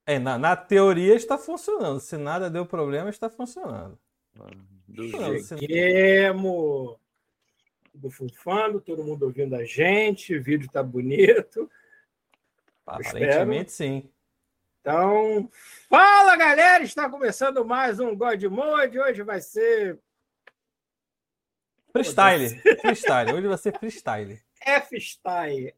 Na teoria está funcionando. Se nada deu problema, está funcionando. Cheguemos do funfando, todo mundo ouvindo a gente, o vídeo tá bonito. Aparentemente, sim. Então, fala galera, está começando mais um God Mode. Hoje vai ser freestyle. Hoje vai ser freestyle. F-style.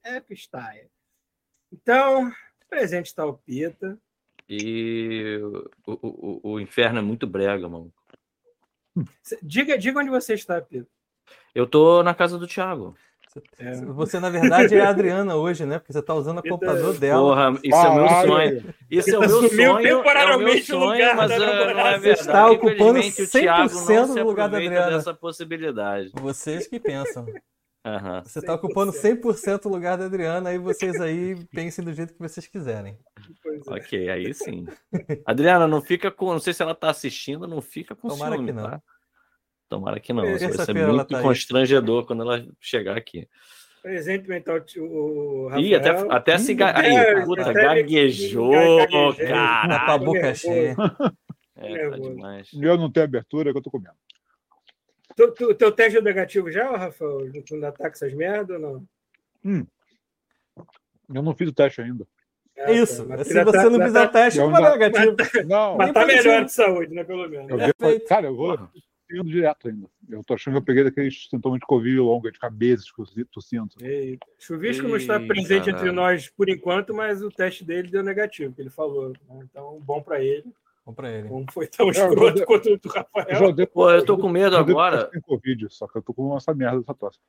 Então, presente está o Pita. E o inferno é muito brega, mano. Diga onde você está, Pita. Eu tô na casa do Thiago. Você, na verdade, é a Adriana hoje, né? Porque você tá usando o computador dela. Porra, isso é o meu sonho. Isso é o meu sonho. Temporariamente o lugar mas não é verdade. Você está ocupando 100% do do lugar da Adriana. Dessa possibilidade. Vocês que pensam. Uhum. Você está ocupando 100% o lugar da Adriana, aí vocês aí pensem do jeito que vocês quiserem. Ok, aí sim. Adriana, não fica com... Não sei se ela tá assistindo, não fica com Tomara ciúme, que não. Tá? Tomara que não. Isso vai ser Terça-feira muito tá constrangedor quando ela chegar aqui. Presente mental, o Rafael. Ih, até se... Aí, puta, gaguejou, cara. Tá com a boca cheia. Tá demais. Eu não tenho abertura, que eu tô comendo. Teu teste é negativo já, Rafael? Tu ainda tá com essas merdas ou não? Eu não fiz o teste ainda. Isso. Se você não fizer teste, não vai dar negativo. Mas tá melhor de saúde, né? Pelo menos. Cara, eu vou indo direto ainda. Eu tô achando que eu peguei daqueles sintomas de Covid longa, de cabeça, tossindo. Chuvisco não está presente entre nós por enquanto, mas o teste dele deu negativo, que ele falou. Né? Então, bom pra ele. Não foi tão escroto quanto o do Rafael. Eu tô com medo agora. Eu Covid, só que eu tô com essa merda dessa tosse.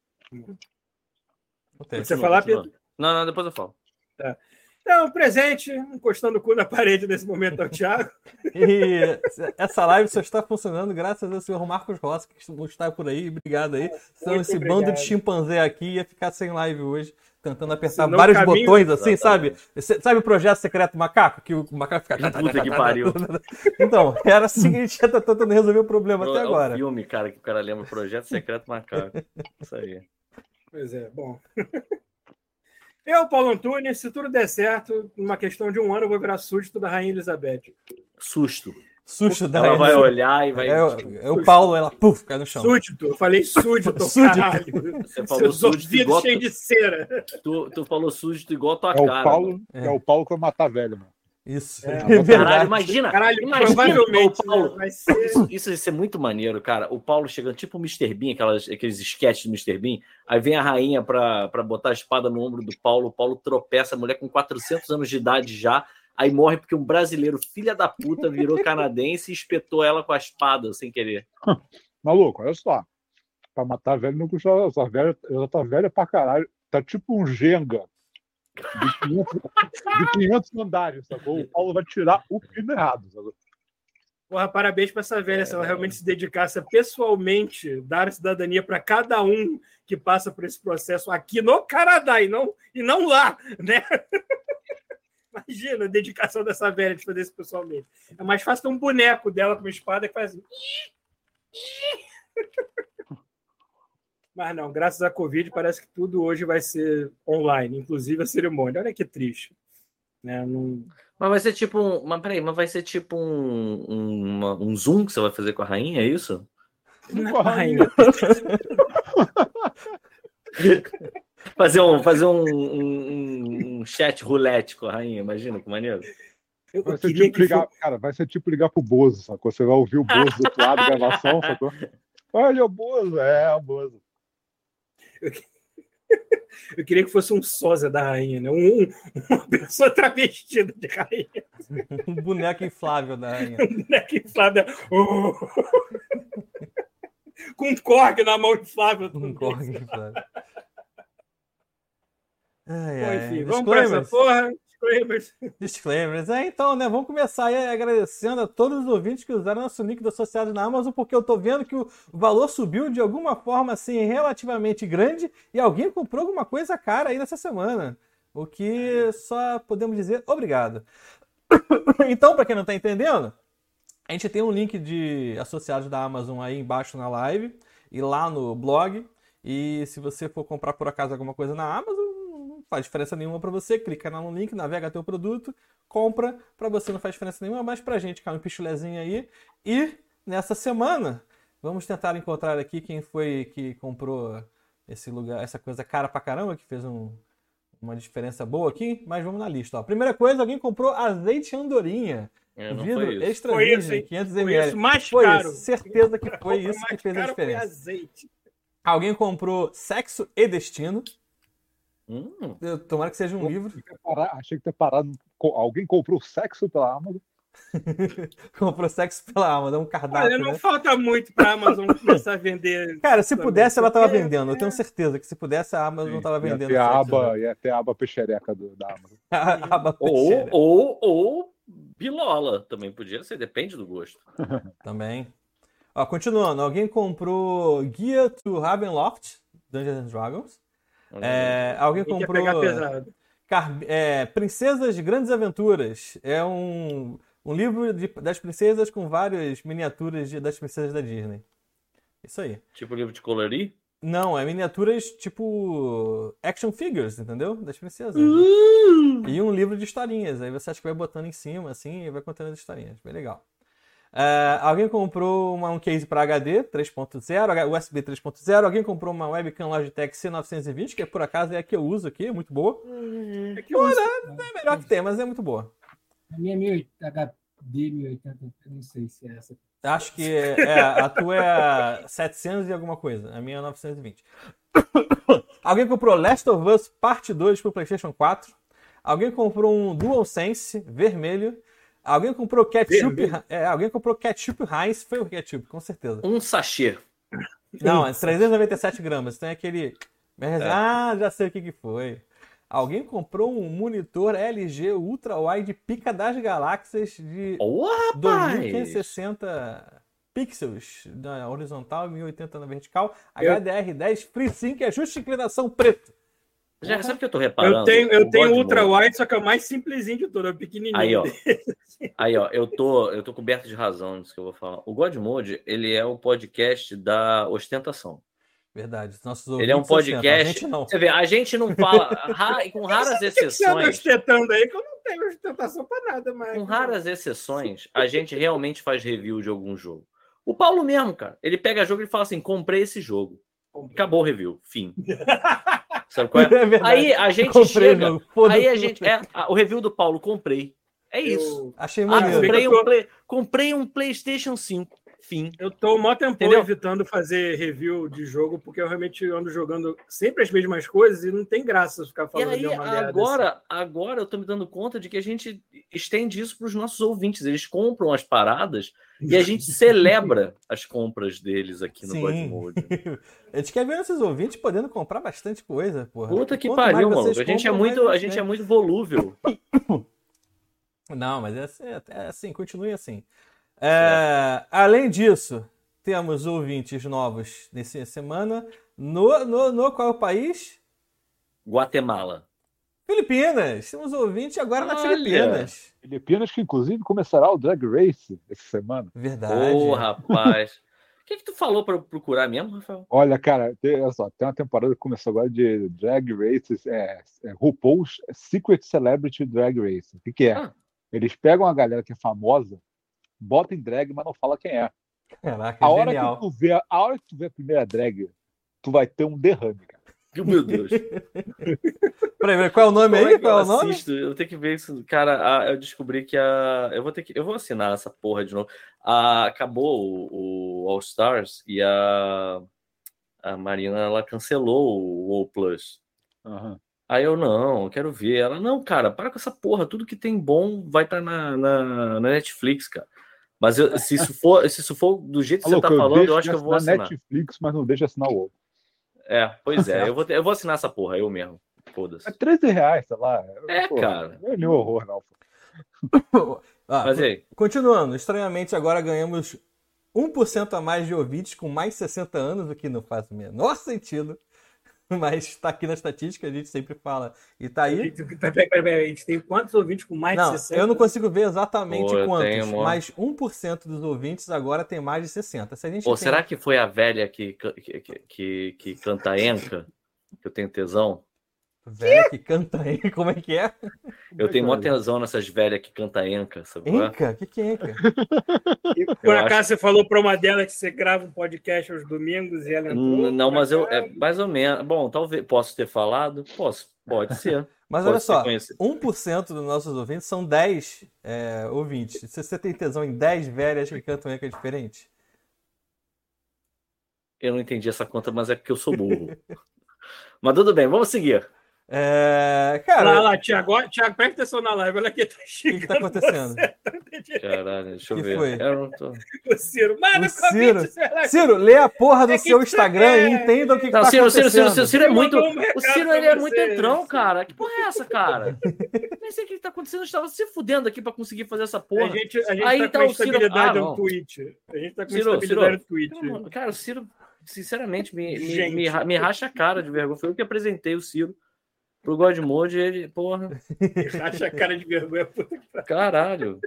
Você falar, Pedro? Não, depois eu falo. Tá. Então, presente, encostando o cu na parede nesse momento é o Thiago. E essa live só está funcionando graças ao senhor Marcos Rossi, que está por aí. Obrigado aí. Senão esse bando de chimpanzé aqui ia ficar sem live hoje, tentando apertar vários botões assim, sabe? Sabe o projeto secreto macaco? Que o macaco fica... Puta que pariu. Então, era assim que a gente ia tentando resolver o problema até agora. É o filme, cara, que o cara lembra, Projeto Secreto Macaco. Isso aí. Pois é, bom... Eu, Paulo Antunes, se tudo der certo, numa questão de um ano, eu vou virar súdito da Rainha Elizabeth. Susto da Ela vai olhar e vai... o Paulo, ela, cai no chão. Súdito, eu falei súdito, caralho. Você falou súdito igual... cheio de cera. Tu falou súdito igual a tua cara. É o Paulo que vai matar velho, mano. Isso. Caralho, imagina provavelmente, o Paulo, vai ser... Isso ia ser muito maneiro, cara. O Paulo chegando, tipo o Mr. Bean, aqueles sketches do Mr. Bean, aí vem a rainha pra botar a espada no ombro do Paulo, o Paulo tropeça, a mulher com 400 anos de idade já, aí morre porque um brasileiro, filha da puta, virou canadense e espetou ela com a espada, sem querer. Maluco, olha só. Pra matar velho não custa... Ela tá velha pra caralho. Tá tipo um Jenga. De 500 andares, sacou? O Paulo vai tirar o pino errado, sacou? Porra, parabéns pra essa velha, se ela realmente se dedicasse a pessoalmente dar cidadania para cada um que passa por esse processo aqui no Canadá e não lá, né? Imagina a dedicação dessa velha de fazer isso pessoalmente. É mais fácil ter um boneco dela com uma espada que faz assim. Mas não, graças à Covid, parece que tudo hoje vai ser online, inclusive a cerimônia. Olha que triste. Né? Mas vai ser tipo vai ser tipo um Zoom que você vai fazer com a rainha, é isso? Não, com a rainha. fazer um chat roulette com a rainha, imagina que maneiro. Vai ser tipo ligar pro Bozo, sacou? Você vai ouvir o Bozo do outro lado da gravação, sacou? Olha o Bozo, o Bozo. Eu queria que fosse um sósia da rainha, né? Uma pessoa travestida de rainha. Um boneco inflável da rainha. Um boneco inflável. Com um corgue na mão inflável. Um corgue inflável. Enfim, vamos pra essa porra. Disclaimers. Então, né? Vamos começar aí agradecendo a todos os ouvintes que usaram nosso link do associado na Amazon, porque eu tô vendo que o valor subiu de alguma forma, assim, relativamente grande e alguém comprou alguma coisa cara aí nessa semana. O que só podemos dizer obrigado. Então, para quem não tá entendendo, a gente tem um link de associados da Amazon aí embaixo na live e lá no blog. E se você for comprar por acaso alguma coisa na Amazon, faz diferença nenhuma para você, clica no link, navega teu produto, compra, para você não faz diferença nenhuma, mas pra gente cai um pichulezinho aí. E nessa semana, vamos tentar encontrar aqui quem foi que comprou esse lugar, essa coisa cara pra caramba, que fez uma diferença boa aqui, mas vamos na lista. Ó. Primeira coisa, alguém comprou azeite andorinha. Não Vidro foi isso. extra Foi virgem, isso, hein? 500 Foi ml. isso, mais Foi caro. isso, certeza que foi O isso que mais fez a caro foi diferença. azeite. Alguém comprou Sexo e Destino. Tomara que seja um livro. Achei que ter parado. Alguém comprou sexo pela Amazon? Comprou Sexo pela Amazon, um cardápio, Olha, não né? falta muito pra Amazon começar a vender. Cara, se também. pudesse, ela tava Porque, vendendo. Eu tenho certeza que se pudesse, a Amazon tava vendendo. Ia ter a aba peixereca da Amazon. A aba peixeira. Ou bilola, também podia ser, depende do gosto. Também. Ó, continuando, alguém comprou Guia to Ravenloft, Dungeons and Dragons. Alguém quem quer comprou pegar pesado. Princesas de Grandes Aventuras. É um livro das princesas com várias miniaturas das princesas da Disney. Isso aí. Tipo livro de colorir? Não, é miniaturas tipo action figures, entendeu? Das princesas. E um livro de historinhas. Aí você acha que vai botando em cima, assim, e vai contando as historinhas. Bem legal. Alguém comprou um case para HD 3.0, USB 3.0. Alguém comprou uma webcam Logitech C920, que por acaso é a que eu uso aqui, é muito boa. É que eu uso. Não é melhor que tem, mas é muito boa. A minha é HD 1080, eu não sei se é essa. Acho que a tua é 700 e alguma coisa, a minha é 920. Alguém comprou Last of Us Parte 2 pro PlayStation 4. Alguém comprou um DualSense vermelho. Alguém comprou ketchup. Alguém comprou ketchup Heinz. Foi o ketchup, com certeza. Um sachê. Não, é 397 gramas. Tem aquele. Já sei o que foi. Alguém comprou um monitor LG Ultra Wide Pica das Galáxias de 2560 pixels na horizontal e 1080 na vertical. HDR10 FreeSync, ajuste de inclinação preto. Já sabe o que eu tô reparando? Eu tenho Ultra Wide, só que é o mais simplesinho de todo, é o pequenininho. Aí, ó, eu tô coberto de razão nisso que eu vou falar. O God Mode, ele é o podcast da ostentação. Verdade. Nossos ele é um podcast. A gente não. Você vê, a gente não fala, com raras exceções. Você anda ostentando aí que eu não tenho ostentação pra nada mais. Com raras exceções, a gente realmente faz review de algum jogo. O Paulo mesmo, cara, ele pega jogo e fala assim: comprei esse jogo. Acabou o review. Fim. Sabe qual é? Aí a gente chega. Aí a gente. O review do Paulo, comprei. É isso. Achei maneiro. Comprei um PlayStation 5. Fim. Eu tô mó tempo evitando fazer review de jogo, porque eu realmente ando jogando sempre as mesmas coisas e não tem graça ficar falando de uma merda. Agora eu tô me dando conta de que a gente estende isso para os nossos ouvintes. Eles compram as paradas e a gente celebra as compras deles aqui no God Mode. A gente quer ver esses ouvintes podendo comprar bastante coisa, porra. Puta que pariu, mano. A gente é muito volúvel. Não, mas é assim, continue assim. Além disso, temos ouvintes novos nessa semana. No qual é o país? Guatemala. Filipinas. Temos ouvintes agora nas Filipinas. Filipinas, que inclusive começará o Drag Race essa semana. Verdade. Rapaz. O que tu falou para procurar mesmo, Rafael? Olha, cara, olha só, tem uma temporada que começou agora de Drag Races, RuPaul's Secret Celebrity Drag Race. O que é? Eles pegam a galera que é famosa, bota em drag, mas não fala quem é. Caraca, a hora genial. que tu vê a primeira drag, tu vai ter um derrame, cara. Meu Deus. Peraí, qual é o nome aí? Qual é o nome? Eu tenho que ver isso. Cara, eu descobri que eu vou assinar essa porra de novo. Acabou o All Stars e a Marina, ela cancelou o All Plus. Uhum. Aí eu quero ver. Ela, não, cara, para com essa porra. Tudo que tem bom vai estar na Netflix, cara. Mas se isso for do jeito que você tá falando, eu acho que eu vou assinar. Na Netflix, mas não deixa assinar o outro. Pois é. Eu vou assinar essa porra, eu mesmo. Foda-se. É R$13, sei lá. Cara. Não é nenhum horror, não. Mas aí. Continuando, estranhamente agora ganhamos 1% a mais de ouvintes com mais de 60 anos, o que não faz o menor sentido. Mas está aqui na estatística, a gente sempre fala. E tá aí. Peraí, a gente tem quantos ouvintes com mais de 60? Eu não consigo ver exatamente quantos, mas 1% dos ouvintes agora tem mais de 60. Se a gente será que foi a velha que canta Enca? Que eu tenho tesão? Velha que canta aí, como é que é? Eu tenho mó tesão nessas velhas que canta enca, sabe? Enca? O que é Enca? E por acaso você falou para uma delas que você grava um podcast aos domingos e ela entrou? Não, mas mais ou menos. Bom, talvez. Posso ter falado? Posso. Pode ser. Mas Pode olha só, ser 1% dos nossos ouvintes são 10 ouvintes. Se você tem tesão em 10 velhas que cantam Enca diferente? Eu não entendi essa conta, mas é porque eu sou burro. Mas tudo bem, vamos seguir. Cara, Olha lá, Thiago, presta atenção na live, olha aqui, tá o que chegando. tá acontecendo? Caralho, deixa eu Que ver. foi? Eu não tô... O Ciro, mano, O Ciro, convite, será? Ciro, lê a porra do É que seu você Instagram quer? e entenda o que Não, tá Ciro acontecendo. é muito. Mandou um O recado Ciro pra ele é muito você. entrão, cara. Que porra é essa, cara? Nem sei o que tá acontecendo. Eu estava se fudendo aqui pra conseguir fazer essa porra. A gente Aí tá tá com o Ciro- estabilidade não. no Twitch. A gente tá com Ciro, estabilidade Ciro. no Twitch. Cara, o Ciro, sinceramente, Gente. me racha a cara de vergonha. Foi eu que apresentei o Ciro pro God Mode. Ele, porra, Acha a cara de vergonha. Puta que pariu. caralho.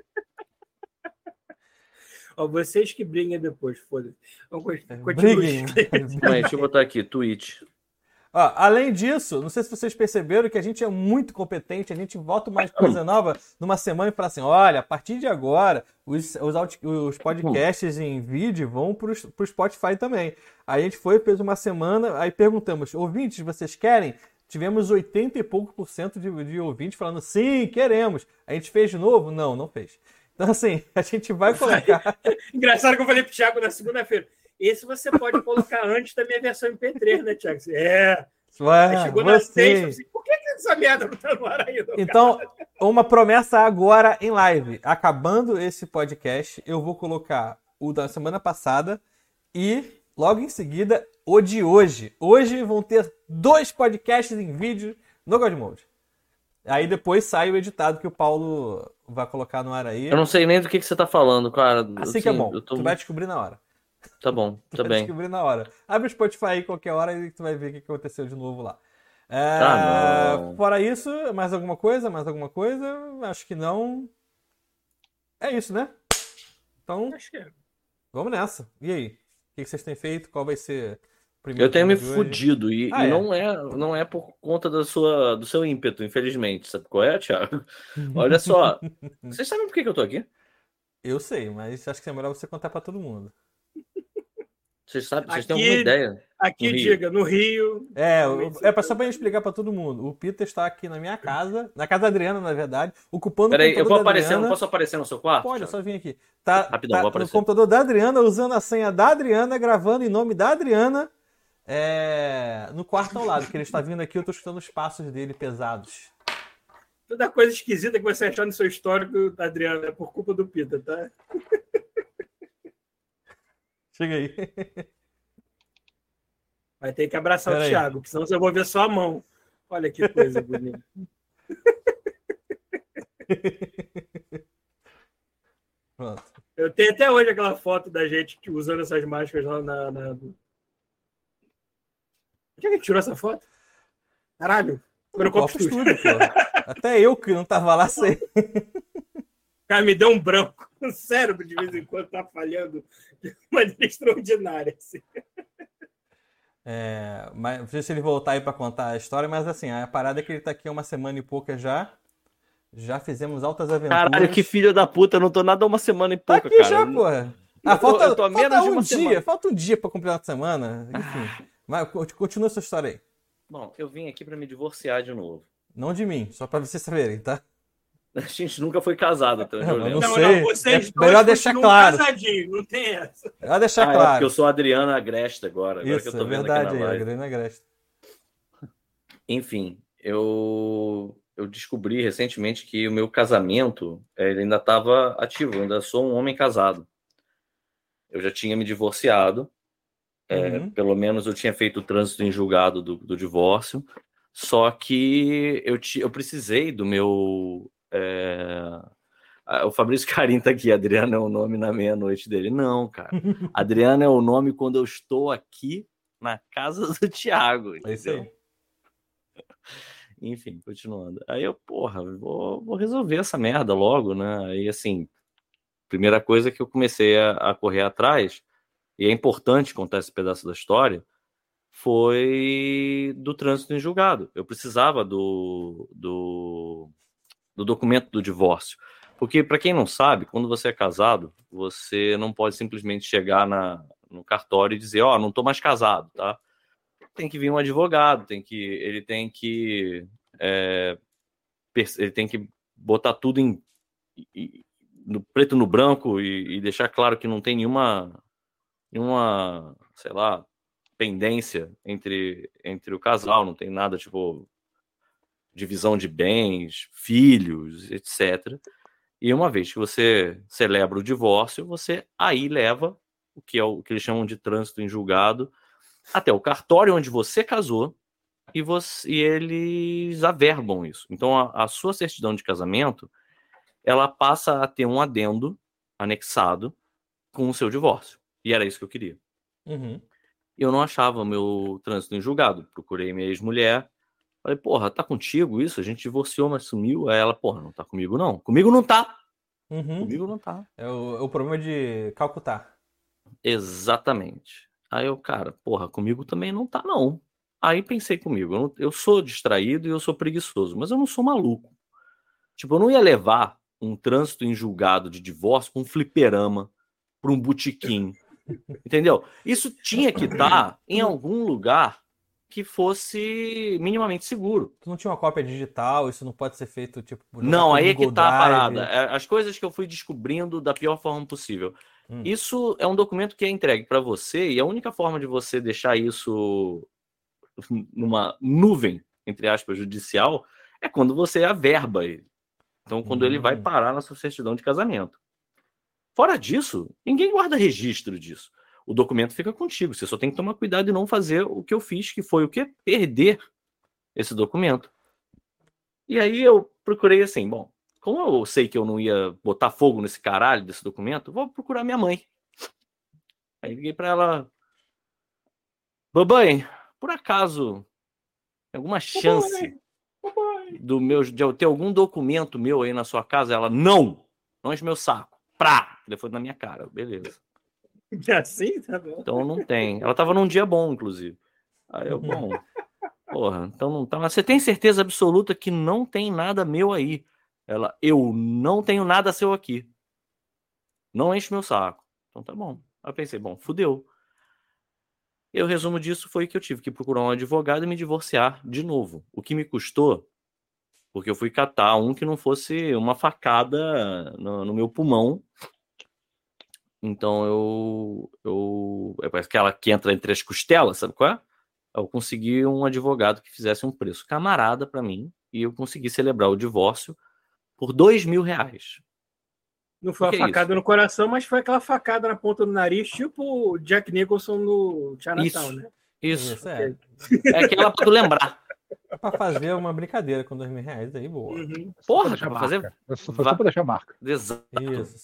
Ó, vocês que briguem depois, foda-se. Vamos continuar. Briguem. Mãe, deixa eu botar aqui, Twitch. Ó, além disso, não sei se vocês perceberam que a gente é muito competente, a gente volta mais coisa nova numa semana e fala assim, olha, a partir de agora, os podcasts em vídeo vão pro Spotify também. Aí a gente fez uma semana, aí perguntamos, ouvintes, vocês querem? Tivemos 80 e pouco por cento de ouvintes falando, sim, queremos. A gente fez de novo? Não fez. Então, assim, a gente vai colocar... Engraçado que eu falei pro Thiago na segunda-feira. Esse você pode colocar antes da minha versão MP3, né, Thiago? Aí chegou na sexta, assim, por que essa merda não tá no ar ainda? Então, uma promessa agora em live. Acabando esse podcast, eu vou colocar o da semana passada e, logo em seguida, o de hoje. Hoje vão ter 2 podcasts em vídeo no God Mode. Aí depois sai o editado que o Paulo vai colocar no ar aí. Eu não sei nem do que você tá falando, cara. Assim que é bom. Tu vai descobrir na hora. Tá bom, tá Vai bem. descobrir na hora. Abre o Spotify aí qualquer hora e tu vai ver o que aconteceu de novo lá. Não. Fora isso, mais alguma coisa? Acho que não. É isso, né? Então, Acho que é. vamos nessa. E aí? O que vocês têm feito? Qual vai ser o primeiro Eu tenho me tema de hoje? fudido e Ah, é? não é por conta do seu ímpeto, infelizmente. Sabe qual é, Thiago? Olha só. Vocês sabem por que eu tô aqui? Eu sei, mas acho que é melhor você contar pra todo mundo. Vocês sabem? Vocês Aqui- têm alguma ideia? Aqui, No Rio. diga, no Rio. Só pra explicar pra todo mundo. O Peter está aqui na minha casa, na casa da Adriana, na verdade, ocupando Peraí, o eu computador vou da aparecer, Adriana. não posso aparecer no seu quarto? Pode, é Thiago? só vir aqui. Tá, Rapidão, vou no aparecer. computador da Adriana, usando a senha da Adriana, gravando em nome da Adriana, no quarto ao lado, que ele está vindo aqui, eu tô escutando os passos dele pesados. Toda coisa esquisita que você achar no seu histórico, Adriano, é por culpa do Pita, tá? Chega aí. Vai ter que abraçar Pera o aí. Thiago, porque senão eu vou ver só a mão. Olha que coisa bonita. Pronto. Eu tenho até hoje aquela foto da gente usando essas máscaras lá na... Onde é que a gente tirou essa foto? Caralho. Foi no Copo Studio. Studio, pô. Até eu que não tava lá sei. Cara, me deu um branco. O cérebro, de vez em quando, tá falhando de maneira extraordinária. Assim. Mas não sei se ele voltar aí pra contar a história, mas assim, a parada é que ele tá aqui há uma semana e pouca já. Já fizemos altas aventuras. Caralho, que filho da puta, eu não tô nada uma semana e Tá pouca, aqui cara. já, porra. Eu tô a menos de uma semana. Falta um dia pra completar a semana. Enfim. Mas continua essa história aí. Bom, eu vim aqui pra me divorciar de novo. Não de mim, só pra vocês saberem, tá? A gente nunca foi casado, então Não, eu lembro. não sei. vocês É dois melhor deixar continuam claro. casadinhos, não tem essa. Melhor deixar É porque claro. eu sou a Adriana Agreste agora que Isso, eu tô é vendo verdade aqui aí, na a live. Grana Agreste. Enfim, eu descobri recentemente que o meu casamento ele ainda estava ativo, eu ainda sou um homem casado. Eu já tinha me divorciado, pelo menos eu tinha feito o trânsito em julgado do divórcio, só que eu precisei do meu... O Fabrício Carim tá aqui, Adriano é o nome na meia-noite dele. Não, cara. Adriano é o nome quando eu estou aqui na casa do Thiago. É isso aí. Entendeu? Enfim, continuando. Aí eu, vou resolver essa merda logo, né? Aí, assim, primeira coisa que eu comecei a correr atrás, e é importante contar esse pedaço da história, foi do trânsito em julgado. Eu precisava do documento do divórcio. Porque, para quem não sabe, quando você é casado, você não pode simplesmente chegar no cartório e dizer, não estou mais casado, tá? Tem que vir um advogado, ele tem que botar tudo no preto no branco e deixar claro que não tem nenhuma, sei lá, pendência entre o casal, não tem nada tipo divisão de bens, filhos, etc. E uma vez que você celebra o divórcio, você aí leva o que eles chamam de trânsito em julgado até o cartório onde você casou e eles averbam isso. Então a sua certidão de casamento, ela passa a ter um adendo anexado com o seu divórcio. E era isso que eu queria. Uhum. Eu não achava o meu trânsito em julgado. Procurei minha ex-mulher. Falei, porra, tá contigo isso? A gente divorciou, mas sumiu. Aí ela, porra, não tá comigo não. Comigo não tá. Uhum. Comigo não tá. É o problema de Calcutá. Exatamente. Aí eu, cara, porra, comigo também não tá não. Aí pensei comigo, eu sou distraído e eu sou preguiçoso, mas eu não sou maluco. Tipo, eu não ia levar um trânsito em julgado de divórcio com um fliperama pra um botequim. Entendeu? Isso tinha que estar em algum lugar que fosse minimamente seguro. Tu não tinha uma cópia digital, isso não pode ser feito, tipo... Não, aí é que tá a Drive. parada. As coisas que eu fui descobrindo da pior forma possível. Isso é um documento que é entregue para você e a única forma de você deixar isso numa nuvem, entre aspas, judicial, é quando você averba ele. Então, quando ele vai parar na sua certidão de casamento. Fora disso, ninguém guarda registro disso. O documento fica contigo. Você só tem que tomar cuidado e não fazer o que eu fiz, que foi o quê? Perder esse documento. E aí eu procurei assim, bom, como eu sei que eu não ia botar fogo nesse caralho desse documento, vou procurar minha mãe. Aí liguei pra ela, babãe, por acaso, tem alguma chance de eu ter algum documento meu aí na sua casa? Ela, não enche meu saco. Telefone na minha cara, beleza. Assim, tá bom. Então não tem. Ela tava num dia bom, inclusive. Aí eu, bom, porra, então não tá. Mas você tem certeza absoluta que não tem nada meu aí? Ela, eu não tenho nada seu aqui. Não enche meu saco. Então tá bom. Aí eu pensei, bom, fudeu. E o resumo disso foi que eu tive que procurar um advogado e me divorciar de novo. O que me custou, porque eu fui catar um que não fosse uma facada no meu pulmão. Então parece aquela que entra entre as costelas, sabe qual é? Eu consegui um advogado que fizesse um preço camarada para mim e eu consegui celebrar o divórcio por R$2.000. Não foi uma facada no coração, mas foi aquela facada na ponta do nariz, tipo o Jack Nicholson no Chinatown, né? Isso. É. É aquela pra tu lembrar. Pra fazer uma brincadeira com R$2.000 aí, boa. Uhum. Porra, pra fazer... Só pra deixar marca. Exato. Isso.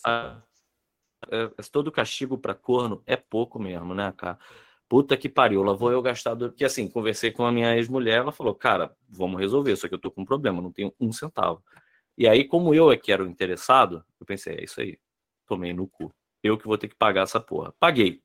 Todo castigo pra corno é pouco mesmo, né, cara? Puta que pariu, lá vou eu gastar... Porque assim, conversei com a minha ex-mulher, ela falou, cara, vamos resolver, só que eu tô com um problema, não tenho um centavo. E aí, como eu é que era o interessado, eu pensei, é isso aí, tomei no cu. Eu que vou ter que pagar essa porra. Paguei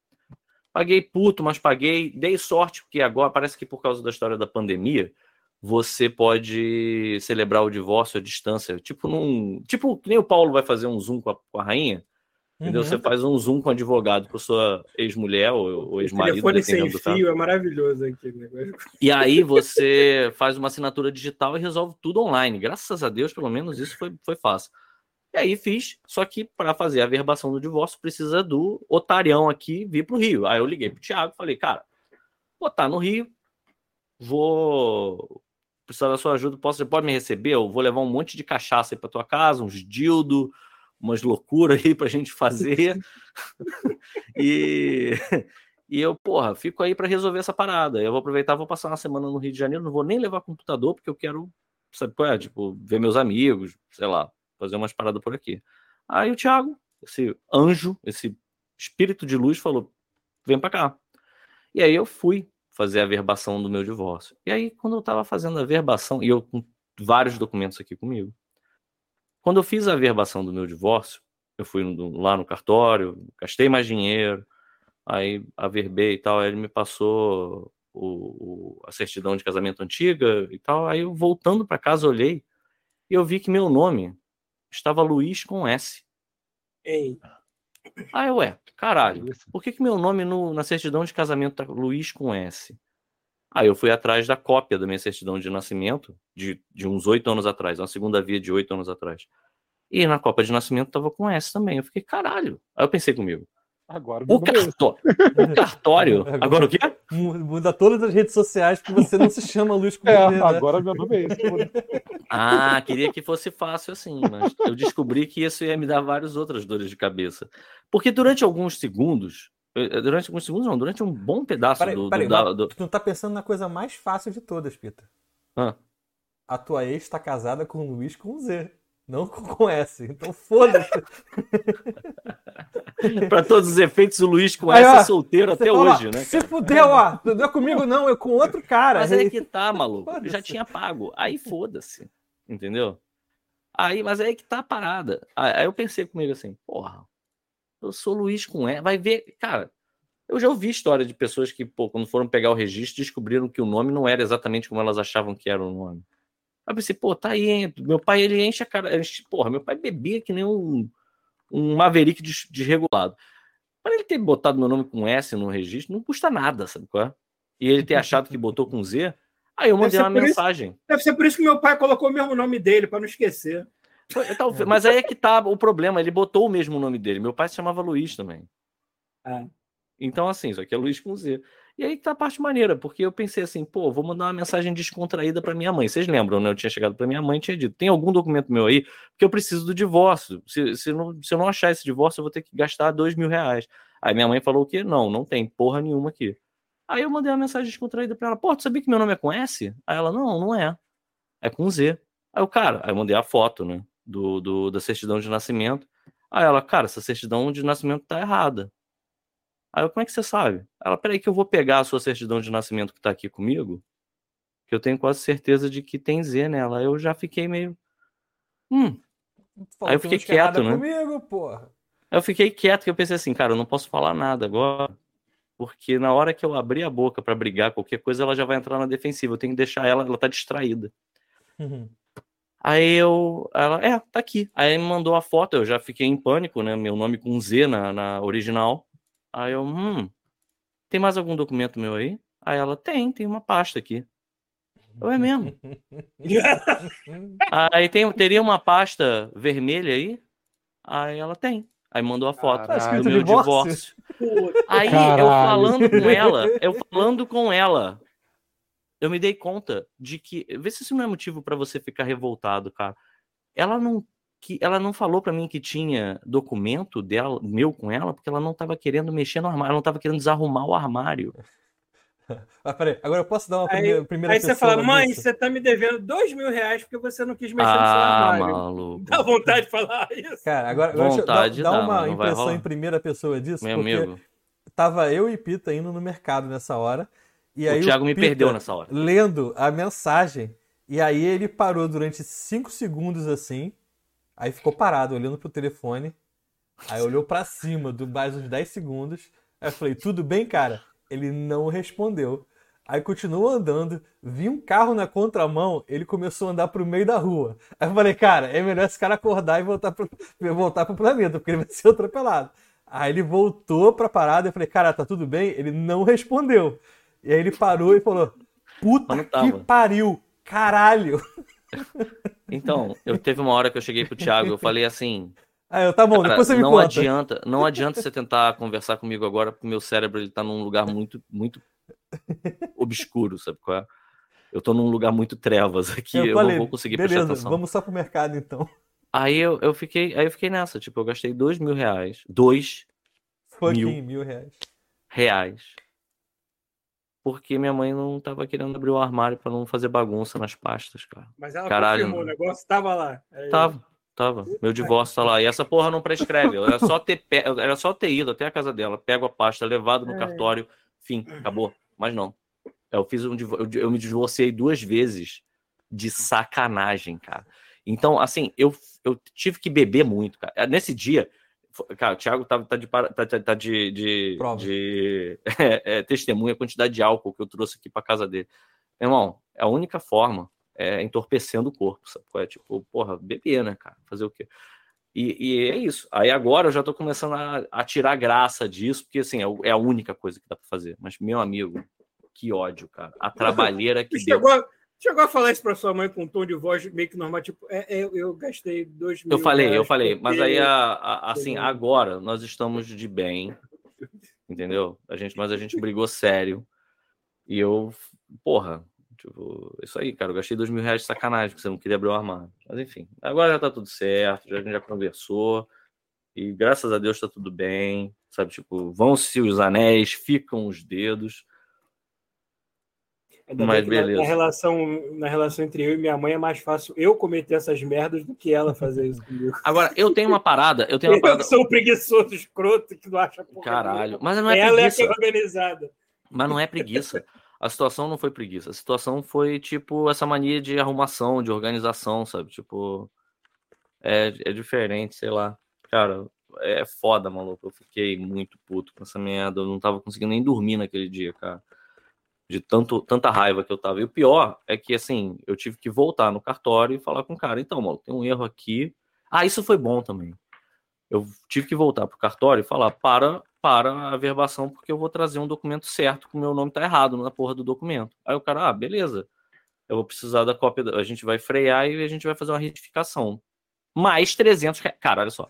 puto, mas paguei, dei sorte, porque agora parece que por causa da história da pandemia, você pode celebrar o divórcio à distância, tipo que nem o Paulo vai fazer um Zoom com a rainha, entendeu? Você faz um Zoom com o advogado com sua ex-mulher ou ex-marido. O telefone sem fio é maravilhoso aqui. E aí você faz uma assinatura digital e resolve tudo online. Graças a Deus, pelo menos isso foi fácil. E aí fiz, só que para fazer a averbação do divórcio precisa do otarião aqui vir pro Rio. Aí eu liguei pro Thiago e falei, cara, vou estar no Rio, vou precisar da sua ajuda, você pode me receber? Eu vou levar um monte de cachaça aí pra tua casa, uns dildo, umas loucuras aí pra gente fazer. E eu, porra, fico aí para resolver essa parada. Eu vou aproveitar, vou passar uma semana no Rio de Janeiro, não vou nem levar computador, porque eu quero, sabe qual é? Tipo, ver meus amigos, sei lá, fazer umas paradas por aqui. Aí o Thiago, esse anjo, esse espírito de luz, falou, vem pra cá. E aí eu fui fazer a averbação do meu divórcio. E aí, quando eu tava fazendo a averbação, e eu com vários documentos aqui comigo, quando eu fiz a averbação do meu divórcio, eu fui lá no cartório, gastei mais dinheiro, Aí averbei e tal, aí ele me passou a certidão de casamento antiga e tal. Aí eu, voltando para casa, olhei e eu vi que meu nome estava Luiz com S. Ei. Aí, ué, caralho, por que meu nome na certidão de casamento tá Luiz com S? Aí eu fui atrás da cópia da minha certidão de nascimento de uns 8 anos atrás, uma segunda via de 8 anos atrás. E na cópia de nascimento tava com S também. Eu fiquei, caralho. Aí eu pensei comigo, Agora o cartório. Agora o quê? Muda todas as redes sociais porque você não se chama Luiz com É, Z, né? agora meu nome é esse. Ah, queria que fosse fácil assim, mas eu descobri que isso ia me dar várias outras dores de cabeça. Porque durante alguns segundos, durante um bom pedaço Peraí, do... tu não tá pensando na coisa mais fácil de todas, Pita. Ah. A tua ex tá casada com o Luiz com Z, não com S. Então foda-se. Para todos os efeitos, o Luiz com Aí, S ó, é solteiro até fala, hoje, né? Se fudeu, ó. Não é comigo, não, é com outro cara. Mas aí que tá, maluco. Foda-se. Já tinha pago. Aí foda-se. Entendeu? Mas aí que tá a parada. Aí eu pensei comigo assim, porra, eu sou Luiz com E. Vai ver, cara, eu já ouvi história de pessoas que, pô, quando foram pegar o registro, descobriram que o nome não era exatamente como elas achavam que era o nome. Aí eu pensei, pô, tá aí, meu pai, ele enche a cara. Porra, meu pai bebia que nem um maverick desregulado. Para ele ter botado meu nome com S no registro, não custa nada, sabe qual é? E ele ter achado que botou com Z, aí eu mandei uma mensagem. Deve ser por isso que meu pai colocou o mesmo nome dele, para não esquecer. Mas aí é que tá o problema, ele botou o mesmo nome dele. Meu pai se chamava Luiz também. Então, assim, só que é Luiz com Z. E aí que tá a parte maneira, porque eu pensei assim, pô, vou mandar uma mensagem descontraída para minha mãe. Vocês lembram, né? Eu tinha chegado para minha mãe e tinha dito, tem algum documento meu aí? Porque eu preciso do divórcio. Se eu não achar esse divórcio, eu vou ter que gastar R$2.000. Aí minha mãe falou que não tem porra nenhuma aqui. Aí eu mandei uma mensagem descontraída para ela, pô, tu sabia que meu nome é com S? Aí ela, não é. É com Z. Aí eu mandei a foto, né? Da certidão de nascimento. Aí ela, cara, essa certidão de nascimento tá errada. Aí eu, como é que você sabe? Ela, peraí que eu vou pegar a sua certidão de nascimento que tá aqui comigo, que eu tenho quase certeza de que tem Z nela. Aí eu já fiquei meio... Aí eu fiquei quieto, né? Comigo, porra. Aí eu fiquei quieto, que eu pensei assim, cara, eu não posso falar nada agora, porque na hora que eu abrir a boca pra brigar qualquer coisa, ela já vai entrar na defensiva. Eu tenho que deixar ela tá distraída. Aí ela, tá aqui. Aí me mandou a foto, eu já fiquei em pânico, né? Meu nome com Z na original. Aí eu, tem mais algum documento meu aí? Aí ela, tem uma pasta aqui. Eu, é mesmo? Aí teria uma pasta vermelha aí? Aí ela, tem. Aí mandou a foto Caralho. do meu divórcio. Aí Caralho. eu falando com ela, eu me dei conta de que, vê se isso não é motivo pra você ficar revoltado, cara. Ela não falou pra mim que tinha documento meu com ela, porque ela não tava querendo mexer no armário, ela não tava querendo desarrumar o armário. Peraí, agora eu posso dar uma primeira Aí você fala, mãe, disso? você tá me devendo R$2.000 porque você não quis mexer no seu armário. Maluco. Dá vontade de falar isso. Cara, agora Vontade deixa eu dar dá, uma mas não vai impressão rolar. em primeira pessoa disso, Meu porque amigo. tava eu e Pita indo no mercado nessa hora, e aí O Thiago me Pita perdeu nessa hora. lendo a mensagem, e aí ele parou durante 5 segundos assim, aí ficou parado, olhando pro telefone, aí olhou pra cima, mais uns 10 segundos, aí eu falei, tudo bem, cara? Ele não respondeu. Aí continuou andando, vi um carro na contramão, ele começou a andar pro meio da rua. Aí eu falei, cara, é melhor esse cara acordar e voltar pro planeta, porque ele vai ser atropelado. Aí ele voltou pra parada, eu falei, cara, tá tudo bem? Ele não respondeu. E aí ele parou e falou, puta que pariu, caralho. Então, teve uma hora que eu cheguei pro Thiago, eu falei assim... Tá bom, depois você me conta. Não adianta você tentar conversar comigo agora, porque o meu cérebro ele tá num lugar muito, muito obscuro, sabe qual é? Eu tô num lugar muito trevas aqui, eu não vou conseguir prestar atenção. Vamos só pro mercado então. Aí eu fiquei nessa, tipo, eu gastei R$2.000. R$2.000. Porque minha mãe não tava querendo abrir o armário pra não fazer bagunça nas pastas, cara. Mas ela confirmou, o negócio tava lá. Tava. Meu divórcio tá lá. E essa porra não prescreve. Era só ter ido até a casa dela, pego a pasta, levado no cartório, fim, acabou. Mas não. Eu me divorciei 2 vezes de sacanagem, cara. Então, assim, eu tive que beber muito, cara. Nesse dia, Cara, o Thiago tá Prova. de testemunha a quantidade de álcool que eu trouxe aqui pra casa dele. Meu irmão, a única forma é entorpecendo o corpo, sabe? É tipo, porra, beber, né, cara? Fazer o quê? E é isso. Aí agora eu já tô começando a tirar graça disso, porque assim, é a única coisa que dá pra fazer. Mas, meu amigo, que ódio, cara. A trabalheira que deu. Chegou a falar isso pra sua mãe com um tom de voz meio que normal, tipo, eu gastei 2 mil Eu falei, porque... mas aí, assim, agora nós estamos de bem, entendeu? Mas a gente brigou sério, e eu, porra, tipo, isso aí, cara, eu gastei 2 mil reais de sacanagem, porque você não queria abrir o armário. Mas enfim, agora já tá tudo certo, a gente já conversou, e graças a Deus tá tudo bem, sabe? Tipo, vão-se os anéis, ficam os dedos. Ainda Mas bem que beleza. na relação entre eu e minha mãe é mais fácil eu cometer essas merdas do que ela fazer isso comigo. Agora, eu tenho uma parada. Eu que sou um preguiçoso, escroto, que não acha porra. Caralho, mas não é ela preguiça. É a que é organizada. Mas não é preguiça. A situação não foi preguiça. A situação foi, tipo, essa mania de arrumação, de organização, sabe? Tipo, é diferente, sei lá. Cara, é foda, maluco. Eu fiquei muito puto com essa merda. Eu não tava conseguindo nem dormir naquele dia, cara. De tanta raiva que eu tava. E o pior é que, assim, eu tive que voltar no cartório e falar com o cara. Então, mano, tem um erro aqui. Ah, isso foi bom também. Eu tive que voltar pro cartório e falar, para a averbação, porque eu vou trazer um documento certo, que o meu nome tá errado na porra do documento. Aí o cara, beleza. Eu vou precisar da cópia, a gente vai frear e a gente vai fazer uma retificação. Mais 300 reais. Cara, olha só.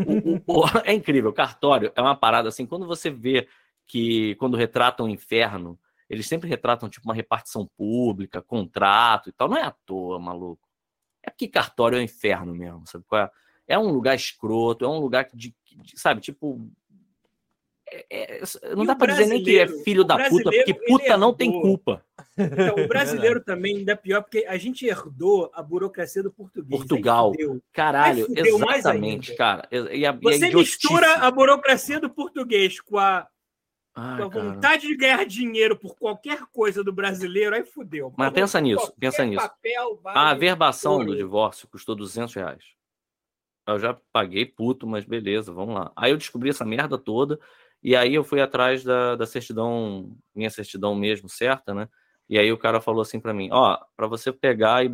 É incrível, o cartório é uma parada assim, quando você vê que quando retratam o inferno, eles sempre retratam tipo uma repartição pública, contrato e tal. Não é à toa, maluco. É porque cartório é o inferno mesmo, sabe qual é? É um lugar escroto, é um lugar sabe, tipo... não dá pra dizer nem que é filho da puta, porque puta não tem culpa. Então, o brasileiro também ainda é pior, porque a gente herdou a burocracia do português. Portugal. Caralho, exatamente, cara. Você mistura a burocracia do português com a vontade de ganhar dinheiro por qualquer coisa do brasileiro, aí fudeu. Mas pensa nisso. A averbação do divórcio custou 200 reais. Eu já paguei puto, mas beleza, vamos lá. Aí eu descobri essa merda toda, e aí eu fui atrás da certidão, minha certidão mesmo, certa, né? E aí o cara falou assim pra mim, pra você pegar e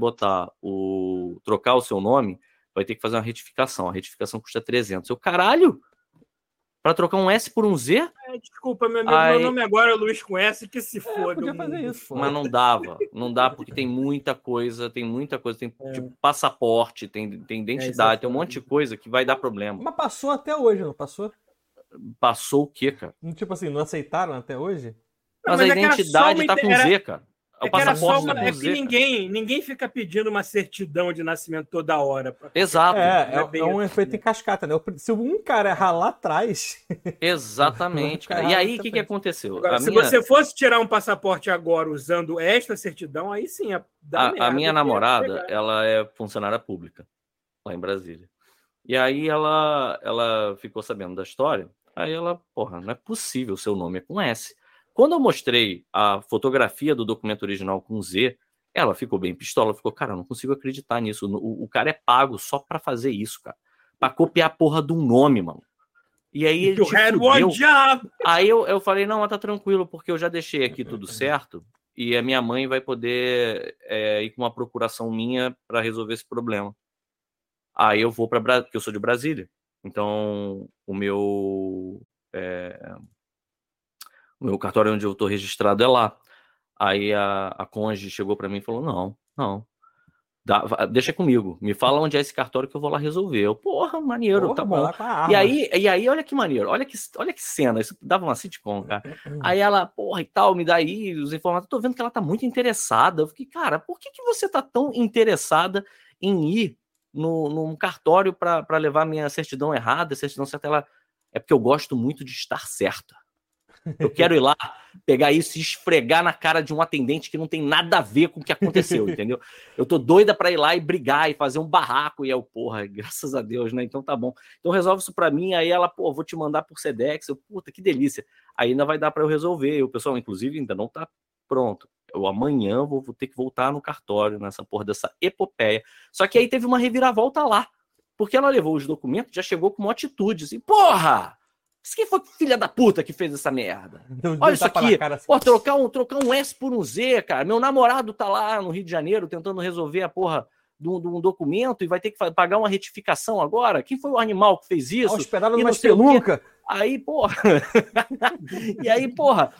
trocar o seu nome, vai ter que fazer uma retificação. A retificação custa 300. Caralho! Pra trocar um S por um Z? Desculpa, meu amigo, meu nome agora é Luiz com S, que se foda. Podia fazer isso, mas não dá, porque tem muita coisa, tem tipo passaporte, tem identidade, tem um monte de coisa que vai dar problema. Mas passou até hoje, não passou? Passou o quê, cara? Tipo assim, não aceitaram até hoje? Mas a identidade tá com Z, cara. O passaporte tá com Z. Ninguém fica pedindo uma certidão de nascimento toda hora. Exato. É um efeito em cascata, né? Se um cara errar lá atrás... Exatamente. Cara. E aí, o que aconteceu? Agora, você fosse tirar um passaporte agora usando esta certidão, aí sim, a minha namorada, ela é funcionária pública, lá em Brasília. E aí ela ficou sabendo da história, aí ela, porra, não é possível, o seu nome é com S. Quando eu mostrei a fotografia do documento original com Z, ela ficou bem pistola, ficou, cara, eu não consigo acreditar nisso. O cara é pago só pra fazer isso, cara. Pra copiar a porra de um nome, mano. E aí ele Aí eu falei, não, mas tá tranquilo, porque eu já deixei aqui tudo certo e a minha mãe vai poder ir com uma procuração minha pra resolver esse problema. Aí eu vou porque eu sou de Brasília. Então, o meu cartório onde eu tô registrado é lá. Aí a cônjuge chegou para mim e falou, não, deixa comigo, me fala onde é esse cartório que eu vou lá resolver. Eu, porra, maneiro, tá bom. E aí, olha que maneiro, olha que cena, isso dava uma sitcom, cara. Aí ela, porra, e tal, me dá aí os informações, tô vendo que ela tá muito interessada. Eu fiquei, cara, por que você tá tão interessada em ir num cartório para levar minha certidão errada, a certidão certa? Ela, é porque eu gosto muito de estar certa. Eu quero ir lá, pegar isso e esfregar na cara de um atendente que não tem nada a ver com o que aconteceu, entendeu? Eu tô doida pra ir lá e brigar e fazer um barraco. E eu, porra, graças a Deus, né? Então tá bom. Então resolve isso pra mim. Aí ela, vou te mandar por Sedex. Eu, puta, que delícia. Aí ainda vai dar pra eu resolver. O pessoal, inclusive, ainda não tá pronto. Eu amanhã vou ter que voltar no cartório nessa porra dessa epopeia. Só que aí teve uma reviravolta lá. Porque ela levou os documentos, já chegou com uma atitude, assim, porra! Isso quem foi filha da puta que fez essa merda? Olha isso aqui, pô, trocar um S por um Z, cara. Meu namorado tá lá no Rio de Janeiro tentando resolver a porra de um documento e vai ter que pagar uma retificação agora. Quem foi o animal que fez isso? Hospedado numa espelunca. Aí, porra... E aí, porra...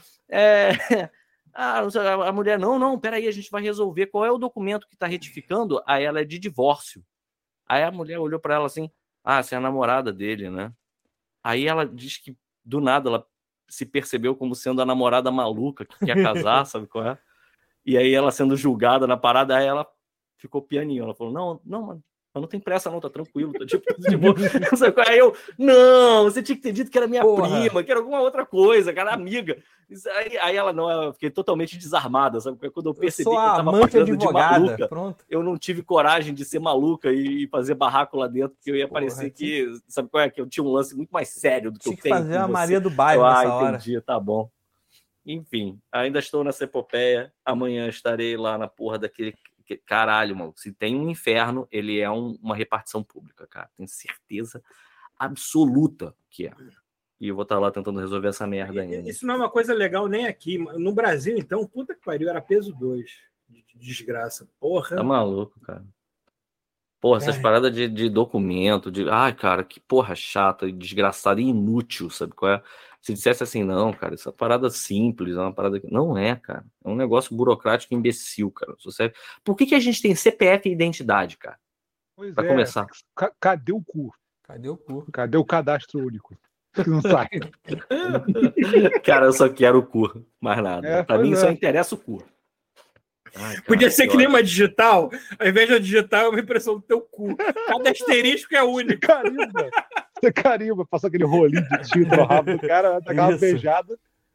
a mulher, não, peraí, a gente vai resolver. Qual é o documento que tá retificando? Aí ela é de divórcio. Aí a mulher olhou pra ela assim, você é a namorada dele, né? Aí ela diz que, do nada, ela se percebeu como sendo a namorada maluca que quer casar, sabe qual é? E aí ela sendo julgada na parada, aí ela ficou pianinho. Ela falou, não, mano, não tem pressa não, tá tranquilo. Tá tipo, de boa. Aí eu, não, você tinha que ter dito que era minha prima, que era alguma outra coisa, que era amiga. Aí ela, não, eu fiquei totalmente desarmada, sabe? Porque quando eu percebi que eu tava pagando de maluca, pronto. Eu não tive coragem de ser maluca e fazer barraco lá dentro, porque eu ia parecer que, sabe qual é? Que eu tinha um lance muito mais sério do que eu tenho. Fazer a Maria do Bairro nessa hora. Entendi, tá bom. Enfim, ainda estou nessa epopeia. Amanhã estarei lá na porra daquele... Caralho, mano, se tem um inferno, ele é uma repartição pública, cara. Tenho certeza absoluta que é. E eu vou estar lá tentando resolver essa merda ainda. Isso não é uma coisa legal nem aqui. No Brasil, então, puta que pariu, era peso 2. De desgraça. Porra. Tá maluco, cara. Porra, essas paradas de documento, cara, que porra chata, desgraçada e inútil, sabe qual é? Se dissesse assim, não, cara, essa parada simples, é uma parada que... Não é, cara. É um negócio burocrático imbecil, cara. Por que a gente tem CPF e identidade, cara? Pois pra começar. Cadê o cu? Cadê o cu? Cadê o cadastro único? Que não sai. Cara, eu só quero o cu, mais nada. Pra mim só interessa o cu. Cara, podia ser que nem uma digital, ao invés da digital é uma impressão do teu cu. Cada asterisco é único. Você carimba, passa aquele rolinho de tinta no rabo do cara, dá aquela beijada.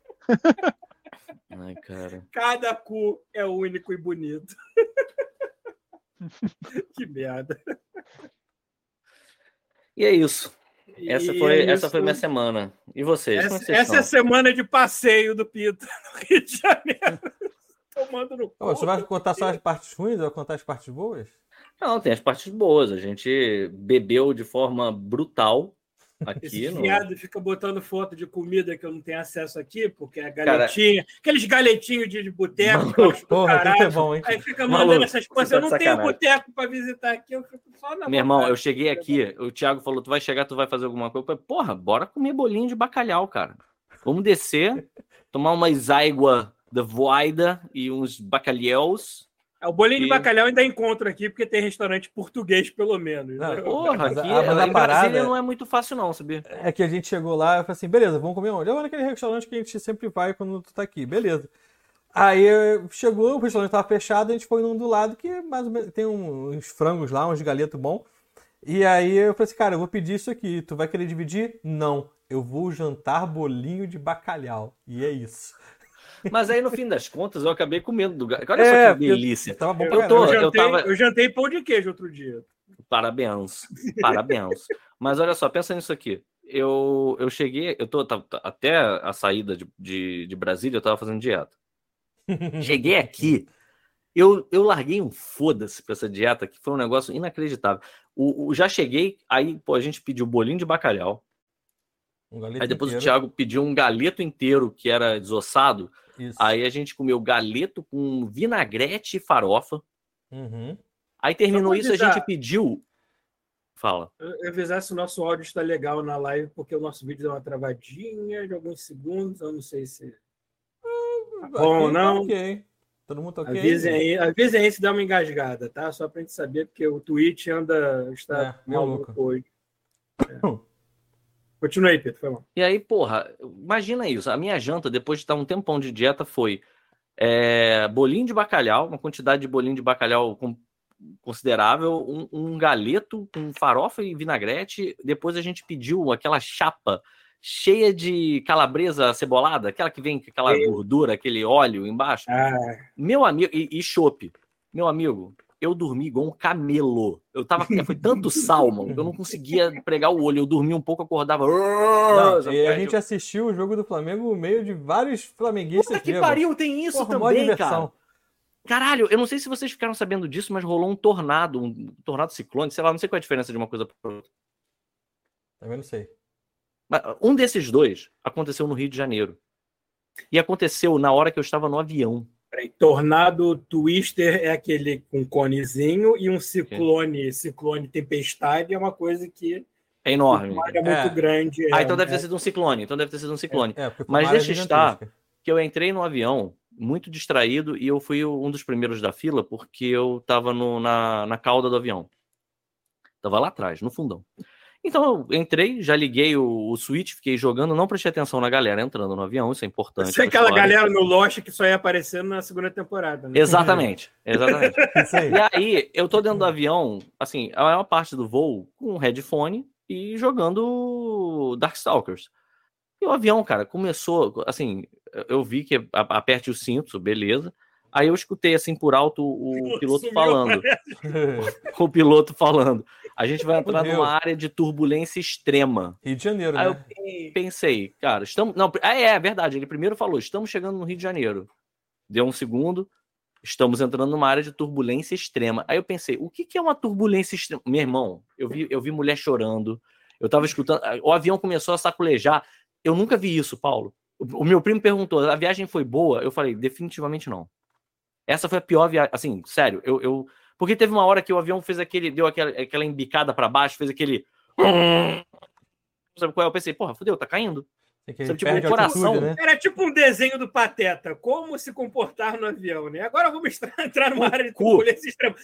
Ai, cara. Cada cu é único e bonito. Que merda. E é isso. Essa foi minha semana. E vocês? Essa é a semana de passeio do Pita no Rio de Janeiro. Tomando no cu. Você vai contar só as partes ruins ou vai contar as partes boas? Não, tem as partes boas. A gente bebeu de forma brutal aqui. Esse viado fica botando foto de comida que eu não tenho acesso aqui, porque é galetinha. Aqueles galetinhos de boteco. Porra, que é bom, hein? Aí fica mandando essas coisas. Eu não tenho boteco para visitar aqui. Eu fico só na Meu irmão, eu cheguei aqui. O Thiago falou: tu vai chegar, tu vai fazer alguma coisa. Eu falei, porra, bora comer bolinho de bacalhau, cara. Vamos descer, tomar umas água da voida e uns bacalhaus. O bolinho de bacalhau ainda encontro aqui, porque tem restaurante português, pelo menos. Né? Porra, aqui em Brasília não é muito fácil não, sabia? É que a gente chegou lá e falou assim, beleza, vamos comer onde? Eu vou naquele restaurante que a gente sempre vai quando tu tá aqui, beleza. Aí chegou, o restaurante tava fechado, a gente foi num do lado que mais ou menos tem uns frangos lá, uns galetos bons. E aí eu falei assim, cara, eu vou pedir isso aqui, tu vai querer dividir? Não, eu vou jantar bolinho de bacalhau. E é isso. Mas aí, no fim das contas, eu acabei comendo do gato. Olha só que delícia. Tava bom eu jantei pão de queijo outro dia. Parabéns. Mas olha só, pensa nisso aqui. Eu cheguei, até a saída de Brasília, eu tava fazendo dieta. Cheguei aqui, eu larguei um foda-se pra essa dieta, que foi um negócio inacreditável. Já cheguei, aí a gente pediu bolinho de bacalhau. Aí depois inteiro. O Thiago pediu um galeto inteiro, que era desossado. Isso. Aí a gente comeu galeto com vinagrete e farofa. Uhum. Aí terminou isso, a gente pediu... Fala. Eu avisar se o nosso áudio está legal na live, porque o nosso vídeo deu uma travadinha de alguns segundos. Eu não sei se... bom ou não. Ok. Todo mundo ok? Avisem aí se dá uma engasgada, tá? Só pra gente saber, porque o Twitch está maluco hoje. Continua aí, Pedro, foi mal. E aí, porra, imagina isso. A minha janta, depois de estar um tempão de dieta, foi bolinho de bacalhau, uma quantidade de bolinho de bacalhau considerável, um galeto com farofa e vinagrete. Depois a gente pediu aquela chapa cheia de calabresa acebolada, aquela que vem com aquela gordura, aquele óleo embaixo. Meu amigo, e chopp. Meu amigo, eu dormi igual um camelo. Foi tanto sal, mano, que eu não conseguia pregar o olho. Eu dormi um pouco, acordava. E a gente assistiu o jogo do Flamengo no meio de vários flamenguistas. Puta que pariu, tem isso também, cara. Caralho, eu não sei se vocês ficaram sabendo disso, mas rolou um tornado ciclone, sei lá, não sei qual é a diferença de uma coisa para outra. Também não sei. Mas um desses dois aconteceu no Rio de Janeiro. E aconteceu na hora que eu estava no avião. Peraí, tornado twister é aquele com conezinho e um ciclone tempestade é uma coisa que É enorme. uma área muito grande. Então deve ter sido um ciclone. Porque foi Mas uma área deixa estar gigantesca. que eu entrei no avião muito distraído e eu fui um dos primeiros da fila porque eu estava na cauda do avião. Tava lá atrás, no fundão. Então eu entrei, já liguei o switch, fiquei jogando, não prestei atenção na galera entrando no avião, isso é importante. Você é aquela galera no Lost que só ia aparecendo na segunda temporada, né? Exatamente. Isso aí. E aí, eu tô dentro do avião, assim, a maior parte do voo com headphone e jogando Darkstalkers. E o avião, cara, começou, assim, eu vi que aperte o cinto, beleza. Aí eu escutei, assim, por alto o piloto falando. O piloto falando. A gente vai entrar numa área de turbulência extrema. Rio de Janeiro, Aí né? eu pensei, cara, estamos... Não, é verdade, ele primeiro falou, estamos chegando no Rio de Janeiro. Deu um segundo, estamos entrando numa área de turbulência extrema. Aí eu pensei, o que é uma turbulência extrema? Meu irmão, eu vi mulher chorando, eu tava escutando, o avião começou a saculejar. Eu nunca vi isso, Paulo. O meu primo perguntou, a viagem foi boa? Eu falei, definitivamente não. Essa foi a pior viagem, assim, sério, porque teve uma hora que o avião fez deu aquela embicada para baixo, fez aquele... Sabe qual é? Eu pensei, porra, fudeu, tá caindo. Sabe, tipo, o coração... altitude, né? Era tipo um desenho do Pateta, como se comportar no avião, né? Agora vamos entrar numa área de turbulência extrema.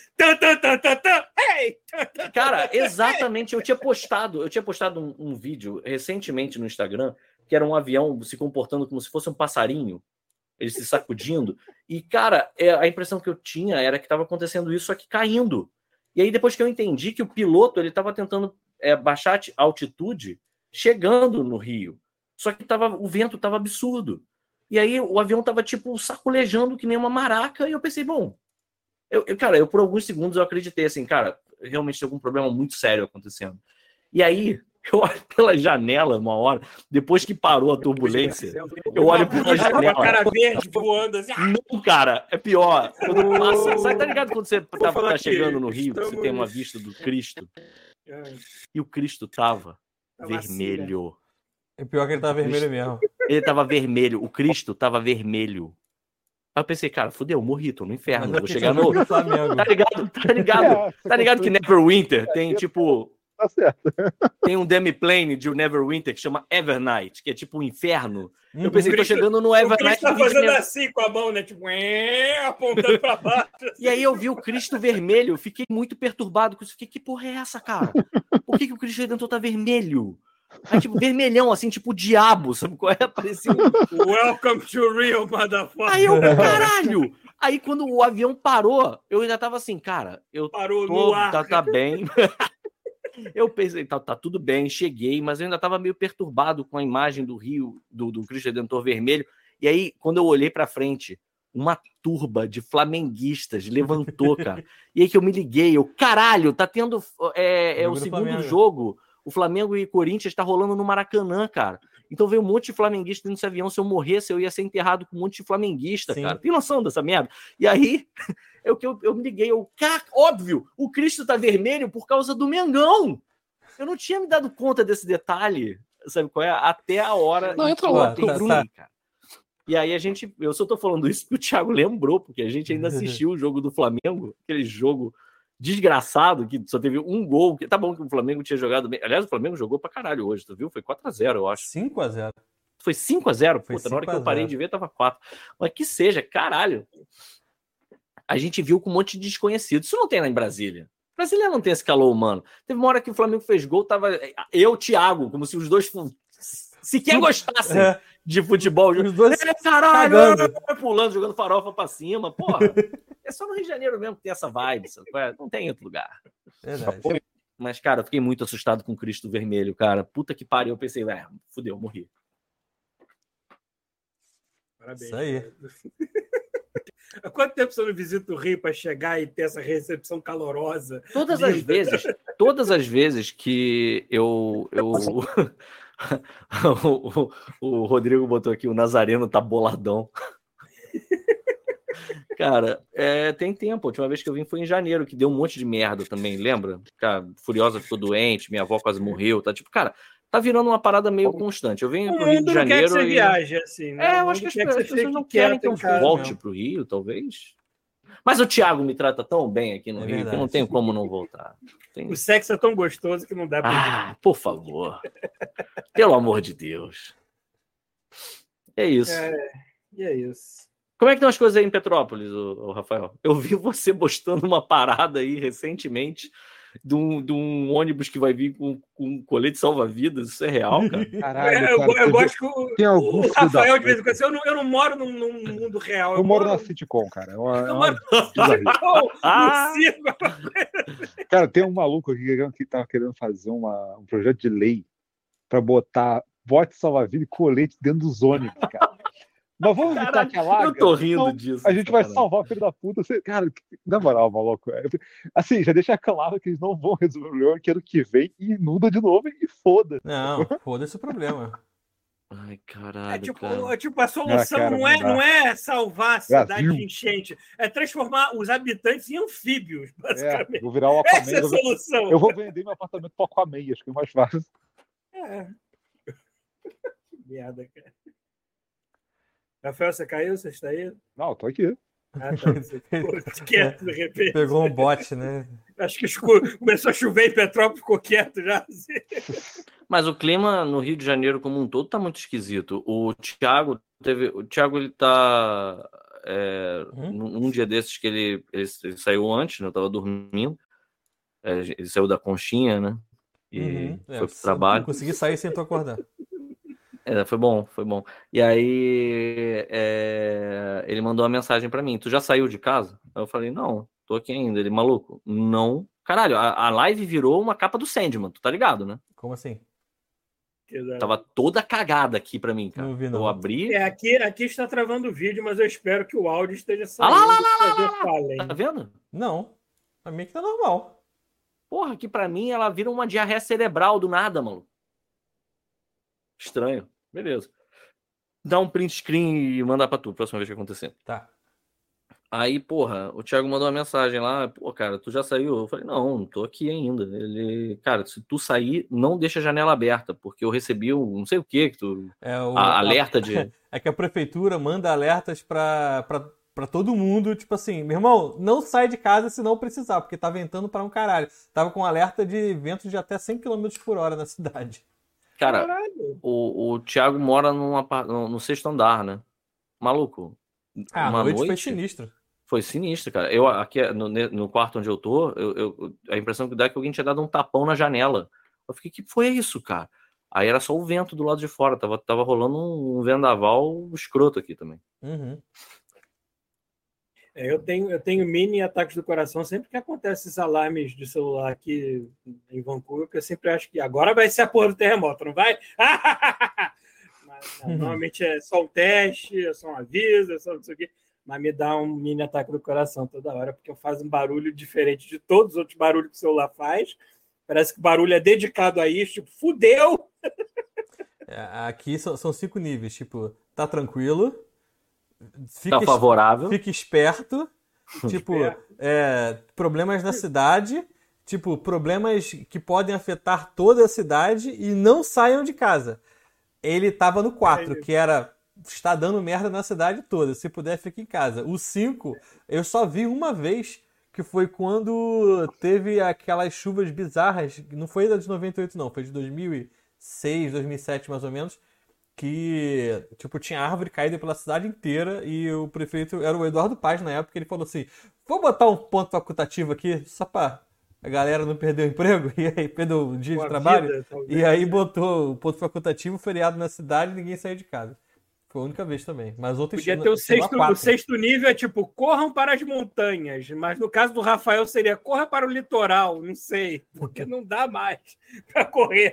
Ei! Cara, exatamente, eu tinha postado um vídeo recentemente no Instagram, que era um avião se comportando como se fosse um passarinho, ele se sacudindo, e, cara, a impressão que eu tinha era que estava acontecendo isso, só que caindo. E aí, depois que eu entendi que o piloto, ele estava tentando baixar a altitude, chegando no Rio, só que o vento estava absurdo. E aí, o avião estava, tipo, sacolejando que nem uma maraca, e eu pensei, bom, cara, por alguns segundos eu acreditei, assim, cara, realmente tem algum problema muito sério acontecendo. E aí, eu olho pela janela uma hora, depois que parou a turbulência, eu olho pela janela. Com a cara verde voando assim. Não, cara, é pior. Quando passa, sabe, tá ligado quando você tá chegando no Rio, você tem uma vista do Cristo? E o Cristo tava vermelho. É pior que ele tava vermelho mesmo. Ele tava vermelho, o Cristo tava vermelho. Aí eu pensei, cara, fudeu, morri, tô no inferno. Vou chegar no. Tá ligado que Neverwinter tem tipo. Tá certo. Tem um demiplane de Neverwinter que chama Evernight, que é tipo um inferno. Eu pensei, tô chegando no Evernight. O Cristo tá fazendo assim com a mão, né? Tipo, apontando pra baixo. E aí eu vi o Cristo vermelho, fiquei muito perturbado com isso. Fiquei, que porra é essa, cara? Por que o Cristo Redentor tá vermelho? Aí, tipo, vermelhão, assim, tipo o diabo, sabe qual é? Parecia Welcome to real, motherfucker. Aí eu, caralho! Aí quando o avião parou, eu ainda tava assim, cara, Parou no ar. Tá bem. Eu pensei, tá tudo bem, cheguei, mas eu ainda tava meio perturbado com a imagem do Rio, do Cristo Redentor vermelho. E aí, quando eu olhei pra frente, uma turba de flamenguistas levantou, cara. E aí que eu me liguei, caralho, tá tendo o segundo jogo. O Flamengo e Corinthians tá rolando no Maracanã, cara. Então veio um monte de flamenguista nesse avião. Se eu morresse, eu ia ser enterrado com um monte de flamenguista, Sim. cara. Tem noção dessa merda? E aí, eu me liguei. Cara, óbvio, o Cristo tá vermelho por causa do Mengão. Eu não tinha me dado conta desse detalhe, sabe qual é? Até a hora... Não, entra lá. Cara. E aí eu só tô falando isso porque o Thiago lembrou, porque a gente ainda assistiu o jogo do Flamengo, aquele jogo desgraçado, que só teve um gol. Tá bom que o Flamengo tinha jogado bem. Aliás, o Flamengo jogou pra caralho hoje, tu viu? Foi 4-0, eu acho. 5-0. Foi 5-0? Puta, na hora que eu parei de ver, tava 4. Mas que seja, caralho. A gente viu com um monte de desconhecidos. Isso não tem lá em Brasília. Brasília não tem esse calor humano. Teve uma hora que o Flamengo fez gol, tava eu, Thiago, como se os dois sequer gostassem de futebol. Os dois caralho, pulando, jogando farofa pra cima. Porra, é só no Rio de Janeiro mesmo que tem essa vibe. Sabe? Não tem em outro lugar. Verdade. Mas, cara, eu fiquei muito assustado com o Cristo Vermelho, cara. Puta que pariu. Eu pensei, fudeu, morri. Parabéns. Isso aí. Há quanto tempo você não visita o Rio para chegar e ter essa recepção calorosa? Todas as vezes que eu... o Rodrigo botou aqui, o Nazareno tá boladão. Cara, tem tempo. A última vez que eu vim foi em janeiro, que deu um monte de merda também, lembra? Cara, Furiosa ficou doente, minha avó quase morreu, tá? Tipo, cara, tá virando uma parada meio constante. Eu venho O pro Rio de mundo não quer que Janeiro você e... viaje, assim, né? eu acho que as pessoas não fique querem quieto que eu em casa volte mesmo. pro Rio, talvez. Mas o Thiago me trata tão bem aqui no É Rio que eu verdade. não tenho como não voltar. O sexo é tão gostoso que não dá pra Por favor. Pelo amor de Deus. É isso. E é isso. Como é que estão as coisas aí em Petrópolis, ô Rafael? Eu vi você postando uma parada aí recentemente de um ônibus que vai vir com colete salva-vidas. Isso é real, cara? Caralho, Eu gosto que tem algum o filho da Rafael, de vez em puta. quando, eu não moro num mundo real. Eu moro na sitcom, cara. Eu moro no circo. Cara, tem um maluco aqui que tava querendo fazer um projeto de lei pra botar bote salva-vida e colete dentro dos ônibus, cara. Mas vamos evitar que alaga? Eu tô rindo Não, disso. a gente vai salvar o filho da puta. Cara, na moral, maluco. Assim, já deixa claro que eles não vão resolver o problema, que ano que vem inunda de novo e foda. Não, foda-se o problema. Ai, caralho, a solução cara, não é salvar a cidade Brasil. de enchente, é transformar os habitantes em anfíbios, basicamente. Vou virar o Aquaman. Essa é a solução. Eu vou vender meu apartamento pro Aquaman, acho que é mais fácil. Que merda, cara. Rafael, você caiu? Você está aí? Não, tô aqui. Tá. Você ficou quieto de repente. Pegou um bote, né? Acho que começou a chover em Petrópolis, ficou quieto já. Mas o clima no Rio de Janeiro como um todo tá muito esquisito. O Thiago ele tá num dia desses que ele saiu antes, né? Eu tava dormindo. Ele saiu da conchinha, né? E foi pro trabalho. Não consegui sair sem tu acordar. Foi bom. E aí ele mandou uma mensagem pra mim: tu já saiu de casa? Aí eu falei: não, tô aqui ainda. Ele, maluco, não. Caralho, a live virou uma capa do Sandman, tu tá ligado, né? Como assim? Tava toda cagada aqui pra mim, cara. Não vi, não. Eu abri. Aqui está travando o vídeo, mas eu espero que o áudio esteja saindo. Tá vendo? Não. Pra mim que tá normal. Porra, aqui pra mim ela vira uma diarreia cerebral do nada, mano. Estranho. Beleza. Dá um print screen e mandar pra tu, próxima vez que acontecer. Tá. Aí, porra, o Thiago mandou uma mensagem lá, pô, cara, tu já saiu? Eu falei, não tô aqui ainda. Ele, cara, se tu sair, não deixa a janela aberta, porque eu recebi não sei o que tu... alerta de... É que a prefeitura manda alertas pra todo mundo, tipo assim, meu irmão, não sai de casa se não precisar, porque tá ventando pra um caralho. Tava com alerta de ventos de até 100 km por hora na cidade. Cara, o Thiago mora no 6º andar, né? Maluco. A noite foi sinistro. Foi sinistro, cara. Eu aqui no quarto onde eu tô, a impressão que dá é que alguém tinha dado um tapão na janela. Eu fiquei, que foi isso, cara? Aí era só o vento do lado de fora. Tava rolando um vendaval escroto aqui também. Uhum. Eu tenho mini ataques do coração sempre que acontece esses alarmes de celular aqui em Vancouver, que eu sempre acho que agora vai ser a porra do terremoto, não vai? Mas, normalmente é só um teste, é só um aviso, é só não sei o quê. Mas me dá um mini ataque do coração toda hora, porque eu faço um barulho diferente de todos os outros barulhos que o celular faz. Parece que o barulho é dedicado a isso, tipo, fudeu! Aqui são 5 níveis, tipo, tá tranquilo, tá favorável, fica esperto, tipo, problemas na cidade, tipo, problemas que podem afetar toda a cidade e não saiam de casa. Ele tava no 4, que era... está dando merda na cidade toda. Se puder, fica em casa. O 5, eu só vi uma vez, que foi quando teve aquelas chuvas bizarras. Não foi da de 98, não. Foi de 2006, 2007, mais ou menos. Que, tipo, tinha árvore caída pela cidade inteira. E o prefeito era o Eduardo Paz, na época. Ele falou assim, vou botar um ponto facultativo aqui, só pra a galera não perder o emprego. E aí, perdeu o dia de trabalho. E aí botou o ponto facultativo, feriado na cidade e ninguém saiu de casa. Foi a única vez também. Mas outros podia ter o 6º nível, é tipo, corram para as montanhas. Mas no caso do Rafael seria, corra para o litoral. Não sei, porque não dá mais para correr.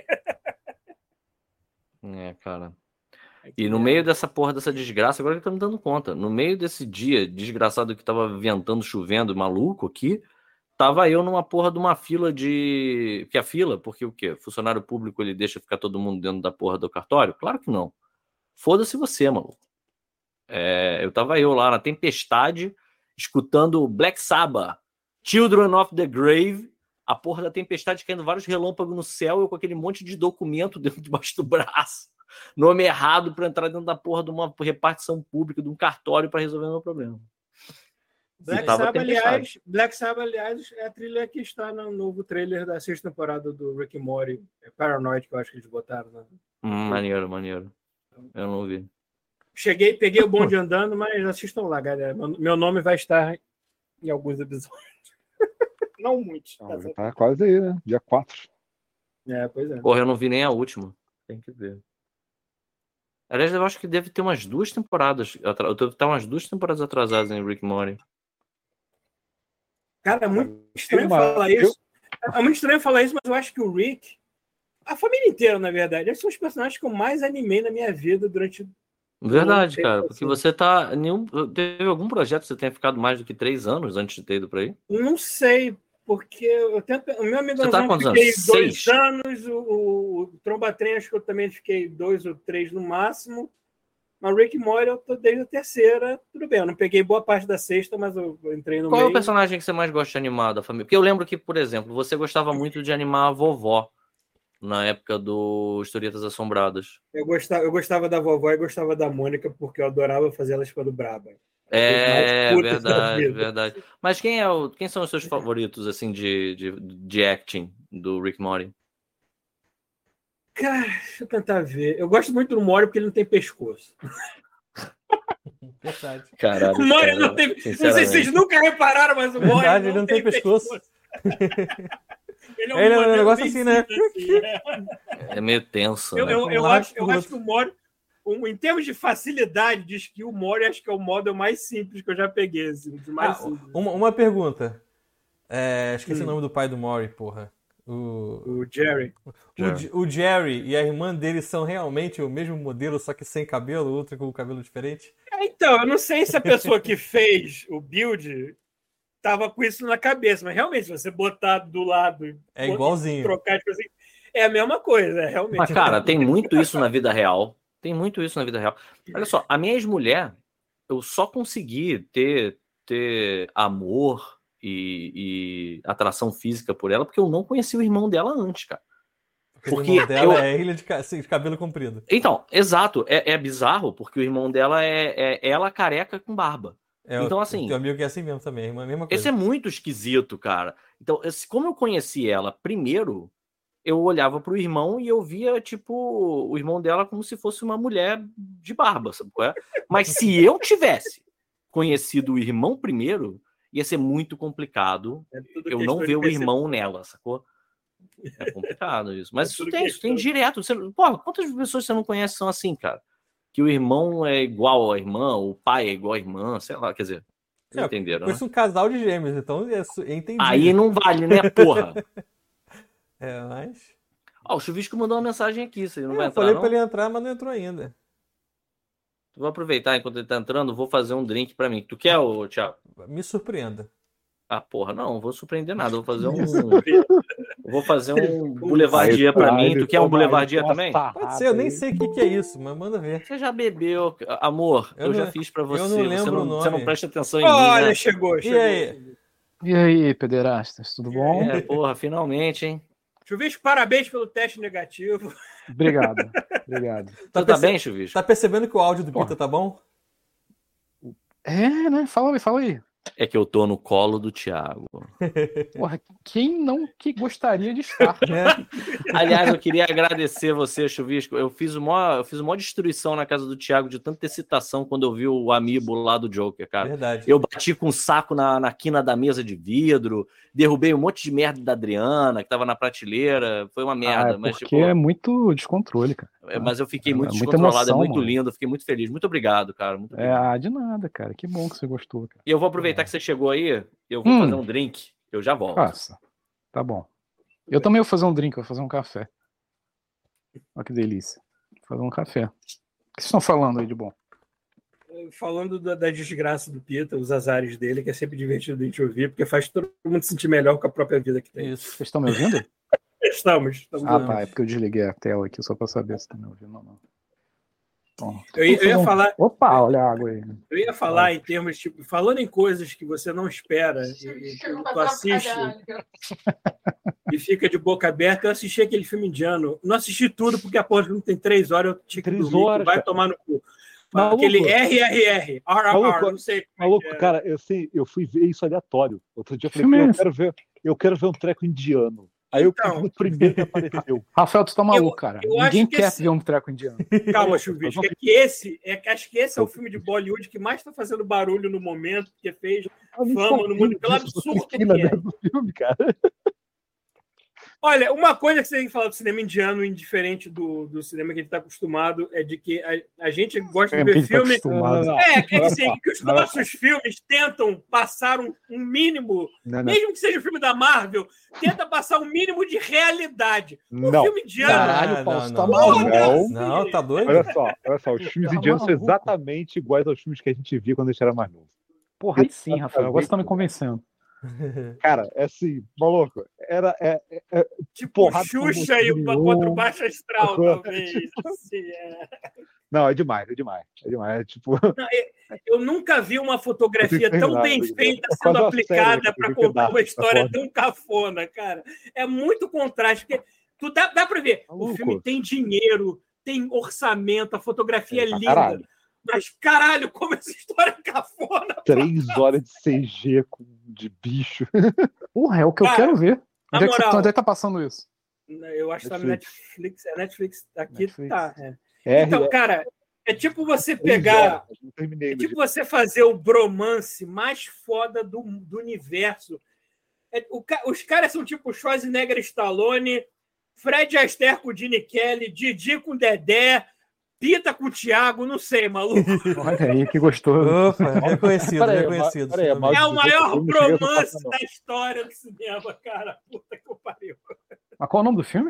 Cara. E no meio dessa porra, dessa desgraça, agora que eu tô me dando conta, no meio desse dia desgraçado que tava ventando, chovendo, maluco aqui, tava eu numa porra de uma fila de... Que a fila, porque o quê? Funcionário público, ele deixa ficar todo mundo dentro da porra do cartório? Claro que não. Foda-se você, maluco. Eu tava lá na tempestade, escutando Black Sabbath, Children of the Grave, a porra da tempestade caindo vários relâmpagos no céu, eu com aquele monte de documento debaixo do braço, nome errado para entrar dentro da porra de uma repartição pública, de um cartório para resolver o meu problema. Black Sabbath, aliás, é a trilha que está no novo trailer da 6ª temporada do Rick and Morty. É Paranoid, que eu acho que eles botaram. Né? Maneiro. Eu não vi. Peguei o bonde andando, mas assistam lá, galera. Meu nome vai estar em alguns episódios. Não muitos. Já tá quase aí, né? Dia 4. Pois é. Porra, eu não vi nem a última. Tem que ver. Aliás, eu acho que deve ter umas 2 temporadas. Eu devo estar umas 2 temporadas atrasadas em Rick and Morty. Cara, é muito estranho falar isso. É muito estranho falar isso, mas eu acho que o Rick, a família inteira, na verdade, esses são os personagens que eu mais animei na minha vida durante. Verdade, cara, porque você tá. Teve algum projeto que você tenha ficado mais do que 3 anos antes de ter ido pra aí? Não sei, porque eu tento. O meu amigo Você tá eu fiquei 2 anos, o Trombatrem acho que eu também fiquei 2 ou 3 no máximo. Mas Rick and Morty eu tô desde a 3ª, tudo bem, eu não peguei boa parte da 6ª, mas eu entrei no meio. Qual é o personagem que você mais gosta de animar da família? Porque eu lembro que, por exemplo, você gostava muito de animar a vovó na época do Historietas Assombradas. Eu gostava da vovó e gostava da Mônica, porque eu adorava fazer elas ficando braba. Verdade. Mas quem são os seus favoritos, assim, de acting do Rick and Morty? Cara, deixa eu tentar ver. Eu gosto muito do Morty porque ele não tem pescoço. Verdade. Caralho, o Morty não tem. Não sei se vocês nunca repararam, mas o Morty não tem pescoço. Ele é um negócio assim, né? É meio tenso. Eu acho que o Morty, em termos de facilidade de skill, o Morty acho que é o model mais simples que eu já peguei. Assim, uma pergunta. Esqueci o nome do pai do Morty, porra. O Jerry. O Jerry e a irmã dele são realmente o mesmo modelo, só que sem cabelo, outra com o cabelo diferente? Então, eu não sei se a pessoa que fez o build tava com isso na cabeça, mas realmente, se você botar do lado... É igualzinho. Trocar, tipo assim, é a mesma coisa, realmente. Mas, cara, tem muito isso na vida real. Olha só, a minha ex-mulher, eu só consegui ter amor e atração física por ela porque eu não conhecia o irmão dela antes, cara. Porque o irmão dela é ele de cabelo comprido. Então, exato. É bizarro porque o irmão dela é ela careca com barba. Então, assim... Teu amigo que é assim mesmo também, é a mesma coisa. Esse é muito esquisito, cara. Então, como eu conheci ela primeiro, eu olhava pro irmão e eu via, tipo, o irmão dela como se fosse uma mulher de barba, sabe qual é? Mas se eu tivesse conhecido o irmão primeiro, ia ser muito complicado eu não ver o irmão nela, sacou? É complicado isso. Mas isso tem direto. Porra, quantas pessoas você não conhece são assim, cara? Que o irmão é igual à irmã, o pai é igual à irmã, sei lá, quer dizer, vocês entenderam, né? Foi um casal de gêmeos, então entendi. Aí não vale, né, porra? Mas... o Chuvisco mandou uma mensagem aqui, você não vai entrar, Eu falei não? pra ele entrar, mas não entrou ainda. Vou aproveitar enquanto ele tá entrando, vou fazer um drink pra mim. Tu quer, Thiago? Me surpreenda. Porra, não vou surpreender nada. Vou fazer um Boulevardia pra mim. Tu quer um Boulevardia também? Pode ser, eu nem sei o que é isso, mas manda ver. Você já bebeu, amor? Eu já fiz pra você. Eu não lembro o nome. Você não presta atenção em mim, Olha, né? chegou. E aí, pederastas, tudo bom? Porra, finalmente, hein? Chuvisco, parabéns pelo teste negativo. Obrigado. Tá bem, Chuvisco? Tá percebendo que o áudio do Pita tá bom? Né? Fala aí. É que eu tô no colo do Thiago. Porra, quem não que gostaria de estar, né? Aliás, eu queria agradecer você, Chuvisco. Eu fiz uma destruição na casa do Thiago de tanta excitação quando eu vi o amiibo lá do Joker, cara. Verdade. Eu bati com um saco na quina da mesa de vidro, derrubei um monte de merda da Adriana, que tava na prateleira. Foi uma merda. Mas, porque é muito descontrole, cara. Mas eu fiquei muito emoção, descontrolado, é muito lindo, fiquei muito feliz. Muito obrigado, cara. Muito obrigado. De nada, cara. Que bom que você gostou, cara. E eu vou aproveitar que você chegou aí, eu vou fazer um drink, eu já volto. Faça. Tá bom. Eu também vou fazer um drink, vou fazer um café. Olha que delícia. Vou fazer um café. O que vocês estão falando aí de bom? Falando da desgraça do Pita, os azares dele, que é sempre divertido a gente ouvir, porque faz todo mundo se sentir melhor com a própria vida que tem. Isso. Vocês estão me ouvindo? Estamos. Tá. É porque eu desliguei a tela aqui só pra saber se tá me ouvindo ou não. Eu ia falar. Opa, olha a água aí. Eu ia falar em termos, tipo, falando em coisas que você não espera e que tu assiste e fica de boca aberta. Eu assisti aquele filme indiano. Não assisti tudo, porque a porra não tem 3 horas, eu tinha que dormir, vai tomar no cu. Maluco. Aquele RRR, Maluco, não sei. Maluco, cara, eu fui ver isso aleatório. Outro dia eu falei, eu quero ver um treco indiano. Aí eu fui o primeiro que apareceu. Rafael, tu tá maluco, cara. Ninguém quer ver um treco indiano. Calma, Chuvisco. Acho que esse é o filme de Bollywood que mais tá fazendo barulho no momento, que fez fama no mundo, pelo absurdo que é. Do filme, cara. Olha, uma coisa que você tem que falar do cinema indiano, indiferente do cinema que a gente está acostumado, é de que a gente gosta de ver filme. Que os nossos filmes tentam passar um mínimo, mesmo que seja um filme da Marvel, tenta passar um mínimo de realidade. O filme indiano. Caralho, Paulo, tá maluco. Não, tá doido? Olha só, os filmes indianos são exatamente iguais aos filmes que a gente via quando a gente era mais novo. Porra, aí sim, Rafael, agora você tá me convencendo. Cara, é assim, maluco. Tipo Xuxa e o Contra o Baixo Astral, talvez. Assim, Não, é demais. É tipo. Não, eu nunca vi uma fotografia tão bem feita sendo aplicada para contar uma história tão cafona, cara. É muito contraste, porque dá para ver. O filme tem dinheiro, tem orçamento, a fotografia é linda. Caralho. Mas, caralho, como essa história é cafona. 3 horas de CG de bicho. Porra, é o que eu quero ver. Onde é que tá passando isso? Eu acho que tá no Netflix. Netflix aqui Netflix. Tá. Então, cara, é tipo você pegar. É tipo você fazer o bromance mais foda do universo. Os caras são tipo Schwarzenegger e Stallone, Fred Astaire com o Gene Kelly, Didi com o Dedé, Pita com o Thiago, não sei, maluco. Olha aí, que gostoso. Opa, reconhecido. É o maior bromance da história do cinema, cara. Puta que pariu. Mas qual é o nome do filme?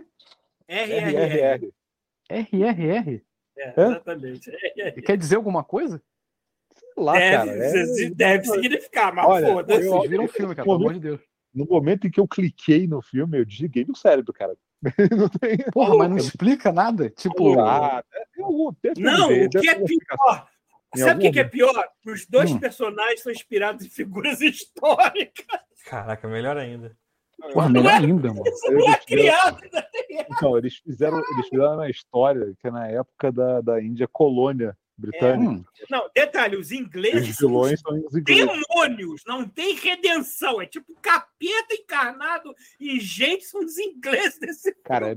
RRR. RRR? Exatamente. Quer dizer alguma coisa? Sei lá, deve significar, mas foda-se. Vocês viram o filme, cara, pelo amor de Deus. No momento em que eu cliquei no filme, eu desliguei meu cérebro, cara. Não tem... Porra, mas não explica nada? Tipo. Não, o que é pior. Sabe o que é pior? Os dois personagens são inspirados em figuras históricas. Caraca, melhor ainda. Porra, melhor ainda, mano. Não é criado. Então, eles fizeram uma história que é na época da Índia colônia britânica. Não, detalhe, os ingleses os vilões são os ingleses. Demônios, não tem redenção, é tipo capeta encarnado e gente são os ingleses desse cara,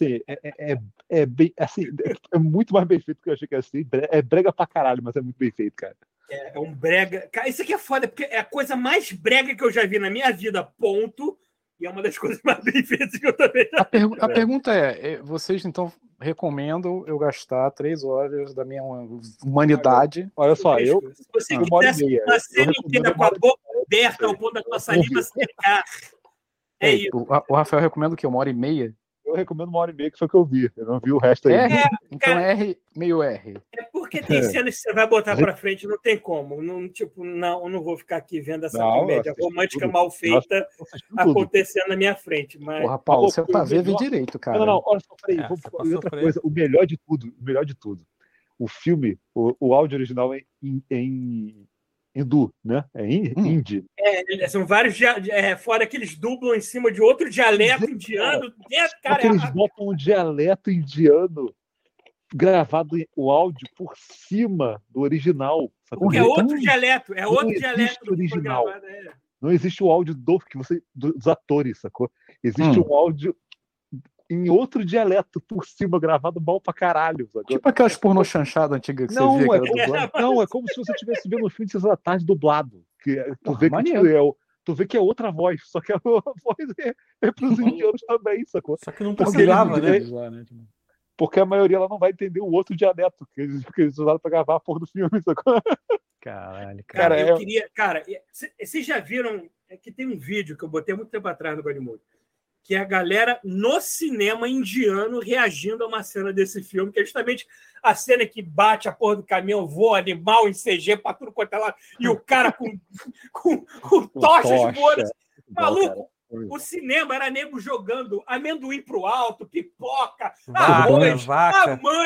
é muito mais bem feito do que eu achei que ia ser. É brega pra caralho, mas é muito bem feito, cara. É um brega. Cara, isso aqui é foda, porque é a coisa mais brega que eu já vi na minha vida, ponto. E é uma das coisas mais bem feitas que eu também já vi. A pergunta vocês então recomendam eu gastar 3 horas da minha humanidade? Olha só, se você quisesse uma cena inteira com a boca aberta ao ponto da tua saliva secar. É isso. O Rafael recomenda o quê? 1h30? Eu recomendo 1h30, que foi o que eu vi. Eu não vi o resto aí. Então R, meio R. É porque tem cenas que você vai botar pra frente, não tem como. Não vou ficar aqui vendo essa comédia romântica mal feita acontecendo na minha frente. Mas... Porra, Paulo, você tá vendo direito, cara. Não, olha só, peraí. Outra coisa, o melhor de tudo. O filme, o áudio original é em hindu, né? É hindi. São vários fora que eles dublam em cima de outro dialeto indiano. Cara, eles botam um dialeto indiano gravado o áudio por cima do original. Porque é outro dialeto. É outro dialeto original. Não existe o áudio dos atores, sacou? Existe um áudio em outro dialeto por cima, gravado mal pra caralho. Sacou? Tipo aquelas pornô chanchada antiga que você via. Não, é como se você estivesse vendo um filme de 6 da tarde dublado. Tu vê que é outra voz, só que a voz é pros indianos também, sacou? Só que não precisava, né? Porque a maioria ela não vai entender o outro dialeto que eles usaram pra gravar a porra do filme, sacou? Caralho, cara. Eu queria... Cara, vocês já viram que tem um vídeo que eu botei muito tempo atrás no Godmode, que é a galera no cinema indiano reagindo a uma cena desse filme, que é justamente a cena que bate a porra do caminhão, voa animal em CG pra tudo quanto é lado, e o cara com tochas voando. Maluco, o cinema era nego jogando amendoim pro alto, pipoca, arroz, a mãe,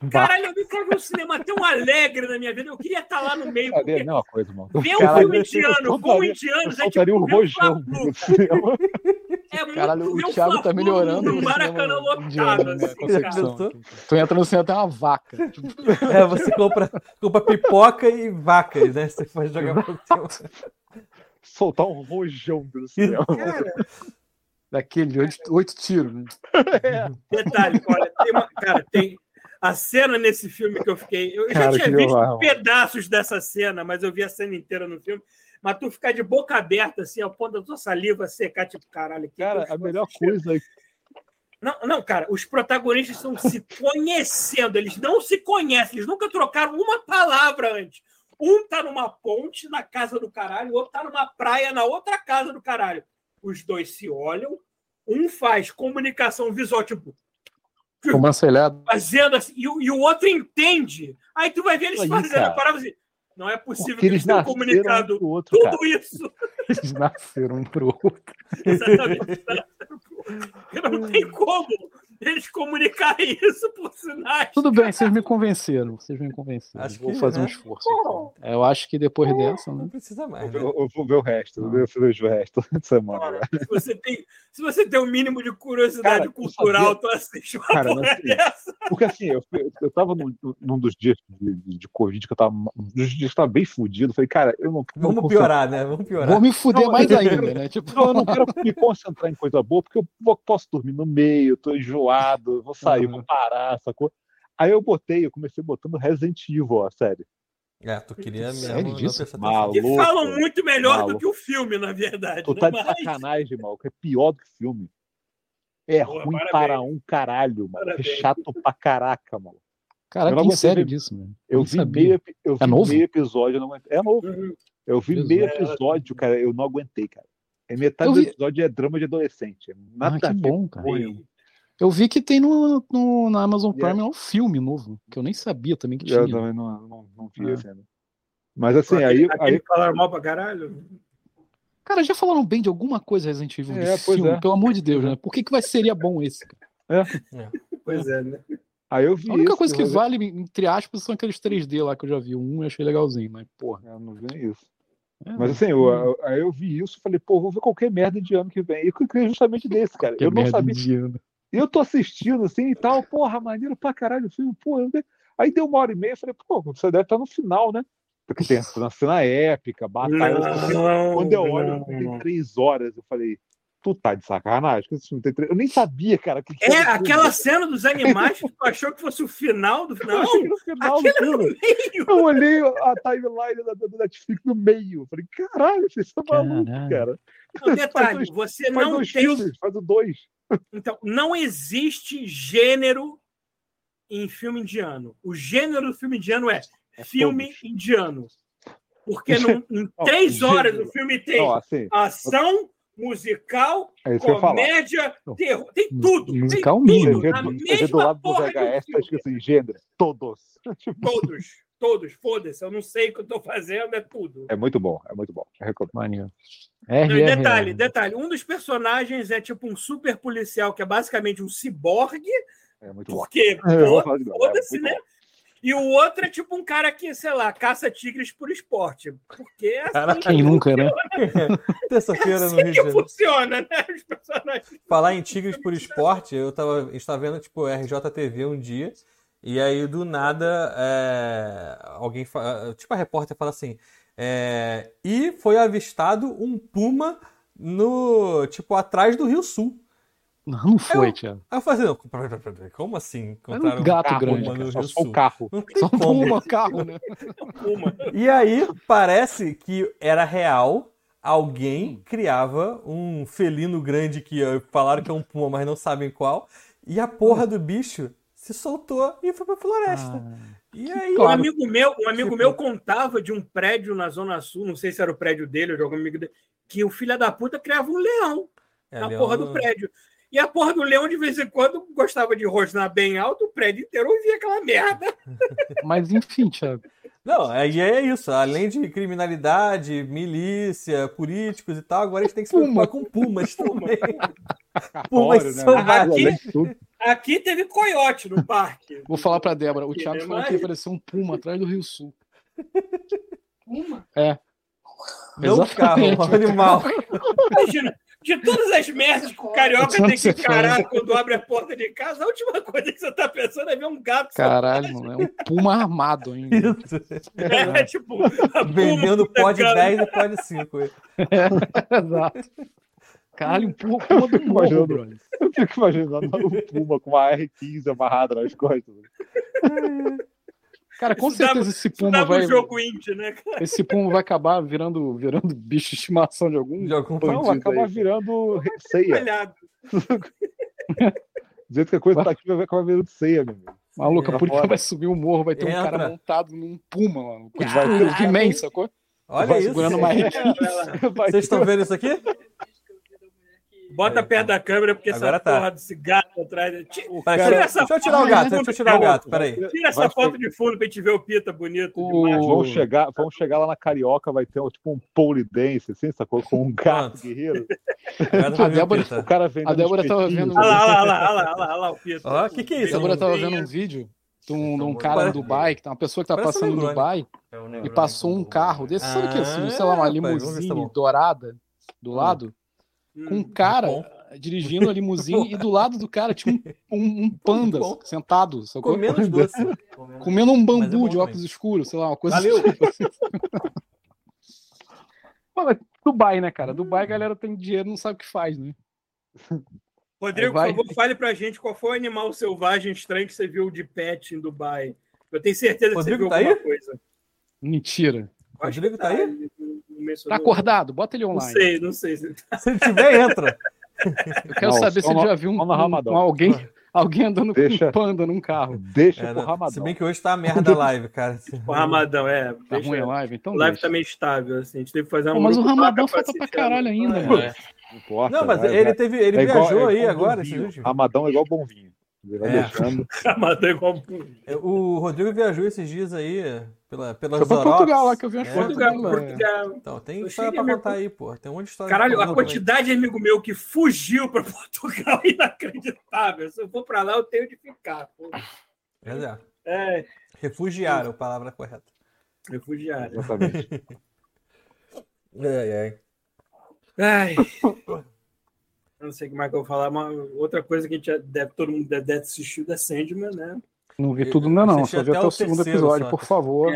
Caralho, eu nunca vi um cinema tão alegre na minha vida. Eu queria estar lá no meio. Cadê? Não, é uma coisa, mano. Ver um filme indiano com indianos é tipo um ver um rojão Fla-Flu. no cinema. É muito Caralho, ver o um Thiago tá Fla-Flu melhorando. no Maracanã lotado, né? assim, Concepção cara. aqui. Tu entra no cinema, tem uma vaca. Tipo, Você compra pipoca e vacas, né? Você pode jogar pro cima. Soltar um rojão do cinema. Cara, daquele 8 tiros, né? detalhe, olha, tem a cena nesse filme que eu fiquei. Eu já Cara, tinha que visto legal. pedaços dessa cena, mas eu vi a cena inteira no filme. Mas tu ficar de boca aberta, assim, ao ponto da tua saliva secar, tipo, caralho. Cara, a melhor coisa é Não, cara, os protagonistas estão se conhecendo, eles não se conhecem, eles nunca trocaram uma palavra antes. Um tá numa ponte na casa do caralho, o outro tá numa praia na outra casa do caralho. Os dois se olham, um faz comunicação visual, tipo, Romancelhado. fazendo assim, e o outro entende. Aí tu vai ver eles Aí, fazendo cara. a parada assim. Não é possível porque que eles eles tenham nasceram comunicado um pro outro, tudo cara. isso. Eles nasceram um pro outro. Exatamente. Porque não tem como eles comunicarem isso por sinais. Tudo bem, vocês me convenceram. Acho Vou que, fazer né? um esforço. Eu acho que depois dessa, né? Não precisa mais, né? Eu vou ver o resto. Eu vejo o resto de semana. Se você tem o mínimo de curiosidade Cara, eu cultural, sabia- tu assiste uma Cara, porra assim, dessa. Porque assim, eu tava num dos dias de Covid que eu tava. Um dos dias que eu tava bem fudido. Falei, cara, eu não Vamos piorar, né? Vamos piorar. Vou me fuder Não, mais eu- ainda, né? Tipo, Não, eu não quero me concentrar em coisa boa, porque eu posso dormir no meio, eu tô enjoado, eu vou sair, vou parar, sacou? Aí eu comecei botando Resident Evil, a série. Tu queria mesmo Sério não disso? prestar Maluco. atenção. Que falam muito melhor maluco. do que o filme, na verdade. Tu né? tá de Mas- sacanagem, maluco. É pior do que filme. É Porra, ruim parabéns. para um caralho, mano. É Parabéns. chato pra caraca, mano. caraca, Eu não tem aguentei série ver- disso, mano. Eu não vi sabia. eu É vi novo? meio episódio, eu não aguentei. É novo. Uhum. Eu vi Jesus. meio episódio, cara, eu não aguentei, cara. Metade Eu do vi- episódio é drama de adolescente. Nada que a ver bom, com cara. porra nenhuma. Eu vi que tem na Amazon Yeah. Prime um filme novo, que eu nem sabia também que Eu tinha. também não vi Ah. esse ainda. Mas assim, Aquele que falaram mal pra caralho. Cara, já falaram bem de alguma coisa Resident Evil desse pois filme? é. Pelo amor de Deus, né? Por que seria bom esse, cara? Pois é, né? aí eu vi A única esse, coisa que eu vale, entre aspas, são aqueles 3D lá que eu já vi. Um eu achei legalzinho, mas, porra. não vi nem isso. É, Mas assim, aí eu vi isso e falei, pô, vou ver qualquer merda de ano que vem. E eu queria justamente desse, cara. que Eu não merda sabia. indiana. E eu tô assistindo assim e tal, porra, maneiro pra caralho o filme, porra. Aí deu 1h30, eu falei, pô, você deve estar no final, né? Porque tem uma cena épica, batalha. Não, Quando eu olho, tem 3 horas. Eu falei, tu tá de sacanagem? Que esse filme tem 3... Eu nem sabia, cara. Que É era o filme. aquela cena dos animais que tu achou que fosse o final do final. Eu achei que no final do Aquele filme. meio. Eu olhei a timeline da Netflix no meio. Eu falei, caralho, vocês estão malucos, Caralho. cara. Não, detalhe, Faz você Faz não 2 tem. filmes, faz o 2. Então, não existe gênero em filme indiano. O gênero do filme indiano é filme todos. indiano. Porque em Ó, 3 horas gênero. o filme tem Não, assim, ação, musical, é isso que eu ia falar. comédia, terror. Tem tudo. Musical tem mínimo. tudo. Você Na vê do mesma lado do porra de um VHS, tá filme. escrito assim, gênero, todos. Todos, foda-se. Eu não sei o que eu tô fazendo, é tudo. É muito bom, é muito bom. Eu recomendo. Maneiro. Não, e RRR. detalhe, um dos personagens é tipo um super policial, que é basicamente um ciborgue, É muito bom. porque Eu vou falar de novo, foda-se, muito né? bom. E o outro é tipo um cara que, sei lá, caça tigres por esporte. Porque é assim, Caraca, quem nunca, né? Terça-feira no assim Rio de que Janeiro. funciona, né? Os personagens. Falar em Tigres por Esporte, a gente tava vendo, tipo, RJTV um dia, e aí do nada alguém, tipo a repórter fala assim, e foi avistado um puma tipo, atrás do Rio Sul. Não foi, Thiago. Aí eu falei assim, não, como assim? Encontraram um gato puma grande, no Só Rio se for o Sul? carro. Não tem Só como. um carro, né? Uma. E aí, parece que era real, alguém criava um felino grande que falaram que é um puma, mas não sabem qual, e a porra do bicho se soltou e foi pra floresta. E aí, Um amigo meu contava de um prédio na Zona Sul, não sei se era o prédio dele ou de algum amigo dele, que o filho da puta criava um leão na leão porra do prédio. E a porra do leão, de vez em quando, gostava de rosnar bem alto, o prédio inteiro ouvia aquela merda. Mas enfim, Thiago. Não, aí é isso. Além de criminalidade, milícia, políticos e tal, agora a gente tem que se preocupar com pumas também. Pumas Ora, né? selvagens. Além de tudo. Aqui teve coiote no parque. Vou falar pra Débora. O Thiago falou que apareceu um puma atrás do Rio Sul. Puma? É. Não carro, animal. Imagina, de todas as merdas que o carioca tem que encarar quando abre a porta de casa, a última coisa que você tá pensando é ver um gato. Caralho, mano. É um puma armado ainda. Isso. É, tipo, Vendendo pó de 10 e pó de 5. Exato. Caralho, um puma do morro, brother. Eu fico imaginando um puma com uma R15 amarrada nas costas. Cara, com isso certeza esse puma vai. Um jogo indie, né, cara? Esse puma vai acabar virando bicho de estimação de algum. Não, vai acabar virando ceia. Olhado. Do jeito que a coisa tá aqui, vai acabar virando ceia, meu amigo. Maluco, a polícia vai subir o morro, vai ter um cara montado num puma, mano. Vai ter de sacou? Olha vai isso. Segurando uma Vocês estão vendo isso aqui? Bota perto da câmera, porque agora essa porra desse gato atrás. Deixa eu tirar o gato, deixa eu tirar o gato, peraí. Tira essa foto de fundo pra gente ver o Pita bonito. Vamos chegar lá na Carioca, vai ter tipo um pole dance, assim, sacou? Com um gato guerreiro. O cara vendo. A Débora tava vendo. Olha lá o Pita. Ó, o que é isso? A Débora tava vendo um vídeo de um cara em Dubai, que tá uma pessoa que tá passando em Dubai e passou um carro desse, sabe o que é assim? Sei lá, uma limusine dourada do lado. Com um cara dirigindo a limusine e do lado do cara tinha um panda sentado, sacou? Comendo doce. Comendo um bambu de óculos escuros, sei lá, uma coisa assim. Dubai, né, cara? Dubai, a galera tem dinheiro, não sabe o que faz, né? Rodrigo, por favor, fale pra gente qual foi o animal selvagem estranho que você viu de pet em Dubai. Eu tenho certeza que você viu alguma coisa. Mentira. O Rodrigo tá aí? Tá acordado? Bota ele online. Não sei. Se ele tiver, entra. Eu quero saber se ele já viu alguém andando com um panda num carro. Deixa pro Ramadão. Se bem que hoje tá a merda a live, cara. O Ramadão, Tá ruim a live? Então a live tá meio estável, assim. A gente teve que fazer mas o Ramadão falta pra caralho ainda, mano. Não importa. Não, mas ele viajou aí agora. Ramadão é igual bom vinho. Ramadão é igual bom vinho. O Rodrigo viajou esses dias aí pelas Foi pra Portugal lá, que eu vi umas fotos Portugal. Então, tem história pra contar aí, pô. Tem um monte de história. Caralho, a quantidade de amigo meu que fugiu pra Portugal é inacreditável. Se eu for pra lá, eu tenho de ficar, pô. Refugiaram, a palavra correta. Refugiaram. Exatamente. Ai. Eu não sei o que mais que eu vou falar. Outra coisa que todo mundo deve assistir da Sandman, né? Não vi tudo ainda não, só vi até o segundo episódio, por favor.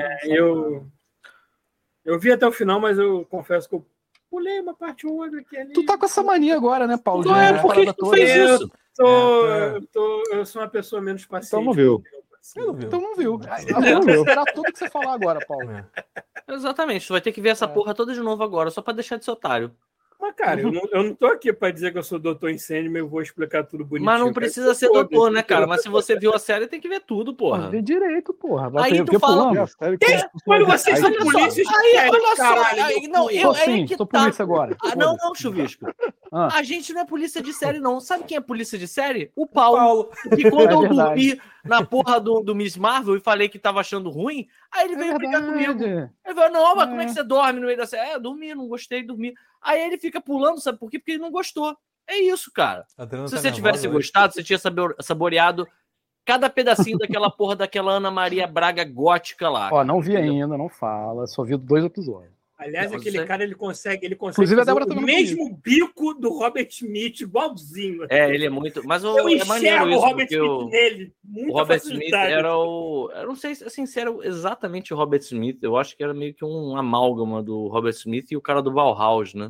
Eu vi até o final, mas eu confesso que eu pulei uma parte ou outra aqui ali. Tu tá com essa mania agora, né, Paulo? Por que tu fez isso? Eu sou uma pessoa menos paciente. Então não viu. Então não viu. Eu vou esperar tudo que você falar agora, Paulo. Exatamente, tu vai ter que ver essa porra toda de novo agora, só pra deixar de ser otário. Mas, cara, eu não tô aqui pra dizer que eu sou doutor em Sandman, eu vou explicar tudo bonitinho. Mas não precisa ser doutor, né, cara? Mas se você viu a série, tem que ver tudo, porra. Vê direito, porra. Aí tu fala... Quando vocês são polícias... Aí, olha só. Não, eu aí que tô polícia agora. Não, Chuvisco. A gente não é polícia de série, não. Sabe quem é polícia de série? O Paulo. E quando eu dormi na porra do Miss Marvel e falei que tava achando ruim, aí ele veio brigar comigo. Ele falou, não, mas como é que você dorme no meio da série? Eu dormi, não gostei, dormi. Aí ele fica pulando, sabe por quê? Porque ele não gostou. É isso, cara. Se você tivesse gostado, você tinha saboreado cada pedacinho daquela porra daquela Ana Maria Braga gótica lá. Ó, não vi ainda, não fala. Só vi 2 episódios. Aliás, aquele cara, ele consegue Inclusive, fazer o mesmo bico do Robert Smith, igualzinho. Ele é muito... Mas eu enxergo o Robert Smith nele. O Robert Smith era o... Eu não sei assim, se era exatamente o Robert Smith. Eu acho que era meio que um amálgama do Robert Smith e o cara do Bauhaus, né?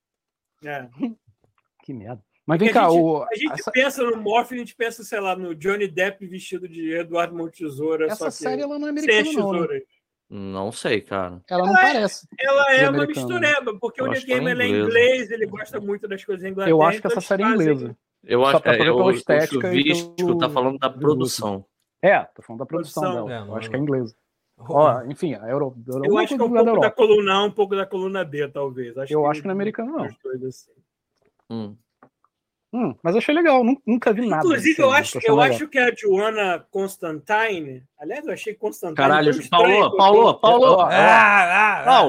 Que merda. Mas vem cá, a gente pensa no Morphin, a gente pensa, sei lá, no Johnny Depp vestido de Eduardo Mão Tesoura. Essa série ela não é americana, não, né? Não sei, cara. Ela não parece. Ela é uma mistureba, porque o Neil Gaiman é inglês, ele gosta muito das coisas em inglês. Eu acho que essa série é inglesa. Eu acho que o Chuvisco tá falando da produção. Tô falando da produção dela. Eu acho que é inglesa. Enfim, a Euro. Eu acho que é um pouco da coluna A, um pouco da coluna B, talvez. Eu acho que não é americano, não. Assim. Mas achei legal, nunca vi nada. Inclusive, eu acho que a Joanna Constantine. Aliás, eu achei Constantine. Caralho, Paulo!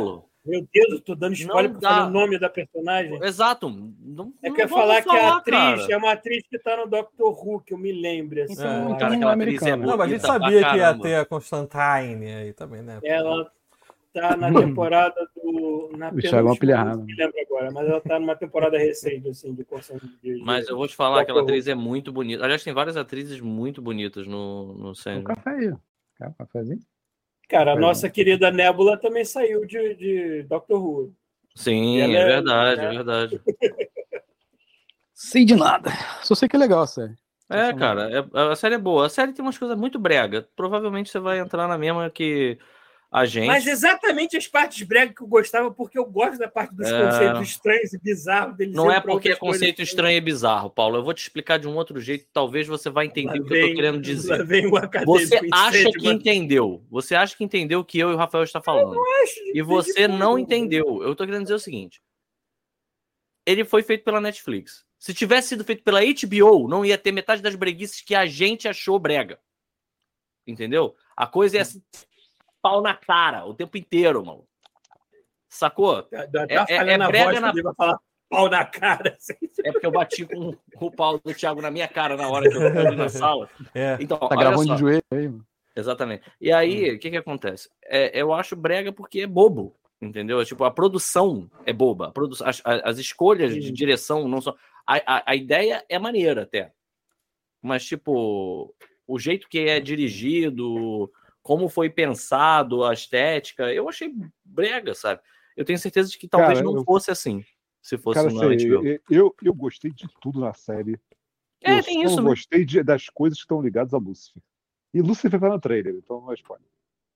Meu Deus, eu tô dando spoiler porque eu falei o nome da personagem. Exato. É que eu ia falar que a atriz é uma atriz que tá no Doctor Who, que eu me lembro. Assim, cara, aquela atriz é não, mas a gente sabia que ia ter a Constantine aí também, né? Ela tá na temporada do... O Thiago Apilhado. Não me lembro agora, mas ela tá numa temporada recente, assim, de Constantine. Mas eu vou te falar, aquela atriz é muito bonita. Aliás, tem várias atrizes muito bonitas no Sandman. Um café aí. Quer um cafezinho? Cara, a nossa querida Nebula também saiu de Doctor Who. Sim, é verdade, é verdade. Sei de nada. Só sei que é legal a série. Cara, a série é boa. A série tem umas coisas muito brega. Provavelmente você vai entrar na mesma que a gente. Mas exatamente as partes brega que eu gostava, porque eu gosto da parte dos conceitos estranhos e bizarros deles. Não é porque é conceito estranho e bizarro, Paulo. Eu vou te explicar de um outro jeito, talvez você vai entender o que eu tô querendo dizer. Você acha que entendeu. Você acha que entendeu o que eu e o Rafael está falando. E você não entendeu. Eu tô querendo dizer o seguinte. Ele foi feito pela Netflix. Se tivesse sido feito pela HBO, não ia ter metade das breguices que a gente achou brega. Entendeu? A coisa é assim, pau na cara o tempo inteiro, mano. Sacou? É brega na... Vai falar pau na cara. Assim. É porque eu bati com o pau do Thiago na minha cara na hora que eu fui na sala. Então, tá gravando de joelho aí, mano. Exatamente. E aí, o que acontece? Eu acho brega porque é bobo. Entendeu? Tipo, a produção é boba. As escolhas de direção não são... A ideia é maneira até. Mas, tipo, o jeito que é dirigido, como foi pensado, a estética, eu achei brega, sabe? Eu tenho certeza de que talvez não fosse assim, se fosse eu gostei de tudo na série. Tem isso. Eu gostei das coisas que estão ligadas a Lucifer. E Lucifer tá no trailer, então não é spoiler.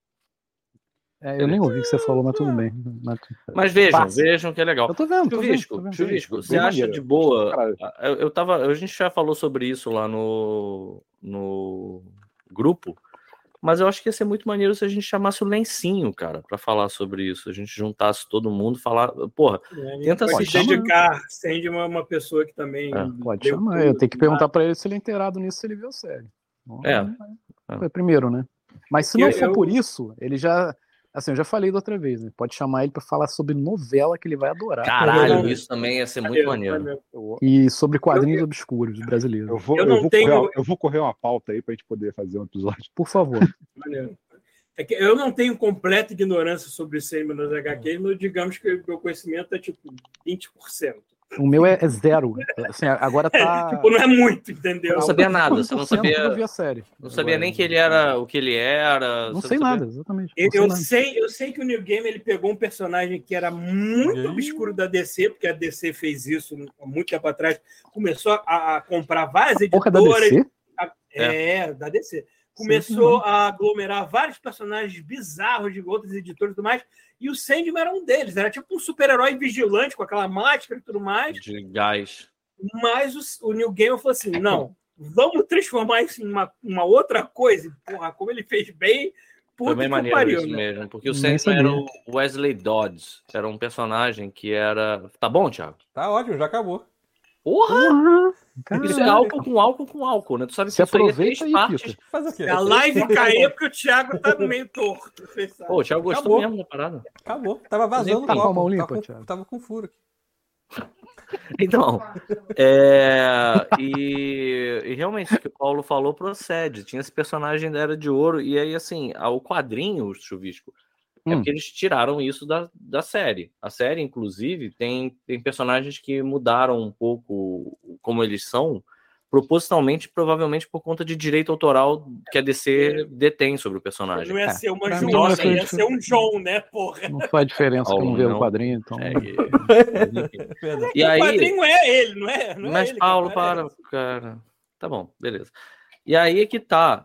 Eu nem ouvi o que você falou, mas tudo bem. Mas vejam que é legal. Eu tô vendo. Chuvisco, você acha de boa? A gente já falou sobre isso lá no grupo, mas eu acho que ia ser muito maneiro se a gente chamasse o Lencinho, cara, pra falar sobre isso. A gente juntasse todo mundo, falar. Porra, tenta assistir. Dedicar, sendo uma pessoa que também. Pode chamar. Eu tenho que perguntar pra ele se ele é inteirado nisso, se ele viu a série. Foi primeiro, né? Mas se não for por isso, ele já. Assim, eu já falei da outra vez, né? Pode chamar ele pra falar sobre novela que ele vai adorar. Caralho, isso também ia ser muito maneiro. E sobre quadrinhos obscuros brasileiros. Eu vou correr uma pauta aí pra gente poder fazer um episódio. Por favor. É que eu não tenho completa ignorância sobre Sandman nos HQs, mas digamos que o meu conhecimento é tipo 20%. O meu é zero. Assim, agora tá. Tipo, não é muito, entendeu? Eu não sabia nada. Você não sabia. Eu vi a série. Não sabia nem que ele era o que ele era. Não sei nada, exatamente. Eu sei que o Neil Gaiman ele pegou um personagem que era muito obscuro da DC, porque a DC fez isso há muito tempo atrás. Começou a comprar várias editoras. Da DC? Da DC. Começou a aglomerar vários personagens bizarros de outras editoras e tudo mais. E o Sandman era um deles. Era tipo um super-herói vigilante com aquela máscara e tudo mais. De gás. Mas o Neil Gaiman falou assim, não, vamos transformar isso em uma outra coisa. Porra, como ele fez bem, puta também que maneiro pariu, isso né? mesmo. Porque o Sandman era o Wesley Dodds. Era um personagem que era... Tá bom, Thiago? Tá ótimo, já acabou. Porra! Isso é álcool com álcool, né? Tu sabe que você isso aí é aproveita três partes. Peter. Faz o quê? A live caiu porque o Thiago tá meio torto. Pô, o Thiago gostou mesmo da parada. Acabou. Tava vazando tá o com a mão álcool. limpa, Tava com furo aqui. Então, e realmente o que o Paulo falou procede. Tinha esse personagem da Era de Ouro, e aí, assim, o quadrinho, Chuvisco, é porque eles tiraram isso da série. A série, inclusive, tem personagens que mudaram um pouco como eles são, propositalmente, provavelmente por conta de direito autoral que a DC detém sobre o personagem. Não ia ser uma Joana, ia ser um John, né, porra? Não faz diferença que eu não vejo o quadrinho, então... E aí... O quadrinho é ele, não é? Não mas, é ele, Paulo, cara... Tá bom, beleza. E aí é que tá.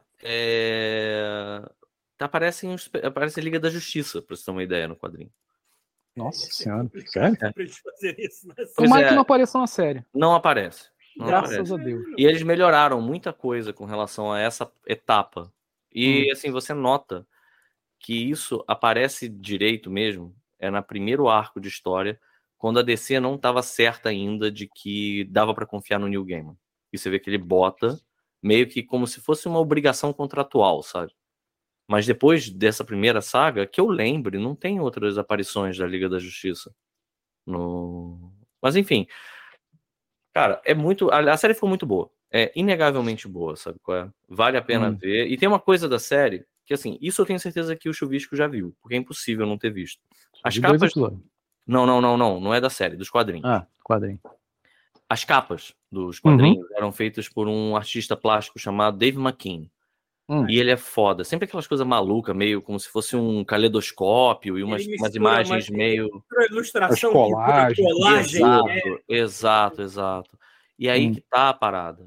Aparece Liga da Justiça, pra você ter uma ideia, no quadrinho. Nossa senhora, sério? O Mike não apareceu na série. Não aparece. Graças a Deus. E eles melhoraram muita coisa com relação a essa etapa. E assim, você nota que isso aparece direito mesmo, no primeiro arco de história, quando a DC não estava certa ainda de que dava para confiar no Neil Gaiman. E você vê que ele bota meio que como se fosse uma obrigação contratual, sabe? Mas depois dessa primeira saga, que eu lembre, não tem outras aparições da Liga da Justiça. Mas enfim, cara, a série ficou muito boa. É inegavelmente boa, sabe qual é? Vale a pena ver. E tem uma coisa da série que, assim, isso eu tenho certeza que o Chuvisco já viu, porque é impossível não ter visto. As capas... Não é da série, dos quadrinhos. Quadrinho. As capas dos quadrinhos eram feitas por um artista plástico chamado Dave McKean. E ele é foda. Sempre aquelas coisas malucas, meio como se fosse um caleidoscópio e umas imagens meio... Ilustração, colagem. Exato. E aí que tá a parada.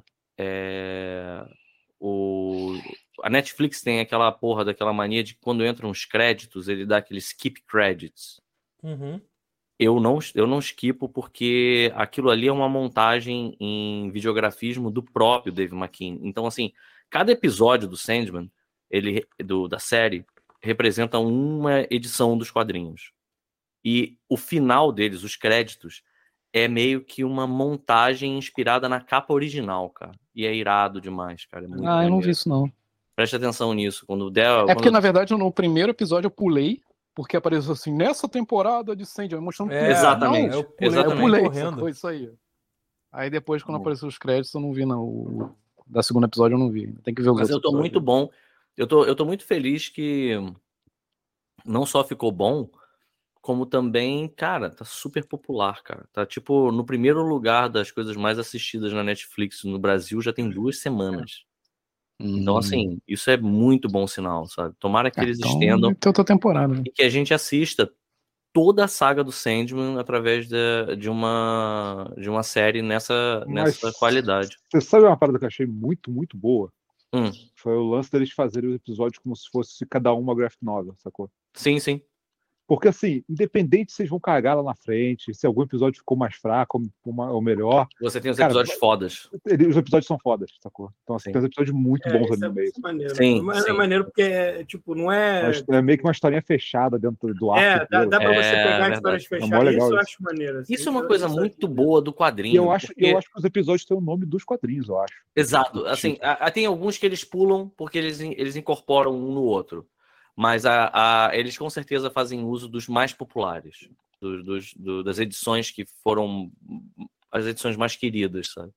A Netflix tem aquela porra daquela mania de que quando entram os créditos, ele dá aquele skip credits. Eu não skipo porque aquilo ali é uma montagem em videografismo do próprio Dave McKean. Então, assim, cada episódio do Sandman, da série, representa uma edição dos quadrinhos. E o final deles, os créditos, é meio que uma montagem inspirada na capa original, cara. E é irado demais, cara. É muito eu não vi isso, não. Preste atenção nisso. Porque, na verdade, no primeiro episódio eu pulei, porque apareceu assim, nessa temporada de Sandman, mostrando tudo. Exatamente. Eu pulei correndo. Isso aí. Aí depois, quando apareceu os créditos, eu não vi, não. Da segunda episódio eu não vi. Tem que ver os outros. Mas eu tô muito bom. Eu tô muito feliz que não só ficou bom, como também, cara, tá super popular, cara. Tá, tipo, no primeiro lugar das coisas mais assistidas na Netflix no Brasil já tem 2 semanas. Então, assim, isso é muito bom sinal, sabe? Tomara que eles estendam outra temporada, né? E que a gente assista toda a saga do Sandman através de uma série nessa qualidade. Você sabe uma parada que eu achei muito, muito boa? Foi o lance deles fazerem os episódios como se fosse cada uma graphic novel, sacou? Sim. Porque, assim, independente se vocês vão cagar lá na frente, se algum episódio ficou mais fraco ou melhor... Você tem os episódios fodas. Os episódios são fodas, sacou? Então, assim, tem uns episódios muito bons ali no meio. Maneiro. É maneiro porque, tipo, não é... É meio que uma historinha fechada dentro do arco. Dá pra você pegar histórias fechadas. Isso eu acho maneiro. Assim. Isso é uma coisa muito boa do quadrinho. E eu acho que os episódios têm o nome dos quadrinhos, eu acho. Exato. Assim, tem alguns que eles pulam porque eles incorporam um no outro. Mas eles com certeza fazem uso dos mais populares, das edições que foram as edições mais queridas, sabe?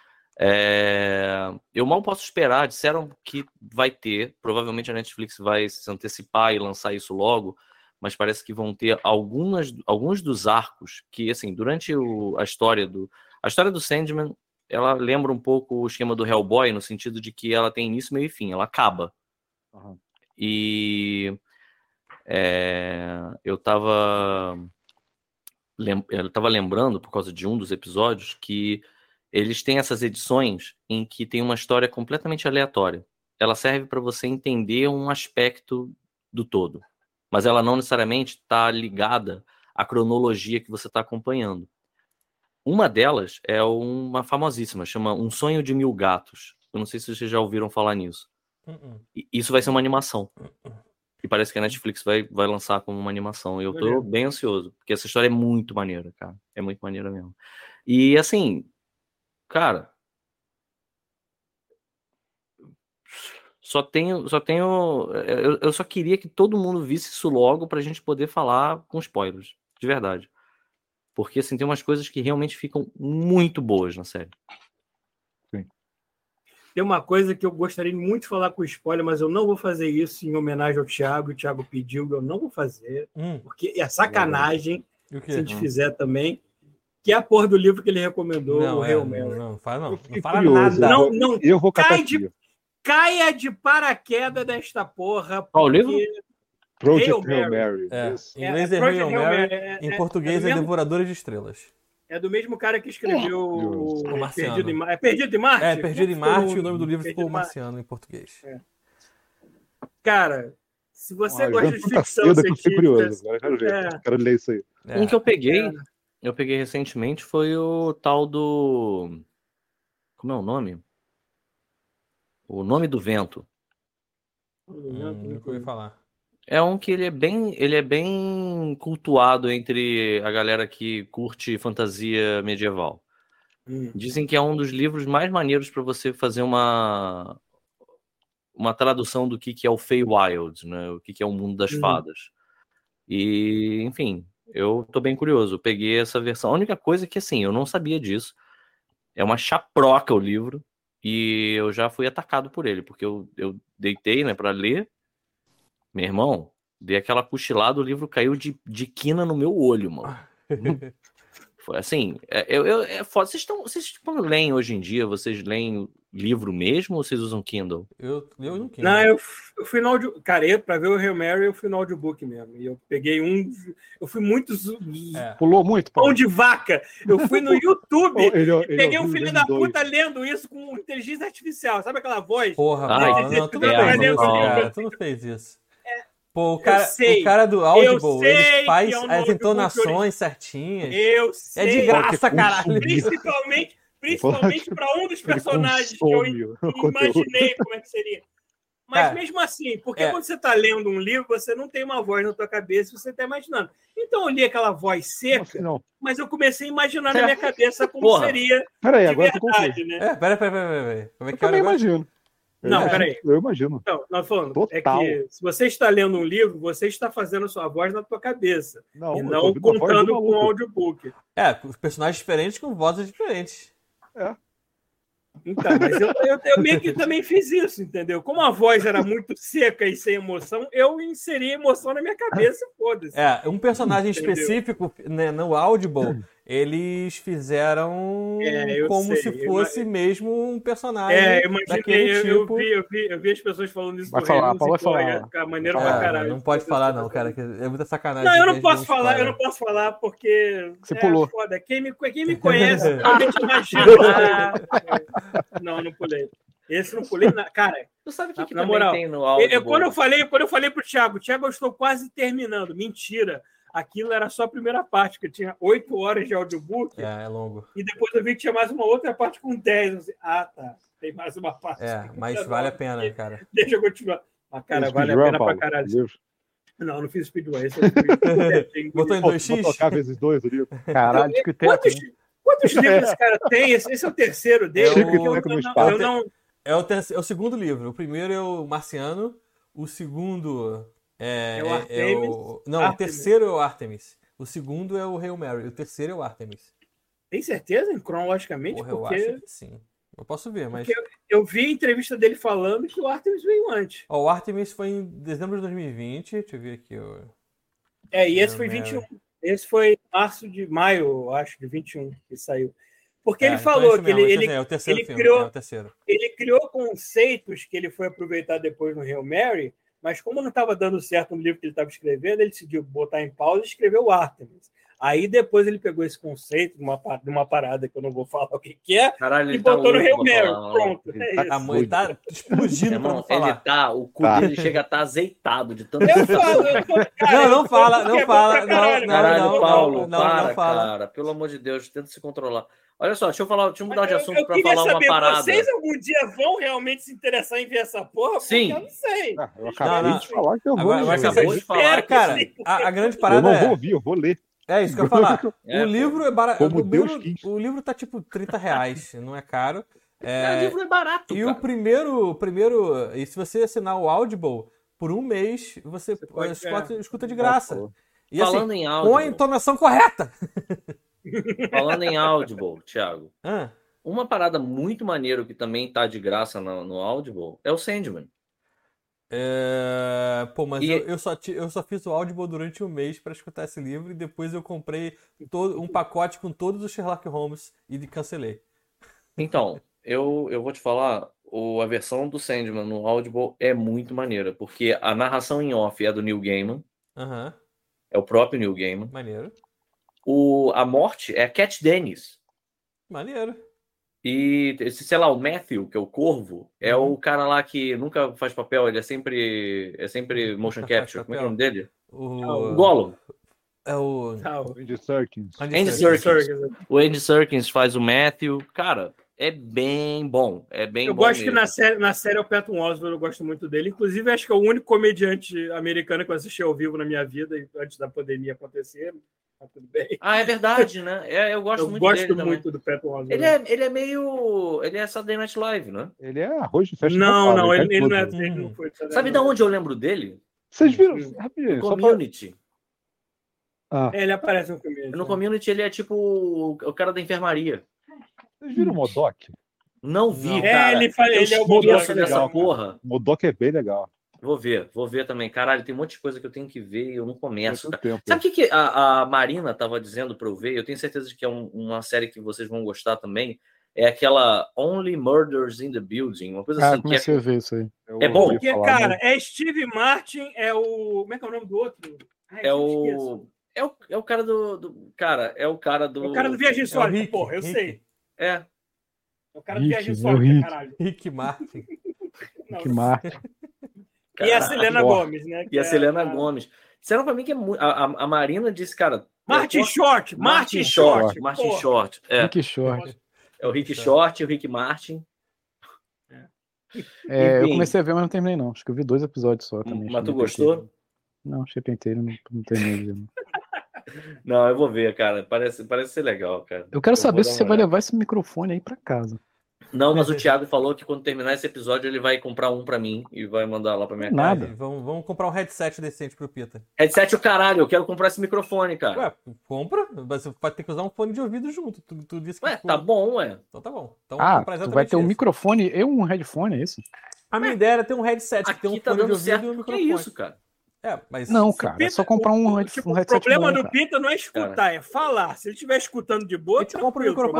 Eu mal posso esperar, disseram que vai ter, provavelmente a Netflix vai se antecipar e lançar isso logo, mas parece que vão ter alguns dos arcos que, assim, durante a história do Sandman, ela lembra um pouco o esquema do Hellboy, no sentido de que ela tem início, meio e fim, ela acaba. E eu tava lembrando, por causa de um dos episódios, que eles têm essas edições em que tem uma história completamente aleatória. Ela serve para você entender um aspecto do todo, mas ela não necessariamente está ligada à cronologia que você está acompanhando. Uma delas é uma famosíssima, chama Um Sonho de Mil Gatos. Eu não sei se vocês já ouviram falar nisso. Isso vai ser uma animação. E parece que a Netflix vai lançar como uma animação. E eu tô bem ansioso, porque essa história é muito maneira, cara. É muito maneira mesmo. E assim, cara, eu só queria que todo mundo visse isso logo pra gente poder falar com spoilers, de verdade. Porque assim, tem umas coisas que realmente ficam muito boas na série. Tem uma coisa que eu gostaria muito de falar com spoiler, mas eu não vou fazer isso em homenagem ao Thiago. O Thiago pediu, eu não vou fazer, porque é sacanagem se a gente fizer também. Que é a porra do livro que ele recomendou, o Real Mary. Não fala nada. Eu vou caia de paraquedas desta porra. Qual o livro? Project Hail Mary. Em inglês é Hail Mary, em português é Devoradores de Estrelas. É do mesmo cara que escreveu o Marciano. Perdido em Marte? Perdido em Marte, e o nome do livro ficou Marciano em português. Cara, se você gosta de ficção científica... Quero ler isso aí. Um que eu peguei recentemente foi o tal do... Como é o nome? O Nome do Vento. Nunca ouvi falar. É um que ele é bem cultuado entre a galera que curte fantasia medieval. Dizem que é um dos livros mais maneiros para você fazer uma uma tradução do que é o Feywild, né? O que é o mundo das fadas. E, enfim, eu tô bem curioso. Eu peguei essa versão. A única coisa é que, assim, eu não sabia disso. É uma chaproca o livro. E eu já fui atacado por ele, porque eu deitei, né, para ler. Meu irmão, dei aquela cochilada, o livro caiu de quina no meu olho, mano. Foi assim, é foda. Vocês leem hoje em dia, vocês leem livro mesmo ou vocês usam Kindle? Eu no Kindle. Não, eu fui no audio... Cara, pra ver o Hail Mary, eu fui no audiobook mesmo. E eu peguei eu fui muito... Pulou muito, pão de vaca. Eu fui no YouTube ele peguei um filho da puta lendo isso com inteligência artificial. Sabe aquela voz? Porra, não, tu não fez isso, cara. Tu não fez isso. Pô, o cara do Audible, ele faz as entonações certinhas. Eu sei. É de graça, caralho. Principalmente para um dos personagens que eu imaginei como é que seria. Mas mesmo assim, porque quando você está lendo um livro, você não tem uma voz na tua cabeça, você está imaginando. Então eu li aquela voz seca, mas eu comecei a imaginar na minha cabeça como seria Peraí, de agora verdade, né? Peraí. Como é que eu também imagino. Não, peraí. Eu imagino. Não, nós falando. Total. É que se você está lendo um livro, você está fazendo a sua voz na tua cabeça. Não, e não contando com o audiobook. Os personagens diferentes com vozes diferentes. Então, mas eu meio que também fiz isso, entendeu? Como a voz era muito seca e sem emoção, eu inseri emoção na minha cabeça, foda-se. Um personagem específico, né, no Audible, eles fizeram como se fosse mesmo um personagem daquele tipo. Eu vi as pessoas falando isso. Vai falar, pode falar. Maneiro pra caralho. Não pode falar não, cara, que é muita sacanagem. Não, eu não posso falar porque... Você pulou. Foda. Quem me conhece, realmente imagina. Não pulei. Esse não pulei, cara. Tu sabe o que na moral, tem no Audible? Quando eu falei pro Thiago, eu estou quase terminando. Mentira. Aquilo era só a primeira parte, que tinha 8 horas de audiobook. É longo. E depois eu vi que tinha mais uma outra parte com 10. Assim, tá. Tem mais uma parte. Mas vale a pena, cara. Deixa eu continuar. Mas, cara, vale a pena pra caralho. Não fiz speedrun. Botou em 2x? Vou tocar vezes 2 ali. Caralho, que Quantos livros esse cara tem? Esse é o terceiro dele. É o segundo livro. O primeiro é o Marciano. O segundo é o Artemis. O terceiro é o Artemis. O segundo é o Hail Mary. O terceiro é o Artemis. Tem certeza, cronologicamente? Porra, eu acho que sim. Eu posso ver, mas... Porque eu vi a entrevista dele falando que o Artemis veio antes. O Artemis foi em dezembro de 2020. Deixa eu ver aqui. E esse foi 21. Esse foi maio, eu acho, de 21 que saiu. Porque ele falou que ele criou conceitos que ele foi aproveitar depois no Hail Mary, mas como não estava dando certo no livro que ele estava escrevendo, ele decidiu botar em pausa e escreveu o Artemis. Aí depois ele pegou esse conceito de uma parada que eu não vou falar o que é. Caralho, e botou no Hail Mary. Pronto. A mãe tá explodindo pra não falar. O cu dele chega a estar azeitado de tanto... Eu falo. Não fala. Caralho, Paulo, não fala, fala. Cara. Pelo amor de Deus, tenta se controlar. Olha só, deixa eu mudar de assunto para falar uma parada. Vocês algum dia vão realmente se interessar em ver essa porra? Sim. Porque eu não sei. Eu acabei de falar que eu vou. Acabou de falar, cara. A grande parada eu não vou ouvir, eu vou ler. É isso que eu ia falar. O livro é barato. Como Deus quis. O livro tá tipo R$30, não é caro. O livro é barato. E cara. o primeiro. E se você assinar o Audible, por um mês, você escuta de graça. E falando assim, em Audible, com a entonação correta. Falando em Audible, Thiago. Ah. Uma parada muito maneira que também tá de graça no Audible é o Sandman. Mas eu só fiz o Audible durante um mês para escutar esse livro e depois eu comprei um pacote com todos os Sherlock Holmes e cancelei. Então, eu vou te falar, a versão do Sandman no Audible é muito maneira, porque a narração em off é do Neil Gaiman. Uhum. É o próprio Neil Gaiman. Maneiro. A morte é a Kat Dennis. Maneiro. E, sei lá, o Matthew, que é o Corvo, é o cara lá que nunca faz papel, ele é sempre motion capture. Como é o nome dele? O Gollum. É o Andy Serkis. O Andy Serkis faz o Matthew. Cara, é bem bom. É bem eu bom gosto mesmo. Que na série é o Patton Oswalt, eu gosto muito dele. Inclusive, acho que é o único comediante americano que eu assisti ao vivo na minha vida, antes da pandemia acontecer. Tudo bem. É verdade, né? Eu gosto muito dele. Eu gosto muito do Patton Oswalt. Ele é meio... Ele é Saturday Night Live, né? Ele é arroz de festa. Não, ele não é. Ele não foi. Sabe de onde eu lembro dele? Vocês viram? Community. Ele aparece no Community. No Community ele é tipo o cara da enfermaria. Vocês viram o Modok? Não vi, cara. Ele é o Modok dessa porra. O Modok é bem legal. Vou ver também. Caralho, tem um monte de coisa que eu tenho que ver e eu não começo. Tempo. Sabe o que a Marina tava dizendo pra eu ver? Eu tenho certeza de que é uma série que vocês vão gostar também. É aquela Only Murders in the Building. Uma coisa assim. Comecei a ver isso aí. É bom? Porque, cara, é Steve Martin, é o... Como é que é o nome do outro? É o cara do... Cara, é o cara do... É o cara do Viagem Insólita, porra, eu sei. É o cara do Viagem Insólita, caralho. Rick Martin. Rick Martin. E a Selena Gomez, né? E a Selena Gomes. Disseram pra mim que a Marina disse, cara... Martin Short. Martin Short. Rick Short. É o Rick Short e o Rick Martin. Eu comecei a ver, mas não terminei, não. Acho que eu vi 2 episódios só também. Mas tu gostou? Não, achei penteiro, não terminei. Não, eu vou ver, cara. Parece ser legal, cara. Eu quero saber se você vai levar esse microfone aí pra casa. Não, mas o Thiago falou que quando terminar esse episódio ele vai comprar um pra mim e vai mandar lá pra minha casa. Nada. Vamos comprar um headset decente pro Pita. Headset o caralho, eu quero comprar esse microfone, cara. Ué, compra, mas você vai ter que usar um fone de ouvido junto. Tu disse que tá bom, ué. Então tá bom. Então, tu vai ter um microfone e um headphone, é isso? A minha ideia era ter um headset que tem um fone de ouvido certo. E um microfone. Que é isso, cara? Mas não, cara, é só comprar um headset. O problema do Pita não é escutar, é falar. Se ele estiver escutando de boa, tu compra o microfone.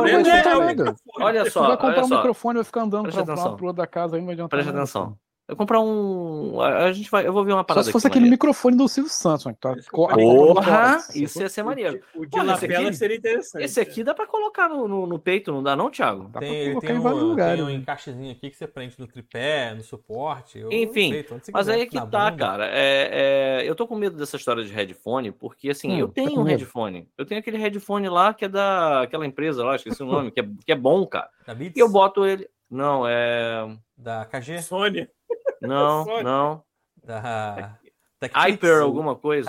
Olha só, você vai comprar um microfone, vai ficar andando pra lá pro lado da casa, aí não vai adiantar. Presta atenção. Eu comprar um. Eu vou ver uma parada. Só se fosse aquele microfone do Silvio Santos, né? Porra! Isso ia ser maneiro. O de lapela seria interessante. Esse aqui dá pra colocar no peito, não dá, não, Thiago? Dá pra colocar em vários lugares. Tem um encaixezinho aqui que você prende no tripé, no suporte. Enfim, mas aí é que tá, cara. Eu tô com medo dessa história de headphone, porque assim, eu tenho um headphone. Eu tenho aquele headphone lá que é daquela empresa lá, esqueci o nome, que é bom, cara. Da Beats? E eu boto ele. Não, é. Da KG? Sony. Não. Da Hyper alguma coisa?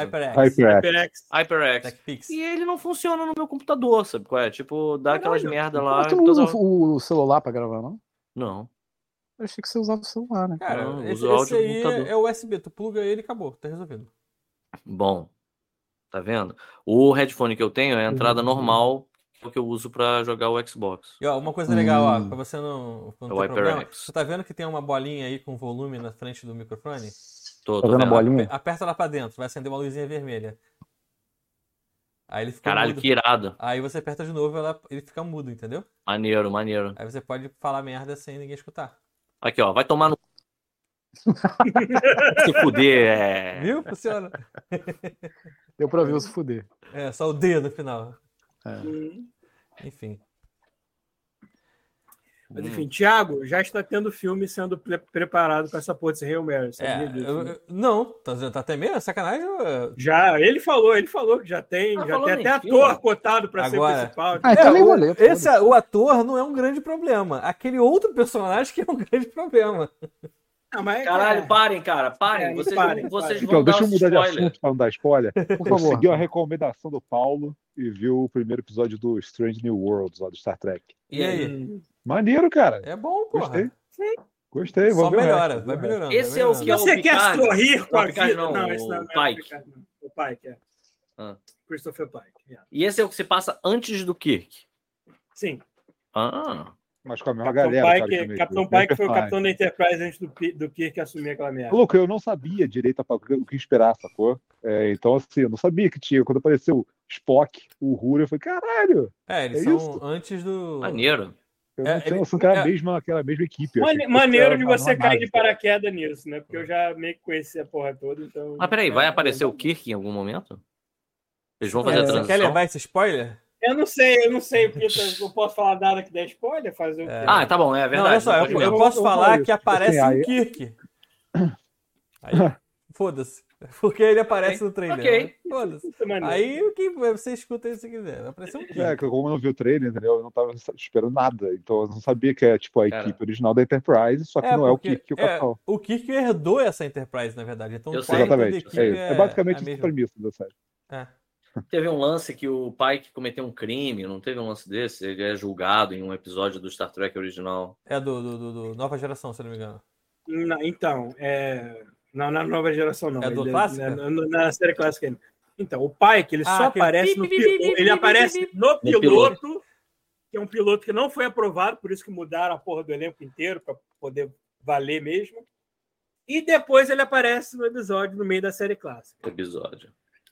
HyperX. TechPix. E ele não funciona no meu computador, sabe qual é? Tipo, dá aquelas merda lá. Mas tu não usa o celular pra gravar, não? Não. Eu achei que você usava o celular, né? Cara, esse aí é USB. Tu pluga ele e acabou. Tá resolvido. Bom. Tá vendo? O headphone que eu tenho é a entrada normal que eu uso pra jogar o Xbox. E ó, uma coisa legal, ó, pra você não ter problema, X. você tá vendo que tem uma bolinha aí com volume na frente do microfone? Tô vendo a bolinha? Aperta lá pra dentro, vai acender uma luzinha vermelha. Aí ele fica Caralho, mudo. que irado. Aí você aperta de novo e ele fica mudo, entendeu? Maneiro. Aí você pode falar merda sem ninguém escutar. Aqui, ó, vai tomar no... Se fuder, Viu? Funciona. Deu pra ver o se fuder. Só o D no final. Enfim. Mas enfim, Thiago, já está tendo filme sendo preparado com essa porra desse Hail Mary. Não, tá até meio sacanagem. Já, ele falou que já tem até ator cotado para ser o principal. O ator não é um grande problema. Aquele outro personagem que é um grande problema. Caralho, parem, cara. Parem. Vocês vão então, deixa eu mudar spoiler. de assunto para não dar spoiler. Por favor. Seguiu a recomendação do Paulo e viu o primeiro episódio do Strange New Worlds, lá do Star Trek. E aí? Maneiro, cara. É bom, porra. Gostei. Sim. Gostei. Só melhora, vai melhorando. Esse é o que você quer sorrir com a vida? Não, esse não é o Pike. O Pike, é. Christopher Pike. E esse é o que se passa antes do Kirk? Sim. Mas com a mesma galera. Capitão Pike foi o capitão da Enterprise antes do Kirk assumir aquela merda. Louco, eu não sabia direito o que esperar, sacou? Então, assim, eu não sabia que tinha. Quando apareceu o Spock, o Uhura, eu falei, caralho! Eles são isso? Antes do... Maneiro. Eu não tinha noção que era aquela mesma equipe. Maneiro de você cair de paraquedas nisso, né? Porque eu já meio que conheci a porra toda, então... Mas peraí, vai aparecer o Kirk em algum momento? Eles vão fazer a transição? Você quer levar esse spoiler? Eu não sei, porque eu posso falar nada que der spoiler, fazer o quê? Tá bom, é verdade. Não, olha só, eu posso falar que aparece um Kirk. Aí, foda-se. Porque ele aparece no trailer. Ok. Foda-se. Aí o que você escuta aí se quiser. Vai aparecer um Kirk. Como eu não vi o trailer, entendeu? Eu não tava esperando nada. Então eu não sabia que é tipo a equipe original da Enterprise, só que não é o Kirk e o Capitão. O Kirk herdou essa Enterprise, na verdade. Então, eu sei. Exatamente. É basicamente essa premissa da série. Teve um lance que o Pike cometeu um crime, não teve um lance desse? Ele é julgado em um episódio do Star Trek original. É do Nova Geração, se não me engano. Então, não na Nova Geração, não. É do clássico? Na série clássica ainda. Então, o Pike, ele só aparece no piloto. Ele aparece no piloto, que é um piloto que não foi aprovado, por isso que mudaram a porra do elenco inteiro, para poder valer mesmo. E depois ele aparece no episódio, no meio da série clássica. Episódio.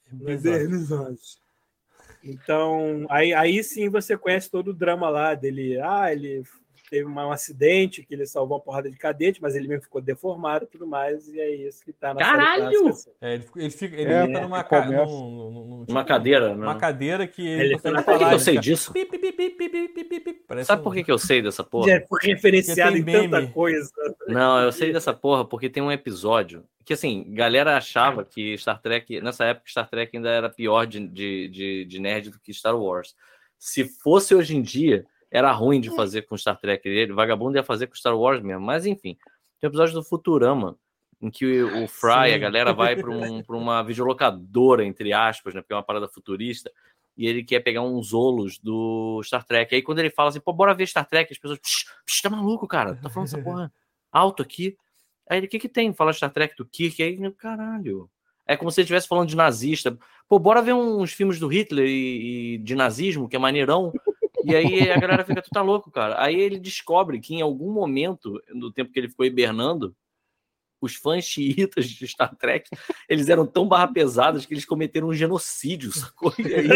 Então, aí sim você conhece todo o drama lá dele. Ele teve um acidente que ele salvou uma porrada de cadete, mas ele mesmo ficou deformado e tudo mais, e é isso que tá na Caralho! série clássica. Ele entra numa cadeira, né? Uma cadeira que ele consegue falar. Por que eu sei disso? Sabe por que eu sei dessa porra? Já foi referenciado em tanta coisa. Não, eu sei dessa porra porque tem um episódio que, assim, galera achava que Star Trek, nessa época, Star Trek ainda era pior de nerd do que Star Wars. Se fosse hoje em dia, era ruim de fazer com Star Trek. Ele, vagabundo, ia fazer com Star Wars mesmo. Mas, enfim, tem um episódio do Futurama em que o Fry, a galera vai para uma videolocadora, entre aspas, né, porque é uma parada futurista, e ele quer pegar uns olos do Star Trek. Aí quando ele fala assim, pô, bora ver Star Trek, as pessoas, tá maluco, cara, tá falando essa porra alto aqui. Aí ele, o que tem? Fala Star Trek do Kirk, aí, caralho. É como se ele estivesse falando de nazista. Pô, bora ver uns filmes do Hitler e de nazismo, que é maneirão. E aí a galera fica, tu tá louco, cara. Aí ele descobre que em algum momento, no tempo que ele ficou hibernando, os fãs xiitas de Star Trek, eles eram tão barra pesadas que eles cometeram um genocídio, sacou? E aí,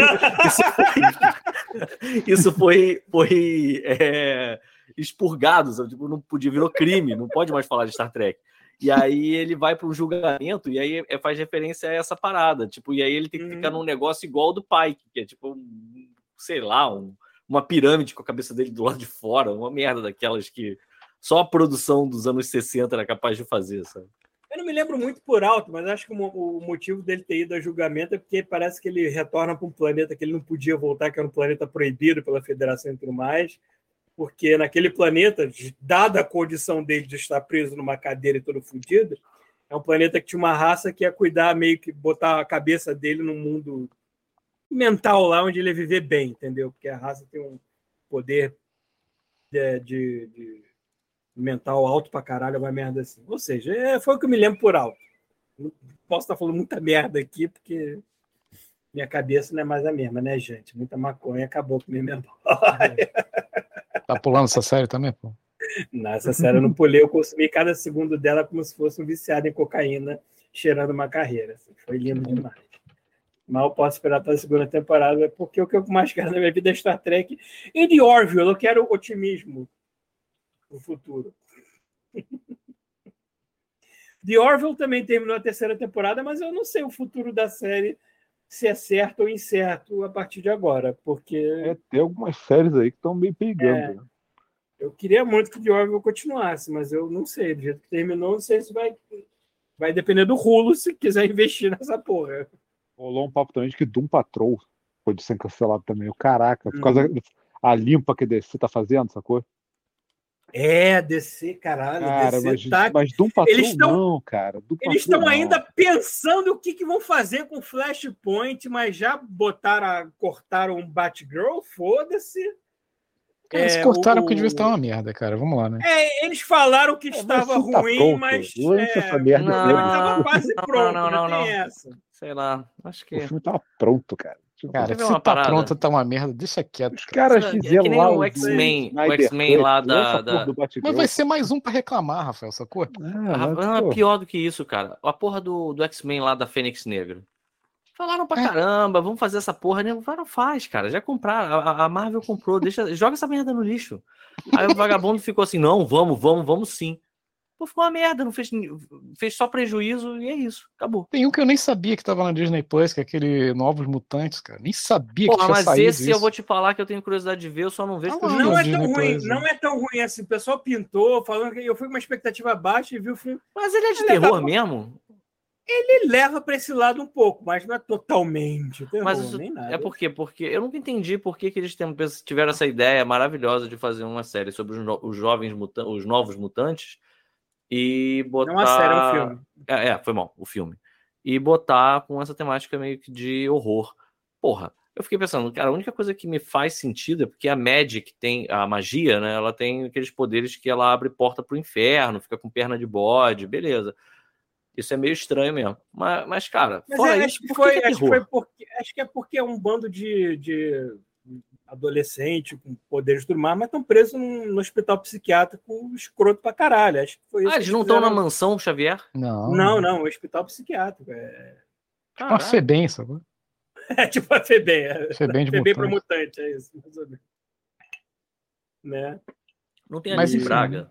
isso foi expurgado, sabe? Tipo, não podia, virou crime, não pode mais falar de Star Trek. E aí ele vai para um julgamento e aí faz referência a essa parada, tipo, e aí ele tem que ficar num negócio igual ao do Pike, que é tipo, sei lá, uma pirâmide com a cabeça dele do lado de fora, uma merda daquelas que só a produção dos anos 60 era capaz de fazer, sabe? Eu não me lembro muito por alto, mas acho que o motivo dele ter ido a julgamento é porque parece que ele retorna para um planeta que ele não podia voltar, que era um planeta proibido pela Federação e tudo mais, porque naquele planeta, dada a condição dele de estar preso numa cadeira e todo fodido, é um planeta que tinha uma raça que ia cuidar, meio que botar a cabeça dele num mundo mental lá, onde ele ia viver bem, entendeu? Porque a raça tem um poder de mental alto pra caralho, uma merda assim. Ou seja, foi o que eu me lembro por alto. Não posso estar falando muita merda aqui, porque minha cabeça não é mais a mesma, né, gente? Muita maconha acabou com minha memória. Tá pulando essa série também, pô? Não, essa série eu não pulei, eu consumi cada segundo dela como se fosse um viciado em cocaína, cheirando uma carreira. Assim. Foi lindo demais. Mal posso esperar para a segunda temporada, porque o que eu mais quero na minha vida é Star Trek e The Orville. Eu quero otimismo no futuro. The Orville também terminou a terceira temporada, mas eu não sei o futuro da série, se é certo ou incerto a partir de agora, porque... tem algumas séries aí que estão meio pegando. Né? Eu queria muito que The Orville continuasse, mas eu não sei, do jeito que terminou, não sei se vai depender do Hulu se quiser investir nessa porra. Rolou um papo também de que Doom Patrol pode ser cancelado também. Caraca, por causa da limpa que a DC tá fazendo, sacou? DC, caralho. Cara, DC mas Doom Patrol não, cara. Eles estão ainda pensando o que vão fazer com Flashpoint, mas já cortaram um Batgirl, foda-se. Eles cortaram porque devia estar uma merda, cara. Vamos lá, né? Eles falaram que estava ruim, mas essa merda estava quase pronto. Não. Essa. Sei lá, acho que... O filme tava pronto, cara. Cara, se tá pronto, tá uma merda, deixa quieto. Os caras fizeram lá o X-Men lá da... Mas vai ser mais um pra reclamar, Rafael, sacou? É pior do que isso, cara. A porra do X-Men lá da Fênix Negra. Falaram pra caramba, vamos fazer essa porra. Não faz, cara. Já compraram. A Marvel comprou. Joga essa merda no lixo. Aí o vagabundo ficou assim, não, vamos sim. Pô, ficou uma merda, não fez só prejuízo e é isso, acabou. Tem um que eu nem sabia que tava na Disney Plus, que é aquele Novos Mutantes, cara. Nem sabia que tinha mas saído esse isso. Eu vou te falar que eu tenho curiosidade de ver, eu só não vejo. Não é tão ruim, não é tão ruim assim. O pessoal pintou, falando que eu fui com uma expectativa baixa e vi o filme. Mas ele é de terror mesmo? Ele leva para esse lado um pouco, mas não é totalmente terror, mas isso nem nada. É porque eu nunca entendi por que eles tiveram essa ideia maravilhosa de fazer uma série sobre os novos mutantes e botar... Não a série, é um filme. Foi mal, o filme. E botar com essa temática meio que de horror. porra, eu fiquei pensando, cara, a única coisa que me faz sentido é porque a Magic tem, a magia, né? Ela tem aqueles poderes que ela abre porta pro inferno, fica com perna de bode, beleza. Isso é meio estranho mesmo. Mas cara, fora isso, acho que é porque é um bando de adolescente com poderes e tudo mais, mas estão presos no hospital psiquiátrico escroto pra caralho. Acho que foi isso. Eles não estão na mansão Xavier? Não, hospital psiquiátrico. Tipo uma FEBEM, sabe? É tipo a FEBEM. FEBEM para mutante, é isso. Né? Não tem Alice Braga?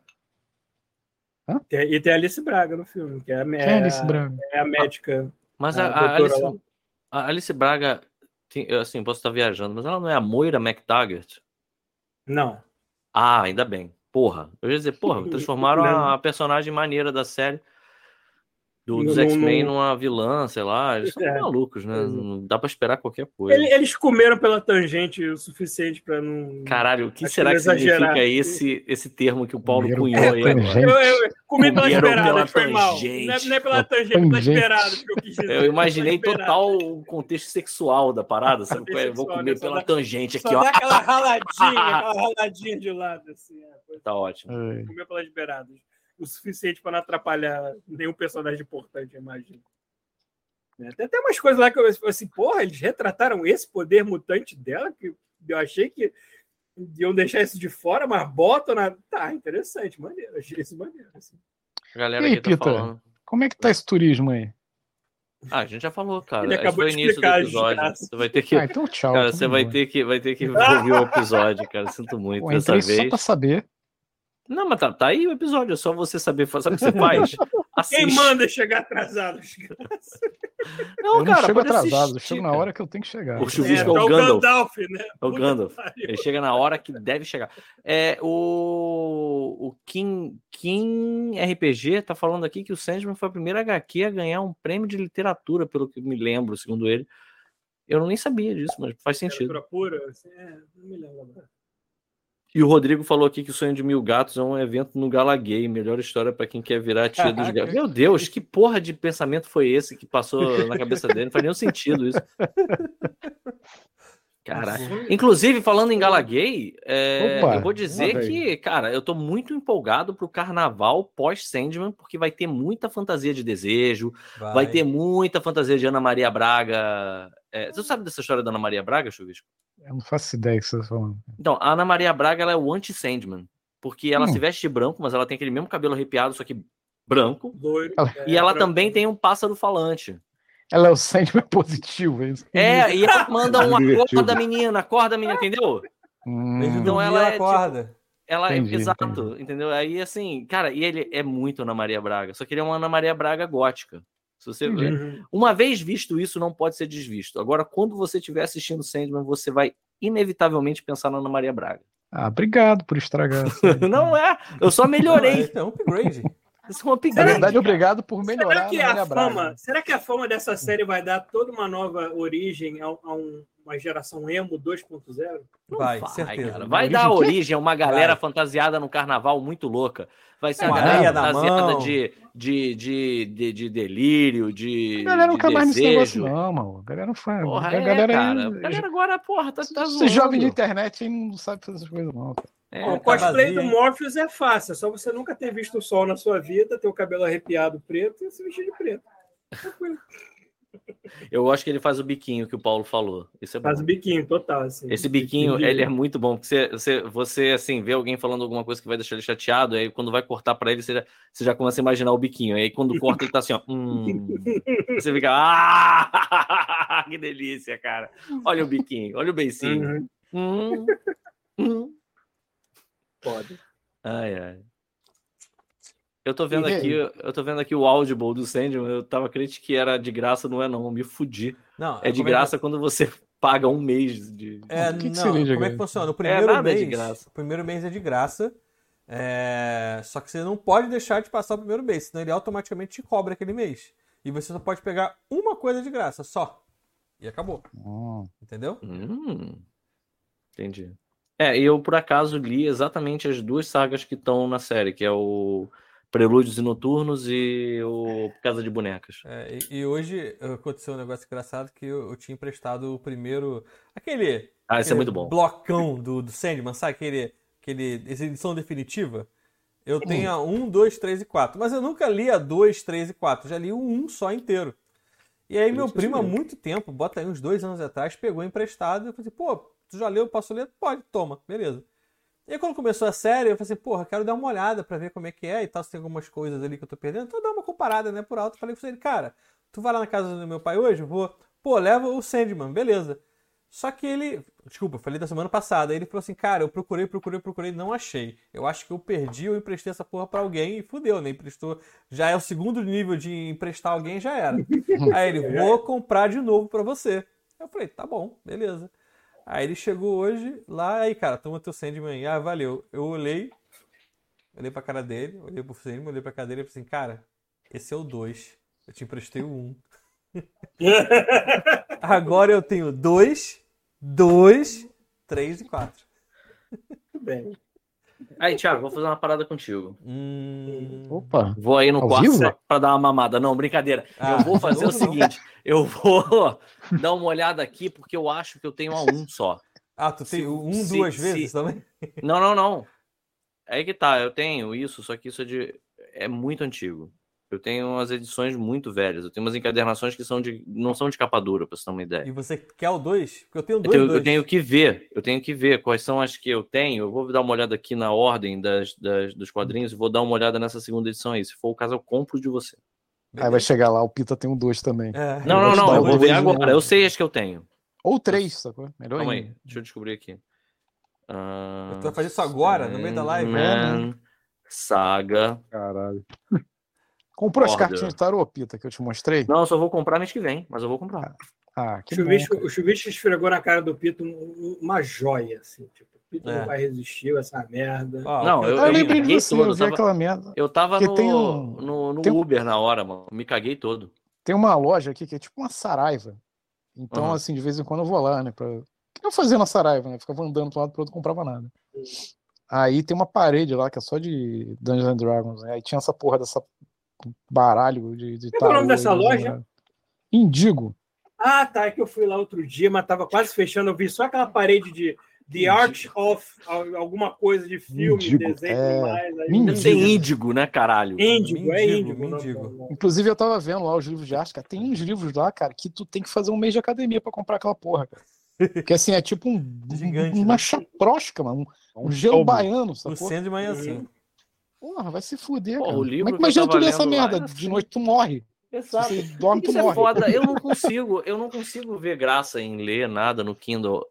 E tem a Alice Braga no filme, que é a médica. Mas a Alice Braga, assim, posso estar viajando, mas ela não é a Moira McTaggart? Não. Ah, ainda bem. Porra. Eu ia dizer, transformaram a personagem maneira da série dos X-Men numa vilã, sei lá. Eles são malucos, né? Não dá pra esperar qualquer coisa. Eles comeram pela tangente o suficiente pra não... Caralho, o que será que significa esse termo que o Paulo cunhou aí agora? Eu comi pelas beiradas, foi mal. Não é pela tangente, pelas beiradas que eu quis dizer. Eu imaginei total o contexto sexual da parada, sabe? Eu vou comer pela tangente aqui, ó. Só dá aquela raladinha de lado, assim. Tá ótimo. Comer pelas beiradas. O suficiente para não atrapalhar nenhum personagem importante, eu imagino. Tem até umas coisas lá que eu assim, porra, eles retrataram esse poder mutante dela, que eu achei que iam deixar isso de fora, mas botam na... Tá, interessante, maneiro, achei isso maneiro. Assim. A galera e aí, aqui tá Pita, falando. Como é que tá esse turismo aí? A gente já falou, cara. Ele acabou Esse foi o início do episódio. Você vai ter que... então tchau. Cara, você vai ter que ouvir o episódio, cara. Sinto muito. Dessa vez. Só pra saber. Não, mas tá aí o episódio, é só você saber. Sabe o que você faz? Assiste. Quem manda chegar atrasado? Não, cara, não chego atrasado, eu chego na hora que eu tenho que chegar. O chuvisco é o Gandalf. Né? É o Gandalf. Ele chega na hora que deve chegar. O Kim RPG tá falando aqui que o Sandman foi a primeira HQ a ganhar um prêmio de literatura, pelo que me lembro, segundo ele. Eu nem sabia disso, mas faz sentido. Literatura pura? Não me lembro agora. E o Rodrigo falou aqui que o Sonho de Mil Gatos é um evento no Gala Gay, melhor história para quem quer virar a tia dos gatos. Meu Deus, que porra de pensamento foi esse que passou na cabeça dele? Não faz nenhum sentido isso. Caraca. Inclusive, falando em Gala Gay, eu vou dizer que, cara, eu tô muito empolgado pro carnaval pós-Sandman, porque vai ter muita fantasia de desejo, vai ter muita fantasia de Ana Maria Braga. Você sabe dessa história da Ana Maria Braga, Chuvisco? Eu não faço ideia do que você está falando. Então, a Ana Maria Braga ela é o anti-Sandman, porque ela se veste de branco, mas ela tem aquele mesmo cabelo arrepiado, só que branco. Loiro, e ela também tem um pássaro falante. Ela é o Sandman positivo, é isso? E ela manda uma acorda menina, entendeu? Então ela acorda. Tipo, ela exato, entendeu? Aí assim, cara, e ele é muito Ana Maria Braga, só que ele é uma Ana Maria Braga gótica. Se você uma vez visto isso, não pode ser desvisto. Agora, quando você estiver assistindo Sandman, você vai inevitavelmente pensar na Ana Maria Braga. Obrigado por estragar. Não é, eu só melhorei. É um upgrade. Isso é um upgrade. Na verdade, obrigado por melhorar. Será que a fama dessa série vai dar toda uma nova origem a uma geração emo 2.0? Vai, certeza. Cara. Vai dar origem a uma galera fantasiada no carnaval muito louca. Vai ser uma galera fantasiada de delírio, de a galera não quer mais nesse negócio, desejo. não, mano. A galera não faz. Porra, a galera cara. A galera agora, porra, tá zoando. Esse jovem de internet aí não sabe fazer essas coisas, não. O cosplay do Morpheus é fácil. É só você nunca ter visto o sol na sua vida, ter o cabelo arrepiado preto e se vestir de preto. Eu acho que ele faz o biquinho que o Paulo falou. Isso é bom. Faz o biquinho, total. Assim. Esse biquinho, ele é muito bom, porque você assim, vê alguém falando alguma coisa que vai deixar ele chateado, aí quando vai cortar pra ele, você já começa a imaginar o biquinho. Aí quando corta, ele tá assim, ó. Você fica, que delícia, cara. Olha o biquinho, olha o beicinho. Pode. Ai. Eu tô vendo aqui o Audible do Sandman, eu tava crente que era de graça, não é não, eu me fudi. Não, é de graça quando você paga um mês de... como é que funciona? O primeiro mês é de graça, só que você não pode deixar de passar o primeiro mês, senão ele automaticamente te cobra aquele mês. E você só pode pegar uma coisa de graça, só. E acabou. Entendeu? Entendi. Eu, por acaso, li exatamente as duas sagas que estão na série, que é o Prelúdios e Noturnos e o Casa de Bonecas. E hoje aconteceu um negócio engraçado que eu tinha emprestado o primeiro... Aquele Esse é muito bom. Blocão do Sandman, sabe? Aquele edição definitiva. Eu tenho a 1, 2, 3 e 4. Mas eu nunca li a 2, 3 e 4. Já li o 1 só inteiro. E aí meu primo, há muito tempo, bota aí uns 2 anos atrás, pegou emprestado. Eu falei, pô, tu já leu? Posso ler? Pode, toma, beleza. E aí quando começou a série, eu falei assim, porra, quero dar uma olhada pra ver como é que é e tal, se tem algumas coisas ali que eu tô perdendo. Então eu dou uma comparada, né, por alto. Eu falei pra ele, cara, tu vai lá na casa do meu pai hoje? Eu vou, pô, leva o Sandman, beleza. Só que eu falei da semana passada, ele falou assim, cara, eu procurei, não achei. Eu acho que eu perdi ou emprestei essa porra pra alguém e fudeu, né? Emprestou, já é o segundo nível de emprestar alguém, já era. Aí ele, vou comprar de novo pra você. Eu falei, tá bom, beleza. Aí ele chegou hoje lá, aí cara, toma teu Sandman aí, valeu. Eu olhei pra cara dele, olhei pro Sandman, olhei pra cara dele e falei assim, cara, esse é o 2, eu te emprestei o 1. Agora eu tenho 2, 3 e 4. Tudo bem. Aí, Thiago, vou fazer uma parada contigo. Opa. Vou aí no quarto só pra dar uma mamada. Não, brincadeira. Eu vou fazer o seguinte. Eu vou dar uma olhada aqui, porque eu acho que eu tenho a 1 só. Tu tem duas vezes também? Não. É aí que tá, eu tenho isso, só que isso é muito antigo. Eu tenho umas edições muito velhas. Eu tenho umas encadernações que não são de capa dura, pra você ter uma ideia. E você quer o 2? Porque eu tenho 2. Eu tenho que ver quais são as que eu tenho. Eu vou dar uma olhada aqui na ordem dos quadrinhos e vou dar uma olhada nessa segunda edição aí. Se for o caso, eu compro de você. Aí vai chegar lá, o Pita tem um 2 também. Não, eu vou ver agora. Eu sei as que eu tenho. Ou 3, sacou? Melhor Calma ainda. aí, deixa eu descobrir aqui. Tu vai fazer isso agora, no meio da live? Saga. Caralho. Comprou as cartinhas de tarô, Pita, que eu te mostrei? Não, eu só vou comprar mês que vem, mas eu vou comprar. Que bom, o Chuvisco esfregou na cara do Pito uma joia, assim, tipo, o Pito não vai resistir a essa merda. Eu lembrei de você, eu vi aquela merda. Eu tava no Uber na hora, mano, me caguei todo. Tem uma loja aqui que é tipo uma Saraiva, então, assim, de vez em quando eu vou lá, né, o que eu fazia na Saraiva, né, ficava andando pro lado pro outro, não comprava nada. Aí tem uma parede lá que é só de Dungeons and Dragons, né, aí tinha essa porra dessa baralho de qual é o nome dessa loja? Indigo. Tá, é que eu fui lá outro dia, mas tava quase fechando, eu vi só aquela parede de The Art of alguma coisa de filme, desenho e mais. Aí... Tem Índigo, né, caralho? Índigo. Inclusive, eu tava vendo lá os livros de arte, cara. Tem uns livros lá, cara, que tu tem que fazer um mês de academia pra comprar aquela porra, cara. Porque assim, é tipo uma chaprosca, mano. Um gelo baiano, sacou? O Sandman é assim. Porra, vai se fuder, cara. O livro Mas imagina tu ler essa merda, de noite tu morre. Exato. Você dorme, tu morre. É foda. Eu não consigo ver graça em ler nada no Kindle.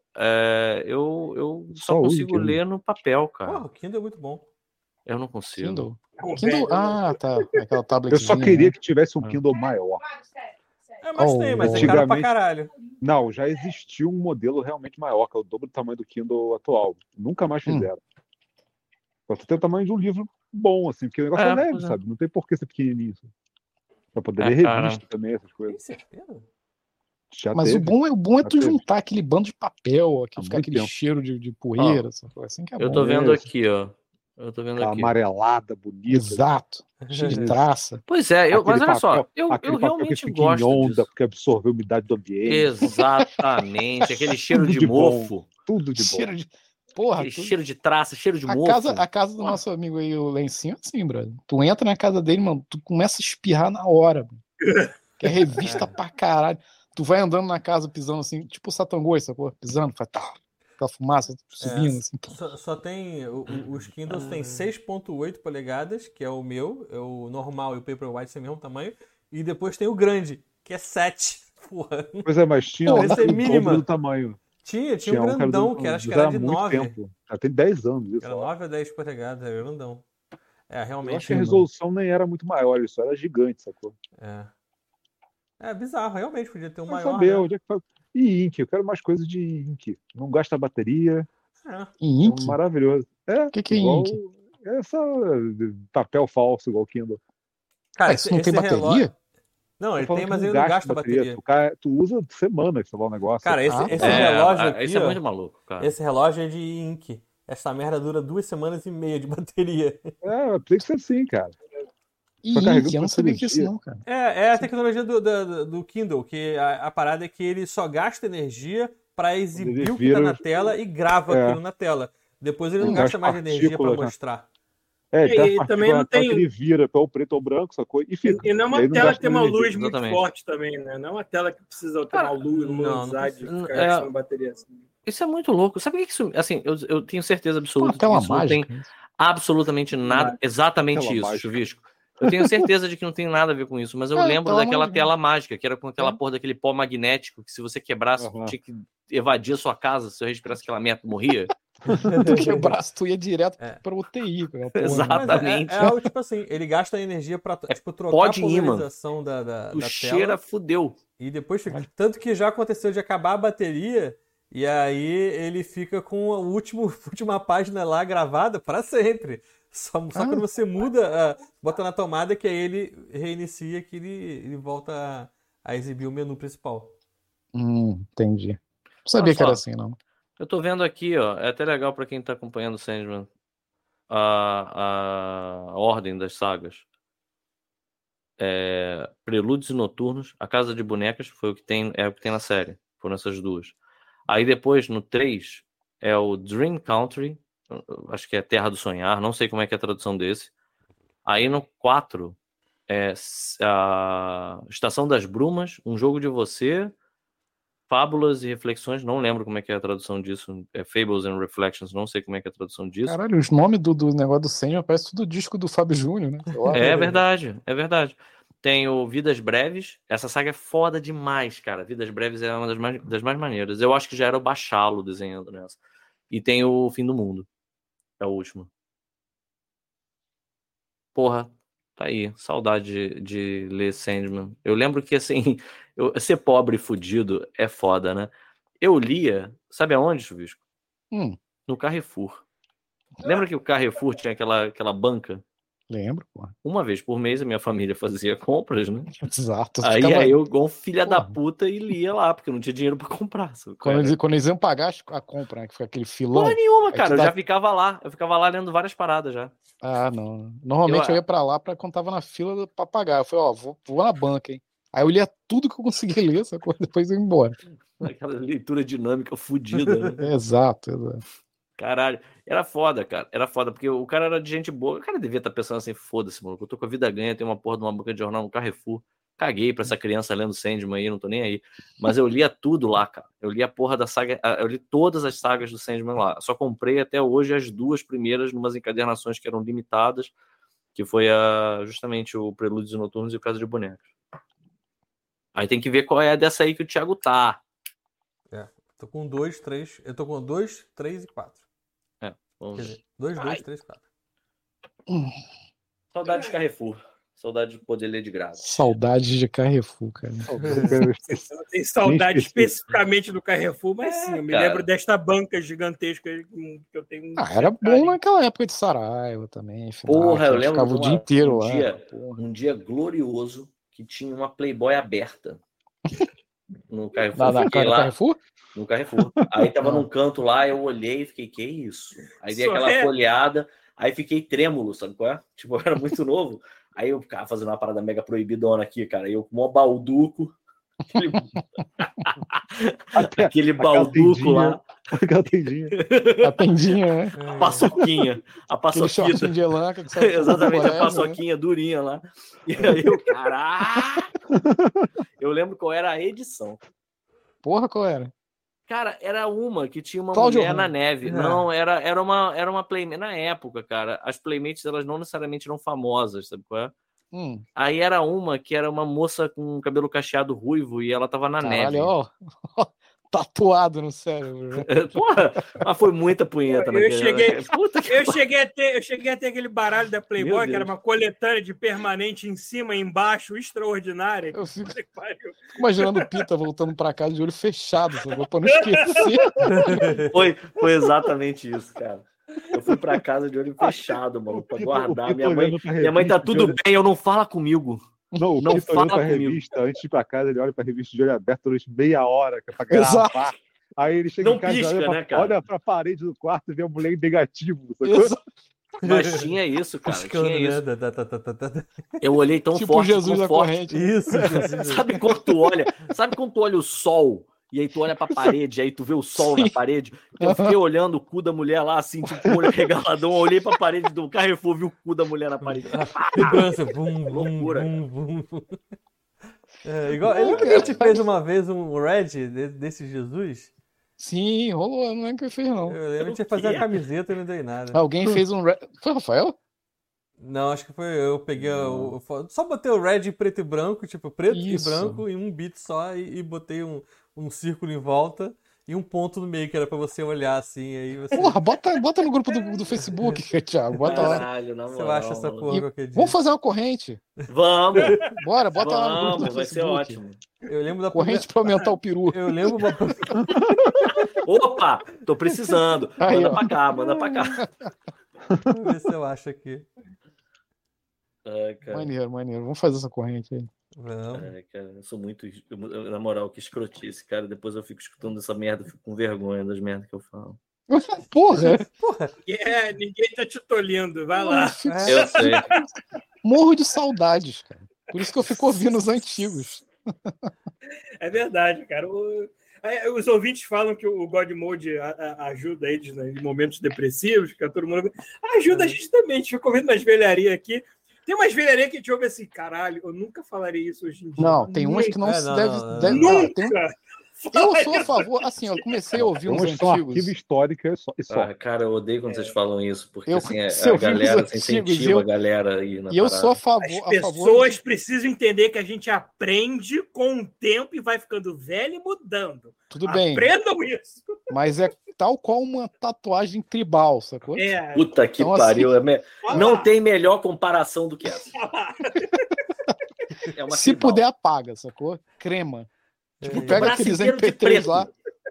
Eu só consigo ler no papel, cara. O Kindle é muito bom. Eu não consigo. Kindle? Tá. Aquela tablet. Eu só queria que tivesse um Kindle maior. Mas tem, mas é caro pra caralho. Não, já existiu um modelo realmente maior, que é o dobro do tamanho do Kindle atual. Nunca mais fizeram. Pra tu ter o tamanho de um livro bom, assim, porque o negócio é leve, sabe? Não tem por que ser pequenininho. Pra poder ler revista também, essas coisas. Tem certeza? Mas o bom é tu juntar aquele bando de papel, ficar aquele cheiro de poeira, assim que é bom. Eu tô vendo aqui, ó. Aquela amarelada, bonita. Exato. Cheio de traça. Pois é, mas olha só, eu realmente gosto onda, disso. Porque absorve a umidade do ambiente. Exatamente, aquele cheiro de mofo. Tudo de bom. Porra, cheiro de traça, cheiro de mofo. A casa do nosso amigo aí, o Lencinho, assim, brother. Tu entra na casa dele, mano, tu começa a espirrar na hora, mano. Que é revista pra caralho. Tu vai andando na casa, pisando assim, tipo o Satangoi, sacou? Pisando, faz aquela fumaça subindo, assim. Só tem... Os Kindles tem 6.8 polegadas, que é o meu, é o normal e o Paperwhite tem o mesmo tamanho, e depois tem o grande, que é 7. Porra. Pois é, mas tinha esse é mínimo do tamanho. Tinha um grandão, que acho que era de 9. Tempo. Já tem 10 anos isso. Era 9 ou 10 polegadas, era grandão. Realmente. Eu acho que a resolução nem era muito maior, isso era gigante, sacou? É bizarro, realmente podia ter um maior. Saber, né? Onde é que faz... E ink, eu quero mais coisas de ink. Não gasta bateria. E ink? Maravilhoso. O que é ink? Essa papel falso, igual o Kindle. Cara, isso não tem bateria? Não, ele tem, mas ele não gasta bateria. Tu usa semana que você vai o negócio. Cara, esse relógio aqui. Esse é muito maluco, cara. Esse relógio é de ink. Essa merda dura 2 semanas e meia de bateria. Tem que ser assim, cara. Eu não sabia que isso não, cara. É a tecnologia do Kindle, que a parada é que ele só gasta energia para exibir o que tá na tela e grava aquilo na tela. Depois ele não gasta mais energia para mostrar. E também não tem... que ele vira para o preto ou branco, sacou? E fica. E não é uma tela que tem uma luz muito forte também, né? Não é uma tela que precisa ter uma luz, luminosidade, ficar gastando bateria assim. Isso é muito louco. Sabe o que isso... Assim, eu tenho certeza absoluta que isso mágica, não tem absolutamente nada... Exatamente isso, Chuvisco. Eu tenho certeza de que não tem nada a ver com isso, mas eu lembro daquela tela mágica, que era com aquela porra daquele pó magnético, que se você quebrasse, tinha que evadir a sua casa, se eu respirasse aquela merda, morria. Tu quebrasse, tu ia direto pra UTI. Exatamente. É algo tipo assim, ele gasta energia pra trocar a polarização da tela. Cheira, fudeu. E depois fica... Tanto que já aconteceu de acabar a bateria, e aí ele fica com a última página lá gravada pra sempre. Só quando você muda, bota na tomada, que aí ele reinicia, que ele volta a exibir o menu principal. Entendi. Não sabia que era assim, não. Eu tô vendo aqui, ó, é até legal pra quem tá acompanhando o Sandman, a ordem das sagas. Prelúdios e Noturnos, A Casa de Bonecas, foi o que tem na série. Foram essas duas. Aí depois, no 3, é o Dream Country, acho que é Terra do Sonhar, não sei como é que é a tradução desse. Aí no 4 é a Estação das Brumas, Um Jogo de Você, Fábulas e Reflexões, não lembro como é que é a tradução disso, é Fables and Reflections, não sei como é que é a tradução disso. Caralho, os nomes do negócio do Sandman parece tudo disco do Fábio Júnior, né? É verdade. Tem o Vidas Breves, essa saga é foda demais, cara. Vidas Breves é uma das mais maneiras. Eu acho que já era o Bachalo desenhando nessa. E tem o Fim do Mundo. É o último. Porra, tá aí. Saudade de ler Sandman. Eu lembro que, assim, ser pobre e fudido é foda, né? Eu lia, sabe aonde, Chuvisco? No Carrefour. Lembra que o Carrefour tinha aquela banca? Lembro, pô. Uma vez por mês a minha família fazia compras, né? Exato. Aí eu, igual um filho da puta, e lia lá, porque eu não tinha dinheiro pra comprar. Quando eles iam pagar a compra, né? Que foi aquele filão. Porra nenhuma, cara. Eu já ficava lá. Eu ficava lá lendo várias paradas já. Não. Normalmente eu ia pra lá quando tava na fila pra pagar. Eu falei, vou na banca, hein? Aí eu lia tudo que eu conseguia ler, essa coisa, depois eu ia embora. Aquela leitura dinâmica fudida, né? Exato. Caralho, era foda, cara. Era foda, porque o cara era de gente boa. O cara devia estar pensando assim, foda-se, mano. Eu tô com a vida ganha, tem uma porra de uma banca de jornal no Carrefour. Caguei pra essa criança lendo Sandman aí, não tô nem aí. Mas eu lia tudo lá, cara. Eu li a porra da saga, eu li todas as sagas do Sandman lá. Só comprei até hoje as 2 primeiras numas encadernações que eram limitadas, que foi justamente o Prelúdios e Noturnos e o Casa de Bonecas. Aí tem que ver qual é dessa aí que o Thiago tá. Tô com 2, 3. Eu tô com 2, 3 e 4. Quer dizer, 2, 2, 3, 4. Saudade de Carrefour. Saudade de poder ler de graça. Saudade de Carrefour, cara. Eu não tenho saudade especificamente do Carrefour, mas sim, eu me lembro desta banca gigantesca que eu tenho. Era bom naquela época de Saraiva também. Porra, eu lembro. Ficava o dia inteiro lá. Um dia glorioso que tinha uma Playboy aberta. No Carrefour. Carrefour? No Carrefour. Aí tava num canto lá, eu olhei e fiquei, que isso? Aí dei aquela folheada, aí fiquei trêmulo, sabe qual é? Tipo, eu era muito novo. Aí eu ficava fazendo uma parada mega proibidona aqui, cara. Eu com um balduco. Aquele balduco lá. Aquela tendinha. A tendinha, né? A paçoquinha. A paçoquita. De lã, que exatamente, a paçoquinha durinha lá. E aí eu, caralho! Eu lembro qual era a edição. Porra, qual era? Cara, era uma que tinha uma mulher na neve. Não, era uma Playmate. Na época, cara, as Playmates, elas não necessariamente eram famosas, sabe qual é? Aí era uma que era uma moça com cabelo cacheado ruivo e ela tava na neve. Ó, tatuado no cérebro. Porra, mas foi muita punheta. Eu cheguei a ter aquele baralho da Playboy, que era uma coletânea de permanente em cima e embaixo, extraordinária. Eu fico imaginando o Pita voltando pra casa de olho fechado, pra não esquecer. Foi exatamente isso, cara. Eu fui pra casa de olho fechado, mano, pra guardar. Minha mãe tá tudo bem, eu não fala comigo. Não fala pra revista, antes de ir pra casa, ele olha pra revista de olho aberto durante meia hora, que é pra gravar. Exato. Aí ele chega não em casa pisca, e olha pra parede do quarto e vê a mulher em negativo. Mas tinha isso, cara. Piscando, Tinha isso. né? Eu olhei tão Tipo forte. Jesus da forte. corrente. Isso. Sabe quando tu olha o sol e aí tu olha pra parede, aí tu vê o sol na parede? Eu fiquei olhando o cu da mulher lá, assim, tipo, o olho regaladão. Eu olhei pra parede do Carrefour, vi o cu da mulher na parede. Loucura. Igual, ele que a gente fez uma vez um Red desse Jesus. Sim, rolou. Eu não lembro quem fez, não. Eu lembro de fazer a camiseta e não dei nada. Alguém fez um Red. Foi o Rafael? Não, acho que foi eu. Peguei só botei o Red em preto e branco, tipo, preto e branco, em um bit só, e botei um círculo em volta e um ponto no meio, que era pra você olhar assim. Aí você... Porra, bota no grupo do Facebook, Thiago. Bota Caralho, lá. Você acha essa porra qualquer dia? Vamos fazer uma corrente. Vamos! Bora, bota lá no grupo do vai Facebook. ser ótimo. Eu lembro da corrente pra aumentar o peru. Eu lembro uma... Opa! Tô precisando. Aí, manda pra cá. Vamos ver se eu acho aqui. Maneiro. Vamos fazer essa corrente aí. Vamos. Cara, eu sou muito... na moral, que escrotice, cara. Depois eu fico escutando essa merda, fico com vergonha das merdas que eu falo. Porra! Ninguém tá te tolhindo. Vai lá. Eu sei. Morro de saudades, cara. Por isso que eu fico ouvindo os antigos. É verdade, cara. Os ouvintes falam que o God Mode ajuda eles, né, em momentos depressivos, que todo mundo ajuda a gente também. A gente fica ouvindo umas velharias aqui. Tem umas velharias que a gente ouve assim, caralho, eu nunca falaria isso hoje em dia. Não, tem umas que não se deve. Nunca! Eu sou a favor, assim, eu comecei a ouvir uns antigos. Arquivo histórico e só. Cara, eu odeio quando vocês falam isso, porque assim, a galera se incentiva a galera aí na E eu sou a favor. As pessoas precisam entender que a gente aprende com o tempo e vai ficando velho e mudando. Tudo bem. Aprendam isso. Mas é tal qual uma tatuagem tribal, sacou? Puta que pariu. Assim, não tem melhor comparação do que essa. Se puder, apaga, sacou? Crema. Tipo, pega aqueles MP3 lá.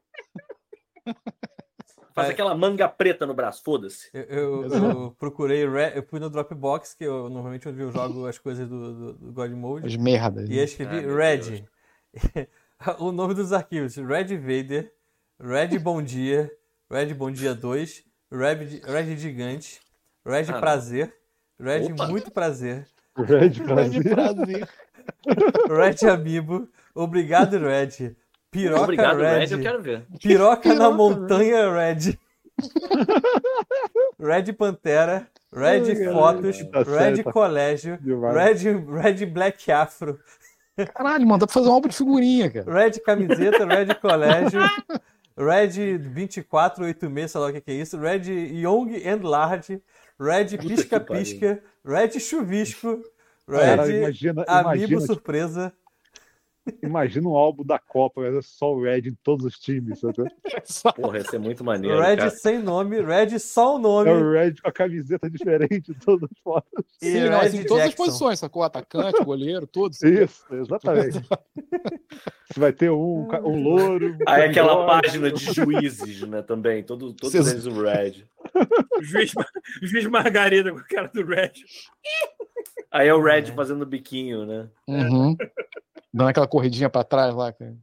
Faz aquela manga preta no braço, foda-se. Eu procurei, eu fui no Dropbox, que normalmente onde eu jogo as coisas do God Mode. As merdas. E eu escrevi Red. O nome dos arquivos: Red Vader, Red Bom Dia, Red Bom Dia 2, Red Gigante, Red Prazer, Red Muito Prazer, Red Prazer, Red Amiibo, Obrigado Red, Piroca Obrigado, Red, eu quero ver. Piroca na Montanha Red, Red Pantera, Red Fotos, Red Colégio, Red Black Afro. Caralho, mano, dá pra fazer um álbum de figurinha, cara. Red Camiseta, Red Colégio, Red 2486, sei lá o que é isso, Red Young and Large, Red Pisca Pisca, Red Chuvisco, Red Amiibo Surpresa. Imagina um álbum da Copa, mas é só o Red em todos os times. Sabe? Porra, ia ser muito maneiro. Red cara. Sem nome, Red só o nome. É o Red com a camiseta diferente em todas as fotos. Sim, não, assim, em todas as posições, sacou? Atacante, goleiro, todos. Isso, exatamente. Você vai ter um louro. Aí aquela página de juízes, né, também. Todos eles o Red. O juiz Margarida com o cara do Red. Aí é o Red fazendo biquinho, né? Uhum. Dando aquela corridinha pra trás lá, cara.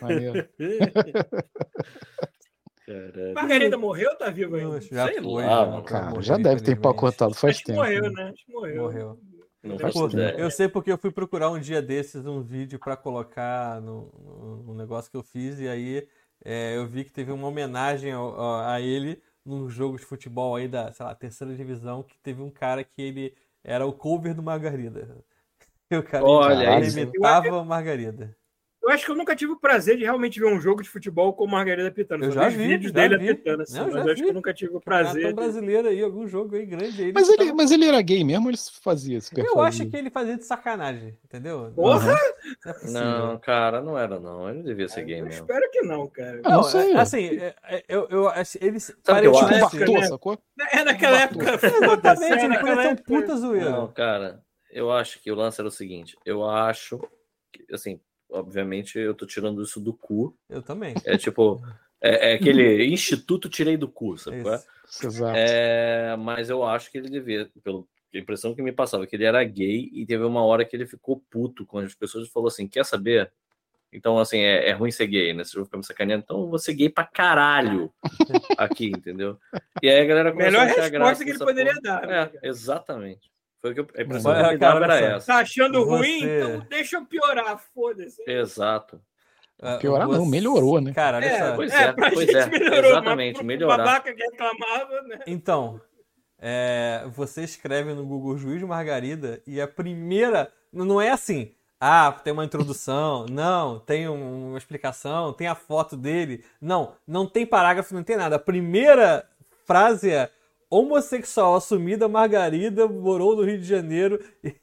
Margarida morreu ou tá viva ainda? Já sei foi, lá, cara. Já deve ter empacotado faz tempo. Morreu, né? Morreu. Não faço ideia. Eu sei porque eu fui procurar um dia desses um vídeo pra colocar no negócio que eu fiz, e aí eu vi que teve uma homenagem a ele num jogo de futebol aí da, sei lá, terceira divisão, que teve um cara que ele era o cover do Margarida. O cara imitava o Margarida. Eu acho que eu nunca tive o prazer de realmente ver um jogo de futebol com o Margarida apitando. Eu já vi vídeos dele apitando. Assim, mas eu acho que eu nunca tive o prazer. Brasileiro aí, algum jogo aí grande aí. Mas ele era gay mesmo ou ele fazia esse Eu acho que ele fazia de sacanagem, entendeu? Porra! Não, cara, não era não. Ele não devia ser gay mesmo. Espero que não, cara. Não sei. Assim, eles sacou? É naquela época. Exatamente, ele parecia um puta zoeiro. Não, cara, eu acho que o lance era o seguinte. Eu acho que, assim, obviamente eu tô tirando isso do cu. Eu também. É tipo, é aquele instituto tirei do cu, sabe? Exato. Mas eu acho que ele devia, pela impressão que me passava, que ele era gay e teve uma hora que ele ficou puto com as pessoas e falou assim, quer saber? Então, assim, é ruim ser gay, né? Vocês vão ficar me sacaneando. Então, eu vou ser gay pra caralho aqui, entendeu? E aí a galera começou a achar graça. Melhor resposta que ele poderia dar. Né? Exatamente. Foi o que a impressão que me dava era essa. Tá achando ruim? Então deixa eu piorar, foda-se. Exato. Piorar não, melhorou, né? Cara, olha só. Pois é. Melhorou, exatamente, melhorar. Babaca que reclamava, né? Então, você escreve no Google Juiz Margarida e a primeira... Não é assim, tem uma introdução, não, tem uma explicação, tem a foto dele. Não tem parágrafo, não tem nada. A primeira frase é: homossexual assumida, Margarida morou no Rio de Janeiro.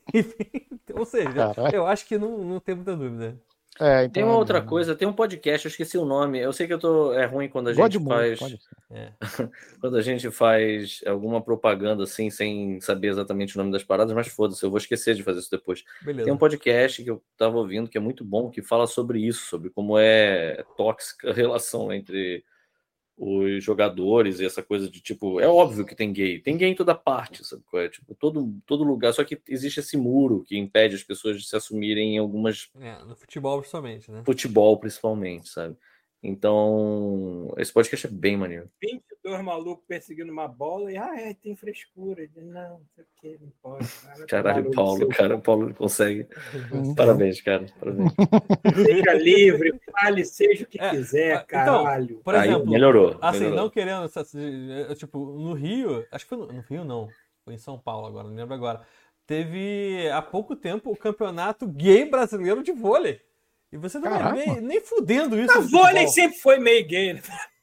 Ou seja, eu acho que não tem muita dúvida. Então, tem uma outra coisa, tem um podcast, eu esqueci o nome. Eu sei que é ruim quando a gente faz. Quando a gente faz alguma propaganda assim, sem saber exatamente o nome das paradas, mas foda-se, eu vou esquecer de fazer isso depois. Beleza. Tem um podcast que eu tava ouvindo que é muito bom, que fala sobre isso, sobre como é tóxica a relação entre os jogadores e essa coisa de tipo, é óbvio que tem gay em toda parte, sabe? Tipo, todo lugar, só que existe esse muro que impede as pessoas de se assumirem em algumas... no futebol principalmente, né? Futebol principalmente, sabe? Então, esse podcast é bem maneiro. 22 malucos perseguindo uma bola e tem frescura. Não, não sei o que, não pode. Caralho, o Paulo consegue. Parabéns, cara. Parabéns. Seja livre, fale, seja o que quiser, caralho. Então, por exemplo, melhorou. Não querendo, tipo, no Rio, acho que foi no Rio não, foi em São Paulo agora, não lembro agora. Teve há pouco tempo o campeonato gay brasileiro de vôlei. E você não vai ver nem fudendo isso. O vôlei sempre foi meio gay, né?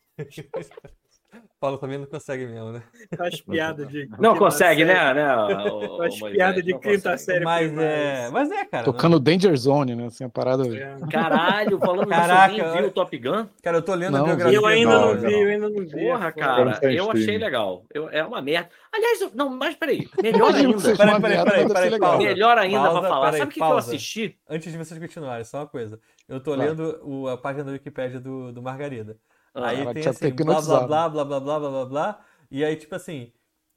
Paulo também não consegue mesmo, né? Faz piada de... Não consegue, né? Faz piada de quinta série. Mas cara. Tocando Danger Zone, né? Assim, a parada... Caralho, falando isso, alguém viu o Top Gun? Cara, eu tô lendo a biografia. Eu ainda não vi. Porra, cara, eu achei legal. É uma merda. Aliás, não, mas peraí. Melhor ainda. Peraí. Melhor ainda pra falar. Sabe o que eu assisti? Antes de vocês continuarem, só uma coisa. Eu tô lendo a página da Wikipédia do Margarida. Aí tem assim, blá. E aí, tipo assim,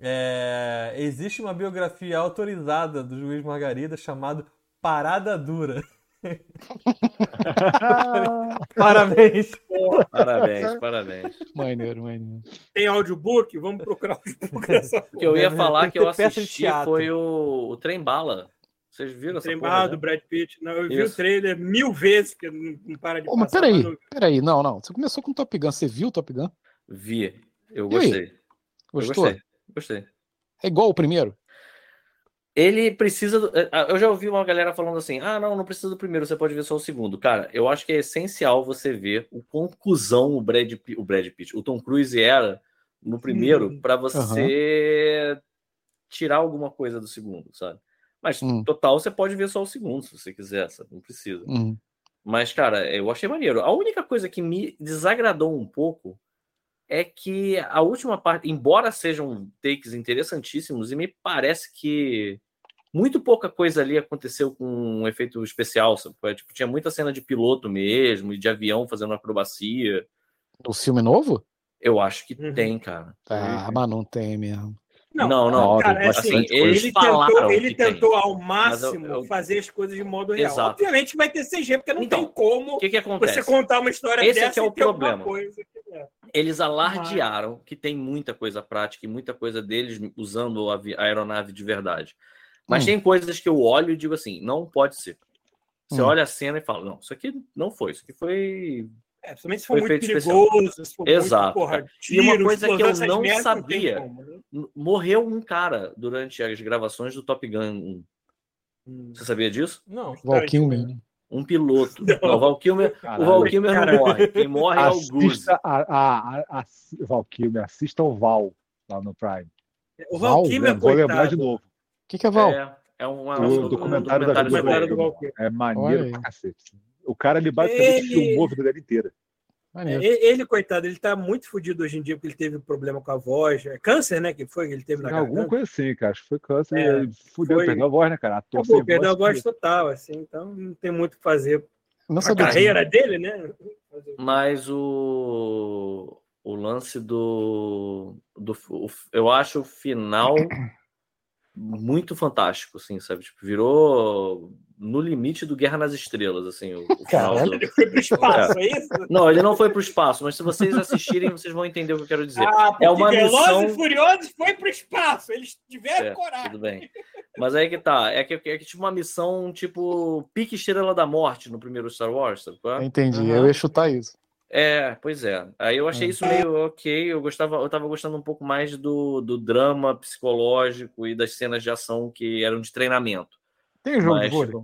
existe uma biografia autorizada do juiz Margarida chamado Parada Dura. Parabéns. Parabéns. Maneiro. Tem audiobook? Vamos procurar audiobook. O que eu ia falar que eu assisti foi o Trem Bala. Vocês viram essa porra, do Brad Pitt? Não, eu vi o trailer 1000 vezes, que não para de passar. Mas peraí. Não. Você começou com Top Gun. Você viu o Top Gun? Vi. Eu gostei. Gostou? Gostei. É igual o primeiro? Ele precisa... Eu já ouvi uma galera falando assim, não precisa do primeiro, você pode ver só o segundo. Cara, eu acho que é essencial você ver o quão cuzão o Tom Cruise era no primeiro para você tirar alguma coisa do segundo, sabe? Mas, total, você pode ver só o segundo, se você quiser, sabe? Não precisa. Mas, cara, eu achei maneiro. A única coisa que me desagradou um pouco é que a última parte, embora sejam takes interessantíssimos, e me parece que muito pouca coisa ali aconteceu com um efeito especial, sabe? Tipo, tinha muita cena de piloto mesmo, e de avião fazendo acrobacia. O filme novo? Eu acho que tem, cara. Mas não tem mesmo. Não, cara, assim, ele tentou ao máximo fazer as coisas de modo real. Exato. Obviamente vai ter CG, porque não tem como que acontece? Você contar uma história Esse dessa é o problema. Coisa Eles alardearam que tem muita coisa prática e muita coisa deles usando a aeronave de verdade. Mas tem coisas que eu olho e digo assim, não pode ser. Você olha a cena e fala, não, isso aqui não foi, isso aqui foi... Principalmente se for muito perigoso, se for exato. Muito, e uma coisa que eu não sabia, morreu um cara durante as gravações do Top Gun 1. Você sabia disso? Não. Val Kilmer. Um piloto. Não, o Val Kilmer não morre. Quem morre é o Goose. Val Kilmer, assista o Val lá no Prime. O Val Kilmer, vou lembrar de novo. O que é Val? O documentário do Val Kilmer. É maneiro pra cacete. O cara, ele basicamente filmou a vida dele inteira. Ele, coitado, ele tá muito fodido hoje em dia porque ele teve problema com a voz. É câncer, né? Que foi que ele teve na garganta. Alguma coisa assim, cara. Acho que foi câncer. Fudeu, perdeu a voz, né, cara? Perdeu a voz total, assim. Então não tem muito o que fazer. A carreira dele, né? Mas o lance eu acho o final muito fantástico, assim, sabe? Tipo, virou no limite do Guerra nas Estrelas, assim, o final do... Ele foi pro espaço, é isso? Não, ele não foi pro espaço, mas se vocês assistirem, vocês vão entender o que eu quero dizer. Porque é uma Velozes missão... e Furiosos foi pro espaço, eles tiveram coragem. Tudo bem. Mas aí que tá, é que tipo uma missão tipo pique Estrela da Morte no primeiro Star Wars, sabe? Entendi, eu ia chutar isso. Pois é. Aí eu achei isso meio ok. Eu tava gostando um pouco mais do drama psicológico e das cenas de ação que eram de treinamento. Tem jogo de vôlei?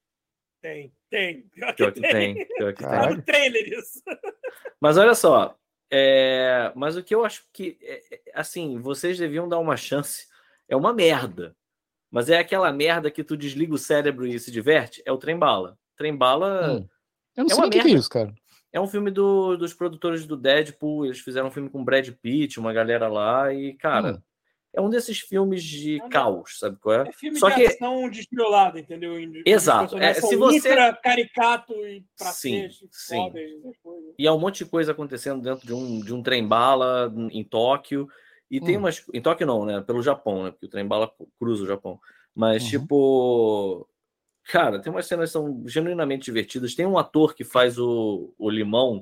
Tem. Pior que tem. Tá no trailer isso. Mas olha só. Mas o que eu acho que, assim, vocês deviam dar uma chance. É uma merda. Mas é aquela merda que tu desliga o cérebro e se diverte. É o Trem-Bala. Trem-Bala... Eu não sei o que é isso, cara. É um filme dos produtores do Deadpool. Eles fizeram um filme com Brad Pitt, uma galera lá. E, cara, é um desses filmes de caos, sabe qual é? É filme de ação desmiolado, entendeu? Exato. Se você... ultra caricato e pra sim. E há um monte de coisa acontecendo dentro de um trem-bala em Tóquio. E tem umas... Em Tóquio não, né? Pelo Japão, né? Porque o trem-bala cruza o Japão. Mas, tipo... Cara, tem umas cenas que são genuinamente divertidas. Tem um ator que faz o Limão.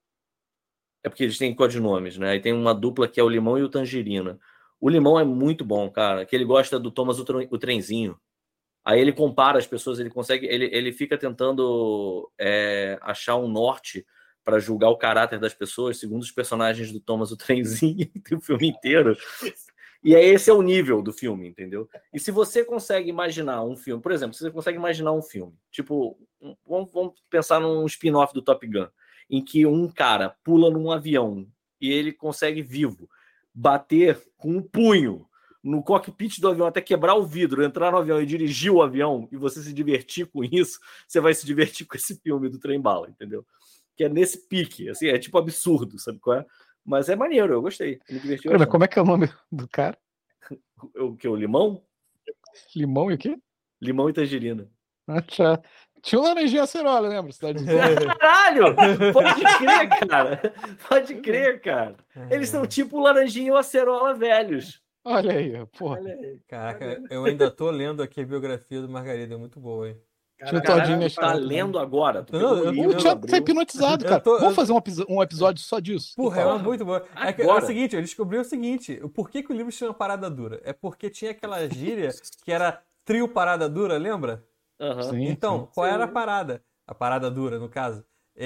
É porque eles têm codinomes, né? E tem uma dupla que é o Limão e o Tangerina. O Limão é muito bom, cara. Que ele gosta do Thomas o Trenzinho. Aí ele compara as pessoas, ele consegue... Ele fica tentando achar um norte para julgar o caráter das pessoas, segundo os personagens do Thomas o Trenzinho, o filme inteiro. E aí esse é o nível do filme, entendeu? E se você consegue imaginar um filme, por exemplo, se você consegue imaginar um filme, tipo, vamos pensar num spin-off do Top Gun, em que um cara pula num avião e ele consegue vivo bater com um punho no cockpit do avião até quebrar o vidro, entrar no avião e dirigir o avião, e você se divertir com isso, você vai se divertir com esse filme do Trem-Bala, entendeu? Que é nesse pique, assim, é tipo absurdo, sabe qual é? Mas é maneiro, eu gostei. Me diverti. Mas como é que é o nome do cara? O que? O Limão? Limão e o quê? Limão e Tangerina. Tinha um laranjinha acerola, lembra? Caralho! Pode crer, cara. Pode crer, cara. Eles são tipo o laranjinha e o acerola velhos. Olha aí, porra. Caraca, eu ainda tô lendo aqui a biografia do Margarida, é muito boa, hein? Caralho, tá lendo agora? O Thiago tá hipnotizado, cara. Vamos fazer um episódio só disso? Porra, é muito bom. É o seguinte, eu descobri o seguinte, por que o livro chama Parada Dura? É porque tinha aquela gíria que era trio Parada Dura, lembra? Sim, então, qual era a parada? A parada dura, no caso.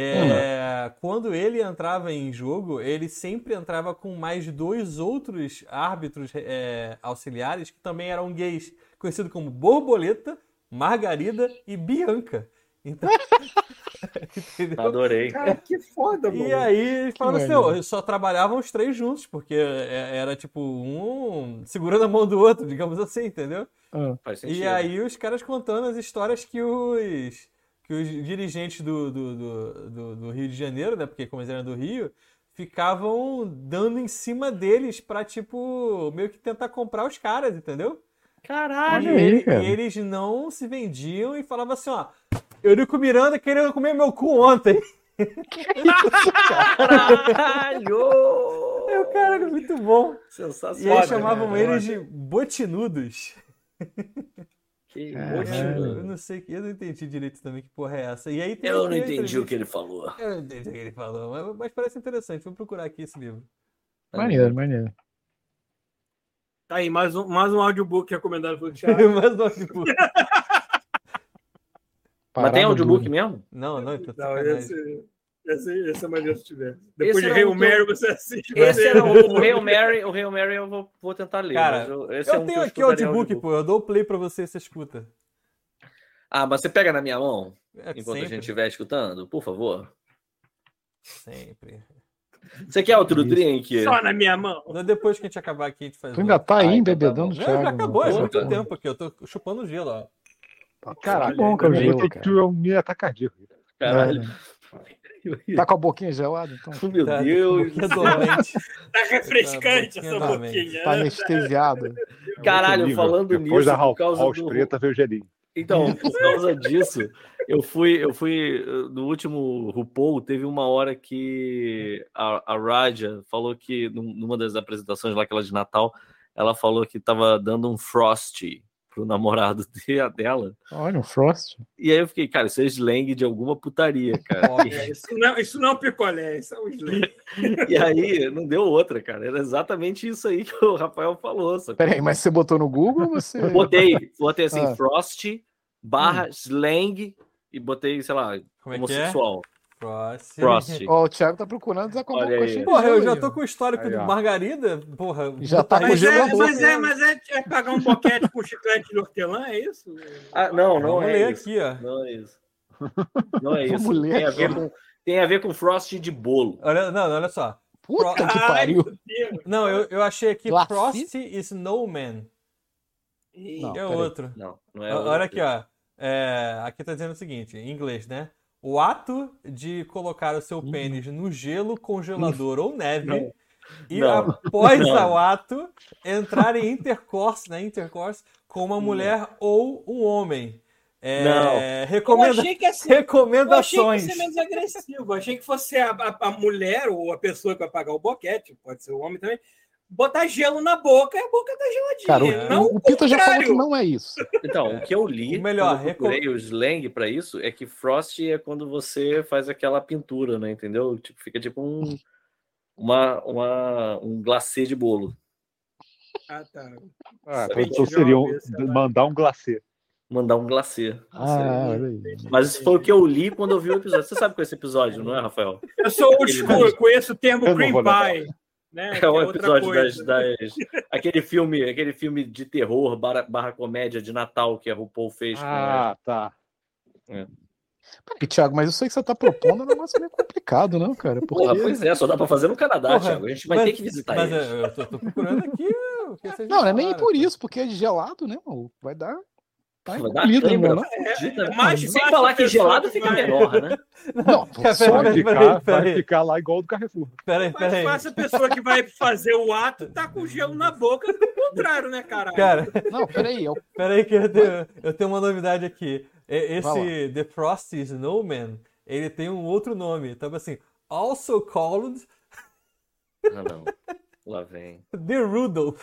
Quando ele entrava em jogo, ele sempre entrava com mais 2 outros árbitros auxiliares que também eram gays, conhecido como Borboleta, Margarida e Bianca. Então... Adorei. Cara, que foda, mano. E aí eles falavam assim, só trabalhavam os 3 juntos, porque era tipo um segurando a mão do outro, digamos assim, entendeu? Faz sentido. E aí os caras contando as histórias que os dirigentes do Rio de Janeiro, né? Porque como eles eram do Rio, ficavam dando em cima deles pra, tipo, meio que tentar comprar os caras, entendeu? Caralho! E eles não se vendiam e falavam assim, ó, Eurico Miranda querendo comer meu cu ontem. Caralho! O cara era muito bom. Sensacional. E aí chamavam eles de botinudos. Eu não sei, eu não entendi direito também que porra é essa. E aí eu não entendi o que ele falou. Eu não entendi o que ele falou, mas parece interessante. Vou procurar aqui esse livro. Maneiro. Tá aí, mais um audiobook recomendado pelo Thiago. Mais um audiobook. Mas tem audiobook mesmo? Não, esse é maneiro se tiver. Depois de Hail Mary você assiste. Esse era o Hail Mary eu vou tentar ler. Cara, eu tenho aqui o audiobook, pô. Eu dou o play pra você e você escuta. Mas você pega na minha mão enquanto sempre. a gente estiver escutando, por favor? Sempre. Você quer outro drink? Só na minha mão. Depois que a gente acabar aqui, a gente faz. Tu ainda tá aí embebedando, Thiago? Já acabou, é muito tempo aqui. Eu tô chupando gelo, ó. Caralho, bom que eu gelo, cara. Tu me atacadia. Caralho. Tá com a boquinha gelada, então? Meu Deus. Tá refrescante essa boquinha. Tá anestesiado. Caralho, falando depois nisso, da por causa House Preta veio o gelinho. Então, por causa disso, eu fui no último RuPaul, teve uma hora que a Raja falou que, numa das apresentações lá, aquela de Natal, ela falou que tava dando um Frosty pro namorado dela. Olha, um Frost. E aí eu fiquei, cara, isso é slang de alguma putaria, cara. Isso não é um picolé, isso é um slang. E aí não deu outra, cara. Era exatamente isso aí que o Rafael falou. Peraí, mas você botou no Google ou você... Botei assim, Frost / slang e botei, sei lá, como é homossexual. Frost. Ó, o Thiago tá procurando desacompanhar Olha com a aí. gente. Porra, eu já tô com o histórico Aí, do ó. Margarida, porra. Já tá com Mas gelo na boca. mas é pagar um boquete com chiclete de hortelã, é isso? Ah, não Vamos é ler isso. aqui, ó. Não é isso. Não é Vamos isso. ler Tem a ver com Frost de bolo. Olha só. Puta que pariu. Não, eu achei aqui Glace? Frost Snowman. Não, É peraí. outro. Não é Olha outro. aqui, ó. Aqui tá dizendo o seguinte, em inglês, né? O ato de colocar o seu pênis no gelo, congelador ou neve e Não. após Não. o ato entrar em intercourse com uma mulher ou um homem. Não. Eu achei que assim, Recomendações. Eu achei que ia ser menos agressivo. Eu achei que fosse a mulher ou a pessoa que vai pagar o boquete, pode ser o homem também, botar gelo na boca e a boca tá geladinha. Cara, não o Pita já falou que não é isso. Então, o que eu li, O melhor, quando eu procurei o slang pra isso, é que Frost é quando você faz aquela pintura, né? Entendeu? Tipo, fica tipo um glacê de bolo. Ah, tá. Ah, a Sabe, tradução tiver seria uma vez, sei lá. mandar um glacê. Mandar um glacê. Olha aí. Mas isso foi o que eu li quando eu vi o episódio. Você sabe qual é esse episódio, não é, Rafael? Eu sou old school, eu conheço o termo Eu não cream vou lembrar. pie. Né? É um outra episódio coisa. aquele filme de terror barra comédia de Natal que a RuPaul fez. Tá. Peraí, Thiago, mas isso aí que você tá propondo é um negócio meio complicado, não, cara? Porque... Porra, pois é, só dá pra fazer no Canadá, Porra, Thiago. A gente vai ter que visitar mas eles. eu tô procurando aqui o que vocês Não, não é nem falaram. por isso, porque é gelado, né, maluco? Vai dar... Tá Vai dar engolido, cãibra não? fudida. mais Sem fácil falar a que pessoa gelado que fica vai- menor, né? Não, só... Vai ficar lá igual o do Carrefour. Peraí. Mais fácil a pessoa que vai fazer o ato tá com gelo na boca do que o contrário, né, caralho? Cara, Não, peraí, peraí que eu tenho uma novidade aqui. Esse The Frosty Snowman, ele tem um outro nome. Tava assim, also called Ah, não. Lá vem. The Rudolph.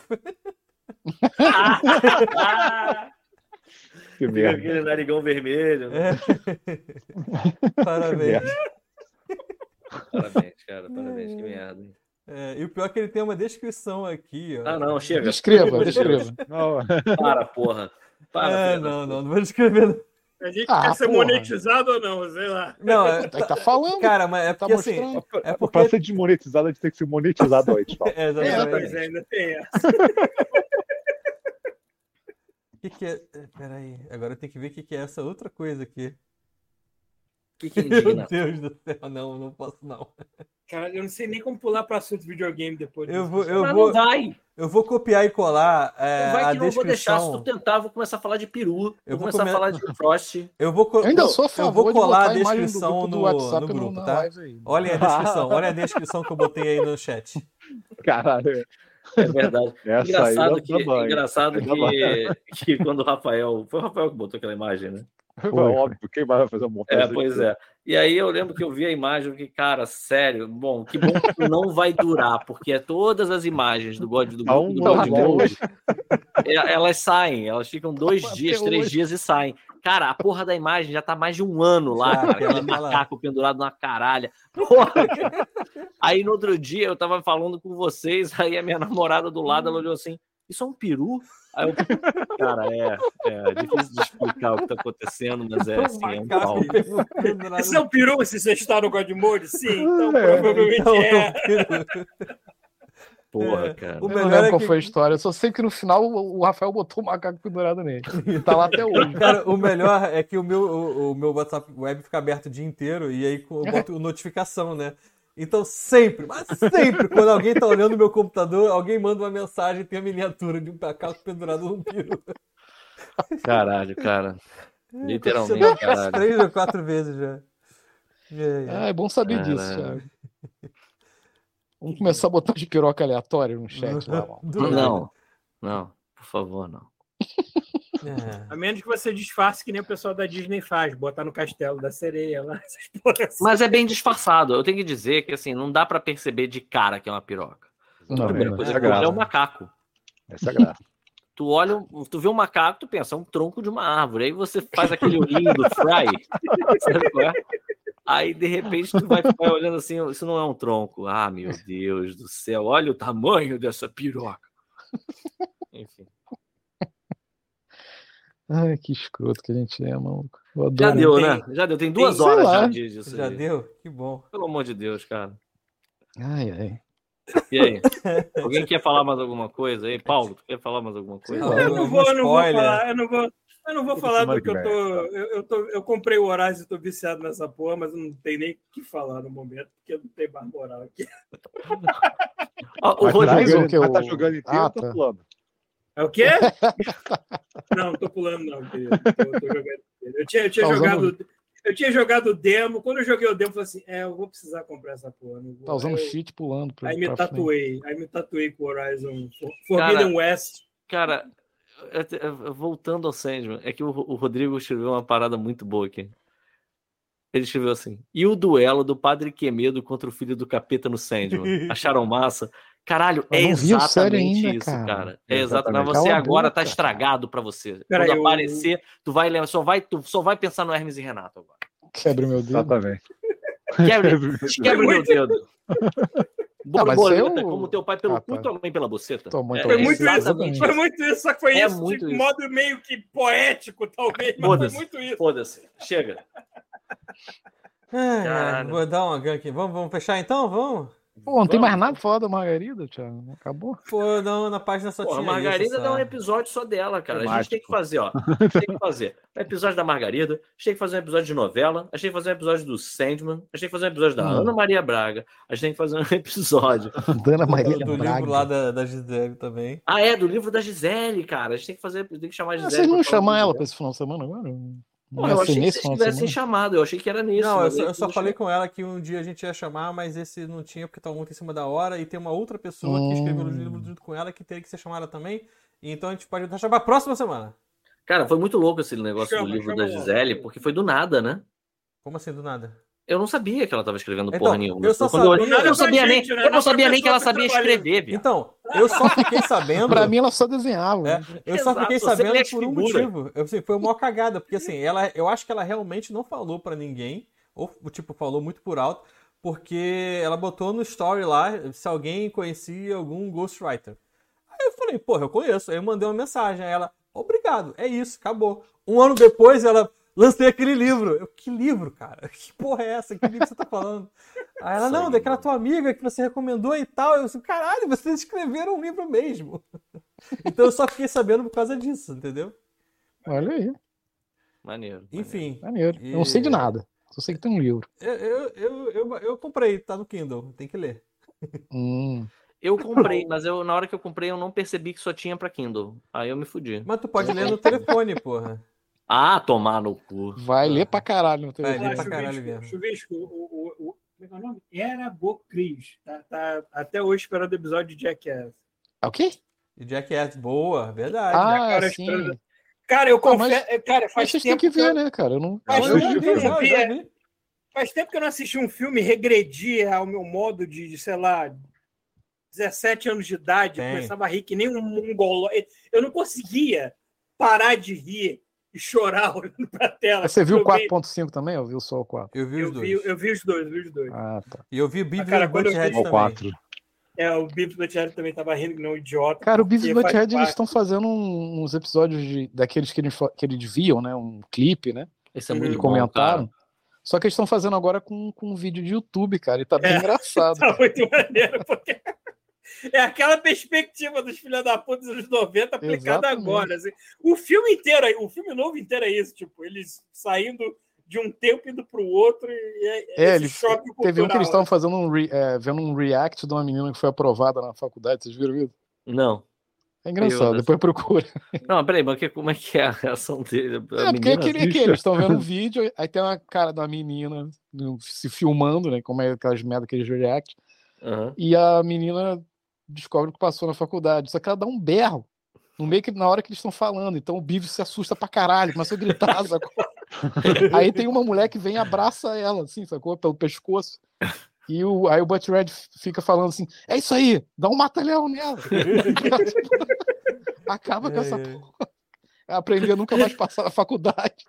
Que Fica merda. aquele narigão vermelho. Né? Parabéns. Parabéns, cara. Parabéns. Que merda. Hein? E o pior é que ele tem uma descrição aqui, ó. Ah, não. Chega. Descreva. Não, Para, porra. Para, filha da Não vou descrever. Não. A gente Ah, quer ser porra. monetizado ou não, sei lá. Não, Tá falando. cara, mas é Tá porque assim. mostrando. É pra porque. ser desmonetizado, a gente tem que ser monetizado antes, Paulo. Exatamente. Pois é, ainda tem essa. O que é? Peraí, agora eu tenho que ver o que é essa outra coisa aqui. O que é Meu indignação? Deus do céu, não posso não. Cara, eu não sei nem como pular para assunto videogame depois Eu disso. vou, Mas não vai. eu vou copiar e colar Não vai a que não vou deixar. Se tu descrição. tentar, vou começar a falar de peru. Eu Vou vou começar a falar de Frost. Eu vou, Eu ainda sou a eu vou favor de colar botar a a imagem do descrição grupo do no WhatsApp grupo, na tá? live aí. Olhem a descrição, olha a descrição que eu botei aí no chat. Caralho. É verdade. Essa aí Engraçado que quando o Rafael... Foi o Rafael que botou aquela imagem, né? Óbvio, quem vai fazer uma montagem? Pois é. E aí eu lembro que eu vi a imagem que, cara, sério, que bom que não vai durar, porque todas as imagens do grupo do Godmode, elas saem, elas ficam 2 dias, 3 dias e saem. Cara, a porra da imagem já tá mais de 1 ano lá, cara, aquele macaco pendurado na caralha. Porra, cara. Aí no outro dia eu tava falando com vocês, aí a minha namorada do lado, ela olhou assim, isso é um peru? Aí eu, cara, é difícil de explicar o que tá acontecendo, mas é assim, é um pau. Esse é o peru, se você está no Godmode? Sim, então provavelmente é. Porra, cara. O Eu não melhor lembro é qual que, foi a história, eu só sei que no final o Rafael botou o macaco pendurado nele. E tá lá até hoje. cara, o melhor é que o meu WhatsApp web fica aberto o dia inteiro e aí eu boto notificação, né? Então sempre, mas sempre, quando alguém tá olhando o meu computador, alguém manda uma mensagem e tem a miniatura de um macaco pendurado num peru. Caralho, cara. Literalmente, Umas caralho. 3 ou 4 vezes já. É bom saber disso, Caralho. Thiago. Vamos começar a botar de piroca aleatório no chat lá, mano. Não, por favor, não. A menos que você disfarce que nem o pessoal da Disney faz, botar no castelo da sereia lá, essas porra assim. Mas é bem disfarçado. Eu tenho que dizer que assim, não dá pra perceber de cara que é uma piroca. Não, A primeira não, coisa é que eu olho é graça. o macaco. Essa é a graça. Tu olha, tu vê um macaco, tu pensa, é um tronco de uma árvore. Aí você faz aquele olhinho do Fry. Sabe qual é? Aí, de repente, tu vai olhando assim, isso não é um tronco. Ah, meu Deus do céu, olha o tamanho dessa piroca. Enfim. Ai, que escroto que a gente é, maluco. Já deu, né? Já deu. Tem 2 horas já disso. Já deu? Que bom. Pelo amor de Deus, cara. Ai. E aí? Alguém quer falar mais alguma coisa aí? Paulo, tu quer falar mais alguma coisa? Eu não vou falar do que eu comprei o Horizon e tô viciado nessa porra, mas eu não tenho nem o que falar no momento, porque eu não tenho mais moral aqui. O Horizon que tá jogando inteiro, eu tô pulando. É o quê? Não tô pulando, não, querido. Tô jogando. Eu tinha jogado o demo. Quando eu joguei o demo, eu falei assim: eu vou precisar comprar essa porra. Não vou. Tá usando cheat pulando. Aí me tatuei com o Horizon Forbidden West. Cara, voltando ao Sandman, é que o Rodrigo escreveu uma parada muito boa aqui. Ele escreveu assim: e o duelo do Padre Quemedo contra o filho do capeta no Sandman? Acharam massa? Caralho, é exatamente isso, cara. É exatamente. Você agora tá estragado pra você. Quando aparecer, tu vai lembrar, só vai pensar no Hermes e Renato agora. Quebre meu dedo. Exatamente. Quebre meu dedo. Borboleta, como teu pai pelo cu e tua mãe pela buceta. Foi muito isso, só que foi isso de modo meio que poético, talvez, mas foi muito isso. Foda-se, chega. Vou dar uma gank aqui. Vamos fechar então? Vamos? Pô, não tem mais nada fora da Margarida, Thiago. Acabou. Pô, não, na página só tinha a Margarida dá um episódio só dela, cara. A gente tem que fazer, ó. Tem que fazer um episódio da Margarida, a gente tem que fazer um episódio de novela, a gente tem que fazer um episódio do Sandman, a gente tem que fazer um episódio da Ana Maria Braga, a gente tem que fazer um episódio da Ana Maria do Braga. livro lá da Gisele também. Do livro da Gisele, cara. A gente tem que chamar a Gisele. Vocês não chamam ela pra esse final de semana agora? Eu achei que vocês tivessem chamado, eu achei que era nisso. Não, eu só falei com ela que um dia a gente ia chamar, mas esse não tinha porque estava muito em cima da hora, e tem uma outra pessoa que escreveu o livro junto com ela que teria que ser chamada também, então a gente pode deixar para a próxima semana. Cara, foi muito louco esse negócio do livro da Gisele, porque foi do nada, né? Como assim, do nada? Eu não sabia que ela estava escrevendo porra nenhuma. Eu não sabia nem que ela sabia escrever, viu? Então, eu só fiquei sabendo... Pra mim, ela só desenhava. Eu só fiquei sabendo por um motivo. Foi uma cagada, porque assim, eu acho que ela realmente não falou pra ninguém, ou tipo, falou muito por alto, porque ela botou no story lá se alguém conhecia algum ghostwriter. Aí eu falei, porra, eu conheço. Aí eu mandei uma mensagem a ela, obrigado, é isso, acabou. Um ano depois, ela... Lancei aquele livro. Que livro, cara? Que porra é essa? Que livro você tá falando? Aí ela, não, daquela tua amiga que você recomendou e tal. Eu disse, caralho, vocês escreveram um livro mesmo. Então eu só fiquei sabendo por causa disso, entendeu? Olha aí. Maneiro. Enfim. Maneiro. Eu não sei de nada. Só sei que tem um livro. Eu comprei, tá no Kindle. Tem que ler. Eu comprei, mas na hora que eu comprei eu não percebi que só tinha pra Kindle. Aí eu me fudi. Mas tu pode ler no telefone, porra. Tomar no cu. Vai ler pra caralho no telefone. Vai ler pra caralho mesmo. Chuvisco, como é que é o nome? Era Bocris. Tá até hoje esperando o episódio de Jackass. O quê? De Jackass, boa, verdade. Sim. Cara, eu confesso... Cara, faz tempo... tem que ver, né, cara? Eu não... Faz tempo que eu não assisti um filme regredir ao meu modo de sei lá... 17 anos de idade, começava a rir que nem um mongoló. Eu não conseguia parar de rir e chorar olhando pra tela. Você viu o 4.5 também ou viu só o 4? Eu vi os dois. Eu vi os dois. Ah, tá. E eu vi o Beavis e Butthead também. 4. O Beavis e Butthead também tava rindo que não um idiota. Cara, o Beavis e Butthead, eles estão fazendo uns episódios daqueles que eles viam, né? Um clipe, né? Esse é muito comentaram. Bom, só que eles estão fazendo agora com um vídeo de YouTube, cara. E tá bem engraçado. Tá muito maneiro, porque... É aquela perspectiva dos filhos da puta dos anos 90 aplicada agora. Assim. O filme novo inteiro é isso, tipo, eles saindo de um tempo indo pro outro e esse choque cultural. Teve um que eles estavam fazendo vendo um react de uma menina que foi aprovada na faculdade, vocês viram isso? Não. É engraçado, depois procura. Não, peraí, mas como é que é a reação dele? Porque eles estão vendo um vídeo, aí tem uma cara da menina se filmando, né, como é aquelas merda, aqueles react, e a menina descobre que passou na faculdade, só que ela dá um berro no meio que na hora que eles estão falando, então o Beavis se assusta pra caralho, começa a gritar, sacou? Aí tem uma mulher que vem e abraça ela, assim, sacou? Pelo pescoço, e aí o Butthead fica falando assim, é isso aí, dá um mata-leão nela. Acaba com essa porra. Aprender a nunca mais passar na faculdade.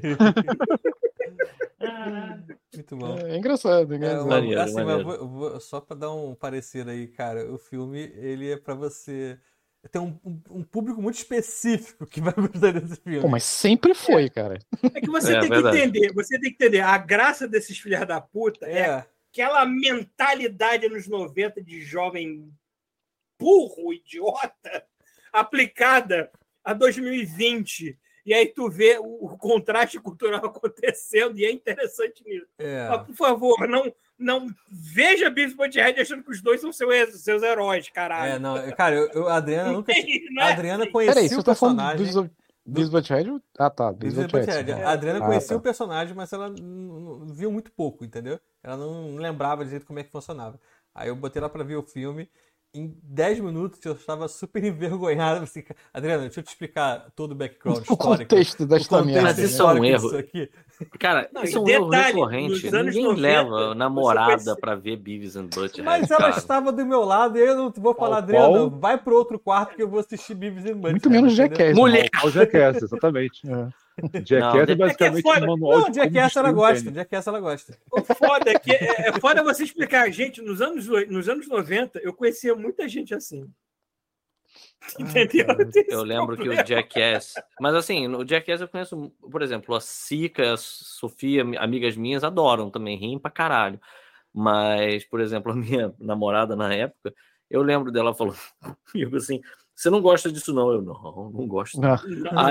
Muito bom. É engraçado, maneiro, assim, mas só pra dar um parecer aí, cara, o filme, ele é pra você... Tem um público muito específico que vai gostar desse filme. Pô, mas sempre foi, cara. É que você tem que entender, a graça desses filhos da puta é aquela mentalidade nos 90 de jovem burro, idiota, aplicada a 2020. E aí tu vê o contraste cultural acontecendo e é interessante nisso. Mas, por favor, não veja Beavis e Butthead achando que os dois são seus heróis, caralho. Cara, a Adriana nunca... A Adriana conhecia o personagem... Beavis e Butthead? Ah, tá. Beavis e Butthead. A Adriana conhecia o personagem, mas ela viu muito pouco, entendeu? Ela não lembrava de jeito como é que funcionava. Aí eu botei ela pra ver o filme. Em 10 minutos eu estava super envergonhado. Assim, Adriana, deixa eu te explicar todo o background histórico. O contexto desta merda. Mas isso é um erro. Cara, isso é um erro recorrente. Ninguém leva namorada pra ver Beavis and Butthead. Mas ela estava do meu lado e eu não vou falar, Adriana, vai pro outro quarto que eu vou assistir Beavis and Butthead. Muito menos Jackass. Mulher! O Jackass, exatamente. Jackass é basicamente um manual de Jackass ela gosta. Jackass ela gosta. O foda é que é foda você explicar. Gente, nos anos 90, eu conhecia muita gente assim. Entendeu? Eu lembro que o Jackass... Mas assim, no Jackass eu conheço, por exemplo, a Sica, a Sofia, amigas minhas, adoram também, riem pra caralho. Mas, por exemplo, a minha namorada na época, eu lembro dela falando comigo assim... Você não gosta disso, não? Eu, não gosto. Não.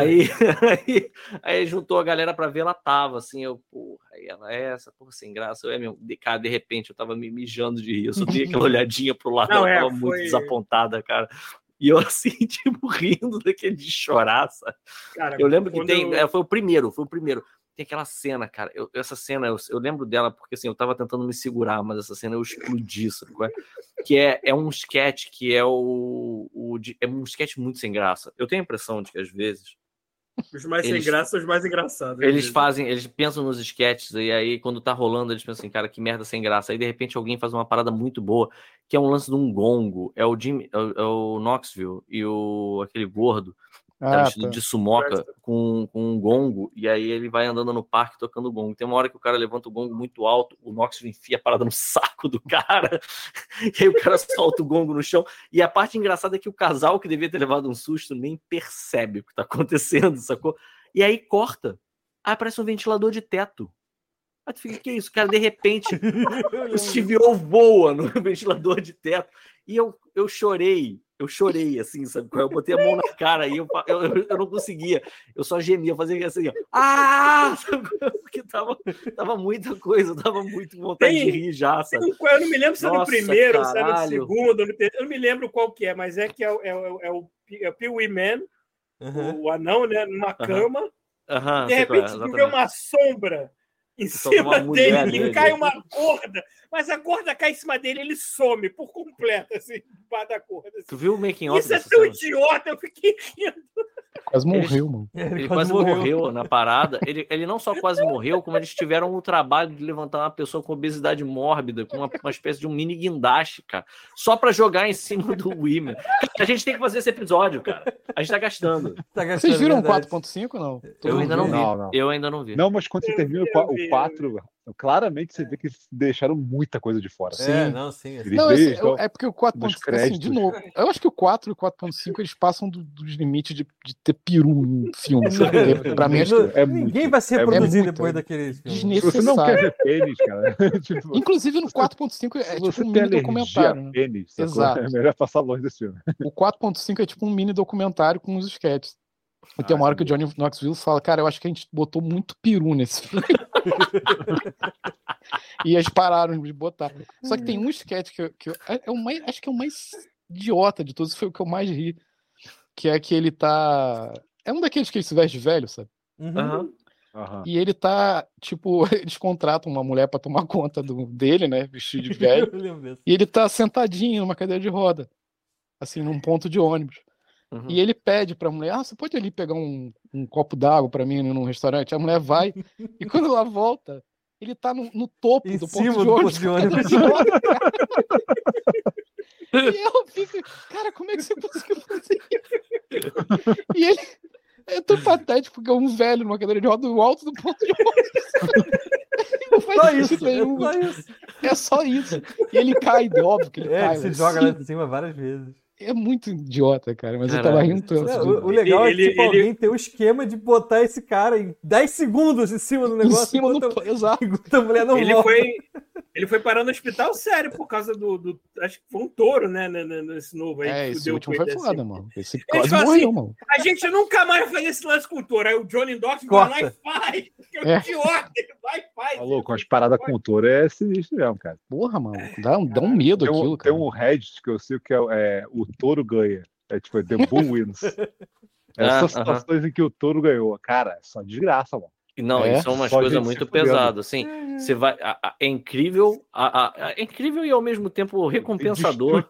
Aí juntou a galera pra ver, ela tava assim, aí ela, porra, sem graça. Cara, de repente, eu tava me mijando de rir, eu só dei aquela olhadinha pro lado, ela tava muito desapontada, cara. E eu assim, tipo, rindo daquele de chorar, sabe? Cara, eu lembro que foi o primeiro. Tem aquela cena, cara, essa cena, eu lembro dela porque assim, eu tava tentando me segurar, mas essa cena eu explodi, sabe? Que é um sketch que é é um sketch muito sem graça. Eu tenho a impressão de que às vezes os mais sem graça são os mais engraçados. Eles pensam nos sketches e aí quando tá rolando eles pensam assim, cara, que merda sem graça. Aí de repente alguém faz uma parada muito boa, que é um lance de um gongo, é o Knoxville e aquele gordo vestido de sumoca com um gongo, e aí ele vai andando no parque tocando gongo. Tem uma hora que o cara levanta o gongo muito alto, o Knoxville enfia a parada no saco do cara, e aí o cara solta o gongo no chão. E a parte engraçada é que o casal que devia ter levado um susto nem percebe o que tá acontecendo, sacou? E aí corta. Aí aparece um ventilador de teto. Aí tu fica, que isso? Cara, de repente o Steve O voa no ventilador de teto. E eu chorei. Eu chorei, assim, sabe? Eu botei a mão na cara e eu não conseguia. Eu só gemia, fazia assim, porque tava muita coisa, tava muito vontade de rir já, sabe? Eu não me lembro se é no primeiro, se é no segundo, eu não me lembro qual que é, mas é que é o Pee-wee Man, o anão, né, numa cama, de repente tu vê uma sombra em cima dele e cai uma gorda, mas a gorda cai em cima dele, ele some por completo, assim, debaixo da gorda. Assim. Tu viu o making of? Isso é tão idiota, eu fiquei rindo. Quase morreu, mano. Ele quase morreu na parada. Ele não só quase morreu, como eles tiveram o trabalho de levantar uma pessoa com obesidade mórbida, com uma espécie de um mini guindaste, cara, só pra jogar em cima do Women. A gente tem que fazer esse episódio, cara. A gente tá gastando. Vocês viram o 4.5 ou não? Eu ainda não vi. Eu ainda não vi. Não, mas quando você termina o 4, claramente você vê que eles deixaram muita coisa de fora. Sim. Sim. Não, é porque o 4.5, assim, de novo, eu acho que o 4 e o 4.5 eles passam dos limites de ter peru em filme. Pra mim, ninguém vai se reproduzir depois daquele filme. Você não quer ver pênis, cara. Tipo, inclusive no 4.5 é tipo um mini documentário. Né? Pênis, exato. É melhor passar longe desse filme. O 4.5 é tipo um mini documentário com os sketches. E tem uma hora que o Johnny Knoxville fala, cara, eu acho que a gente botou muito peru nesse filme. E eles pararam de botar. Só que tem um sketch que acho que é o mais idiota de todos, foi o que eu mais ri. Que é que ele tá... É um daqueles que ele se veste de velho, sabe? E ele tá, tipo, eles contratam uma mulher pra tomar conta dele, né? Vestido de velho. E ele tá sentadinho numa cadeira de roda. Assim, num ponto de ônibus. E ele pede pra mulher, você pode ali pegar um copo d'água pra mim num restaurante? A mulher vai, e quando ela volta, ele tá no topo do ponto de ônibus. E eu fico, cara, como é que você conseguiu fazer isso? E ele é tão patético porque é um velho numa cadeira de roda no alto do ponto de ônibus. Não faz Só sentido isso, nenhum. só isso. É só isso. E ele cai, óbvio que ele cai. Ele se joga lá de cima várias vezes. É muito idiota, cara, mas eu Caralho. tava rindo tanto. O legal é que tipo, alguém tem um esquema de botar esse cara em 10 segundos em cima do negócio. Em cima exato. A mulher não volta. Ele foi parar no hospital sério por causa do acho que foi um touro, né, nesse novo aí. Esse último foi foda, mano. Esse quase morreu, assim, mano. A gente nunca mais vai fazer esse lance com o touro. Aí o Johnny Dorf vai lá e faz. Porque é um idiota, ele vai e faz. Falou, com as paradas com o touro é sinistro mesmo, cara. Porra, mano. Dá um medo aquilo, cara. Tem um Reddit que eu sei que é o touro ganha. É tipo, The Bull Wins. Essas situações em que o touro ganhou. Cara, é só desgraça, mano. Não, isso são umas coisas muito pesadas, assim. Você vai, é incrível, é incrível e ao mesmo tempo recompensador.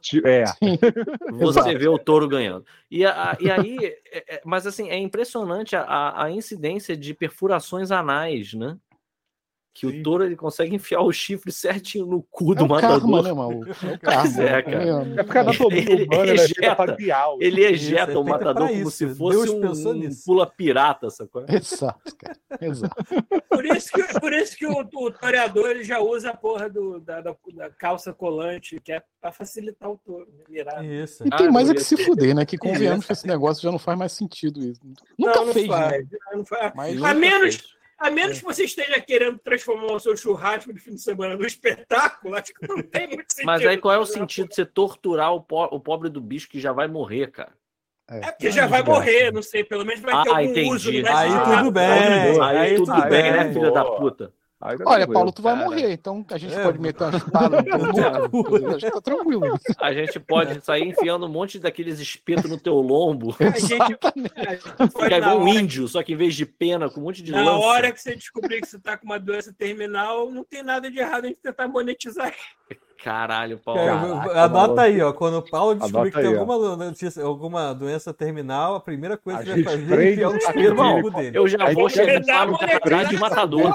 Você vê o touro ganhando. E aí, mas assim, é impressionante a incidência de perfurações anais, né? Que o touro ele consegue enfiar o chifre certinho no cu do matador. Karma, né, mano? É o karma. É, cara. É porque a anatomia humana ele ejeta o matador como se fosse um pula pirata, sacou? Exato, cara. Exato. Por isso que o toreador ele já usa a porra da calça colante, que é pra facilitar o touro. Virar. Isso. E tem mais é que se fuder, né? Que convenhamos que esse negócio já não faz mais sentido. Isso. Nunca fez, né? Não faz. Mas A menos que você esteja querendo transformar o seu churrasco de fim de semana no espetáculo, acho que não tem muito sentido. Mas aí qual é o sentido de você torturar o pobre do bicho que já vai morrer, cara? É porque já vai morrer, não sei, pelo menos vai ter algum entendi. uso. Aí tudo bem. Aí tudo bem, né, filha da puta? Olha, Paulo, tu vai morrer, então a gente pode meter uma espada no teu nuco. A gente tá tranquilo. A gente pode sair enfiando um monte daqueles espetos no teu lombo. A gente fica igual um índio, só que em vez de pena, com um monte de lança. Na hora que você descobrir que você tá com uma doença terminal, não tem nada de errado em tentar monetizar. Caralho, Paulo. Anota aí, ó. Quando o Paulo descobrir que tem alguma doença terminal, a primeira coisa que vai fazer é enfiar um espelho no olho dele. Eu já vou chegar no cara de matador.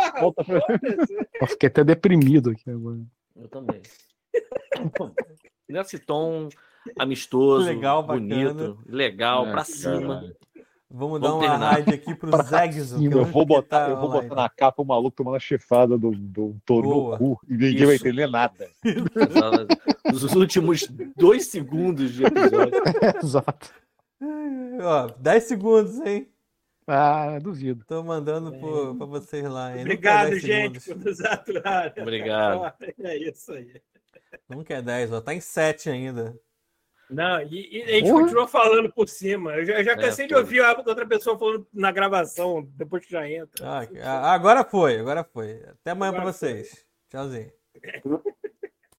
Eu fiquei até deprimido aqui agora. Eu também. Nesse tom amistoso, legal, bonito, legal, pra cima. Vamos dar uma raid aqui pro Zegzo. Eu vou botar na capa o maluco tomando a chifrada do touro no cu e ninguém vai entender nada. Nos últimos 2 segundos de episódio. Exato. Ó, 10 segundos, hein? Duvido. Tô mandando pra vocês lá, hein? Obrigado, gente, por nos aturar. Obrigado. É isso aí. Não quer 10, ó. Tá em 7 ainda. Não, e a gente continua falando por cima. Eu já cansei de ouvir a outra pessoa falando na gravação, depois que já entra. Agora foi. Até amanhã pra vocês. Tchauzinho.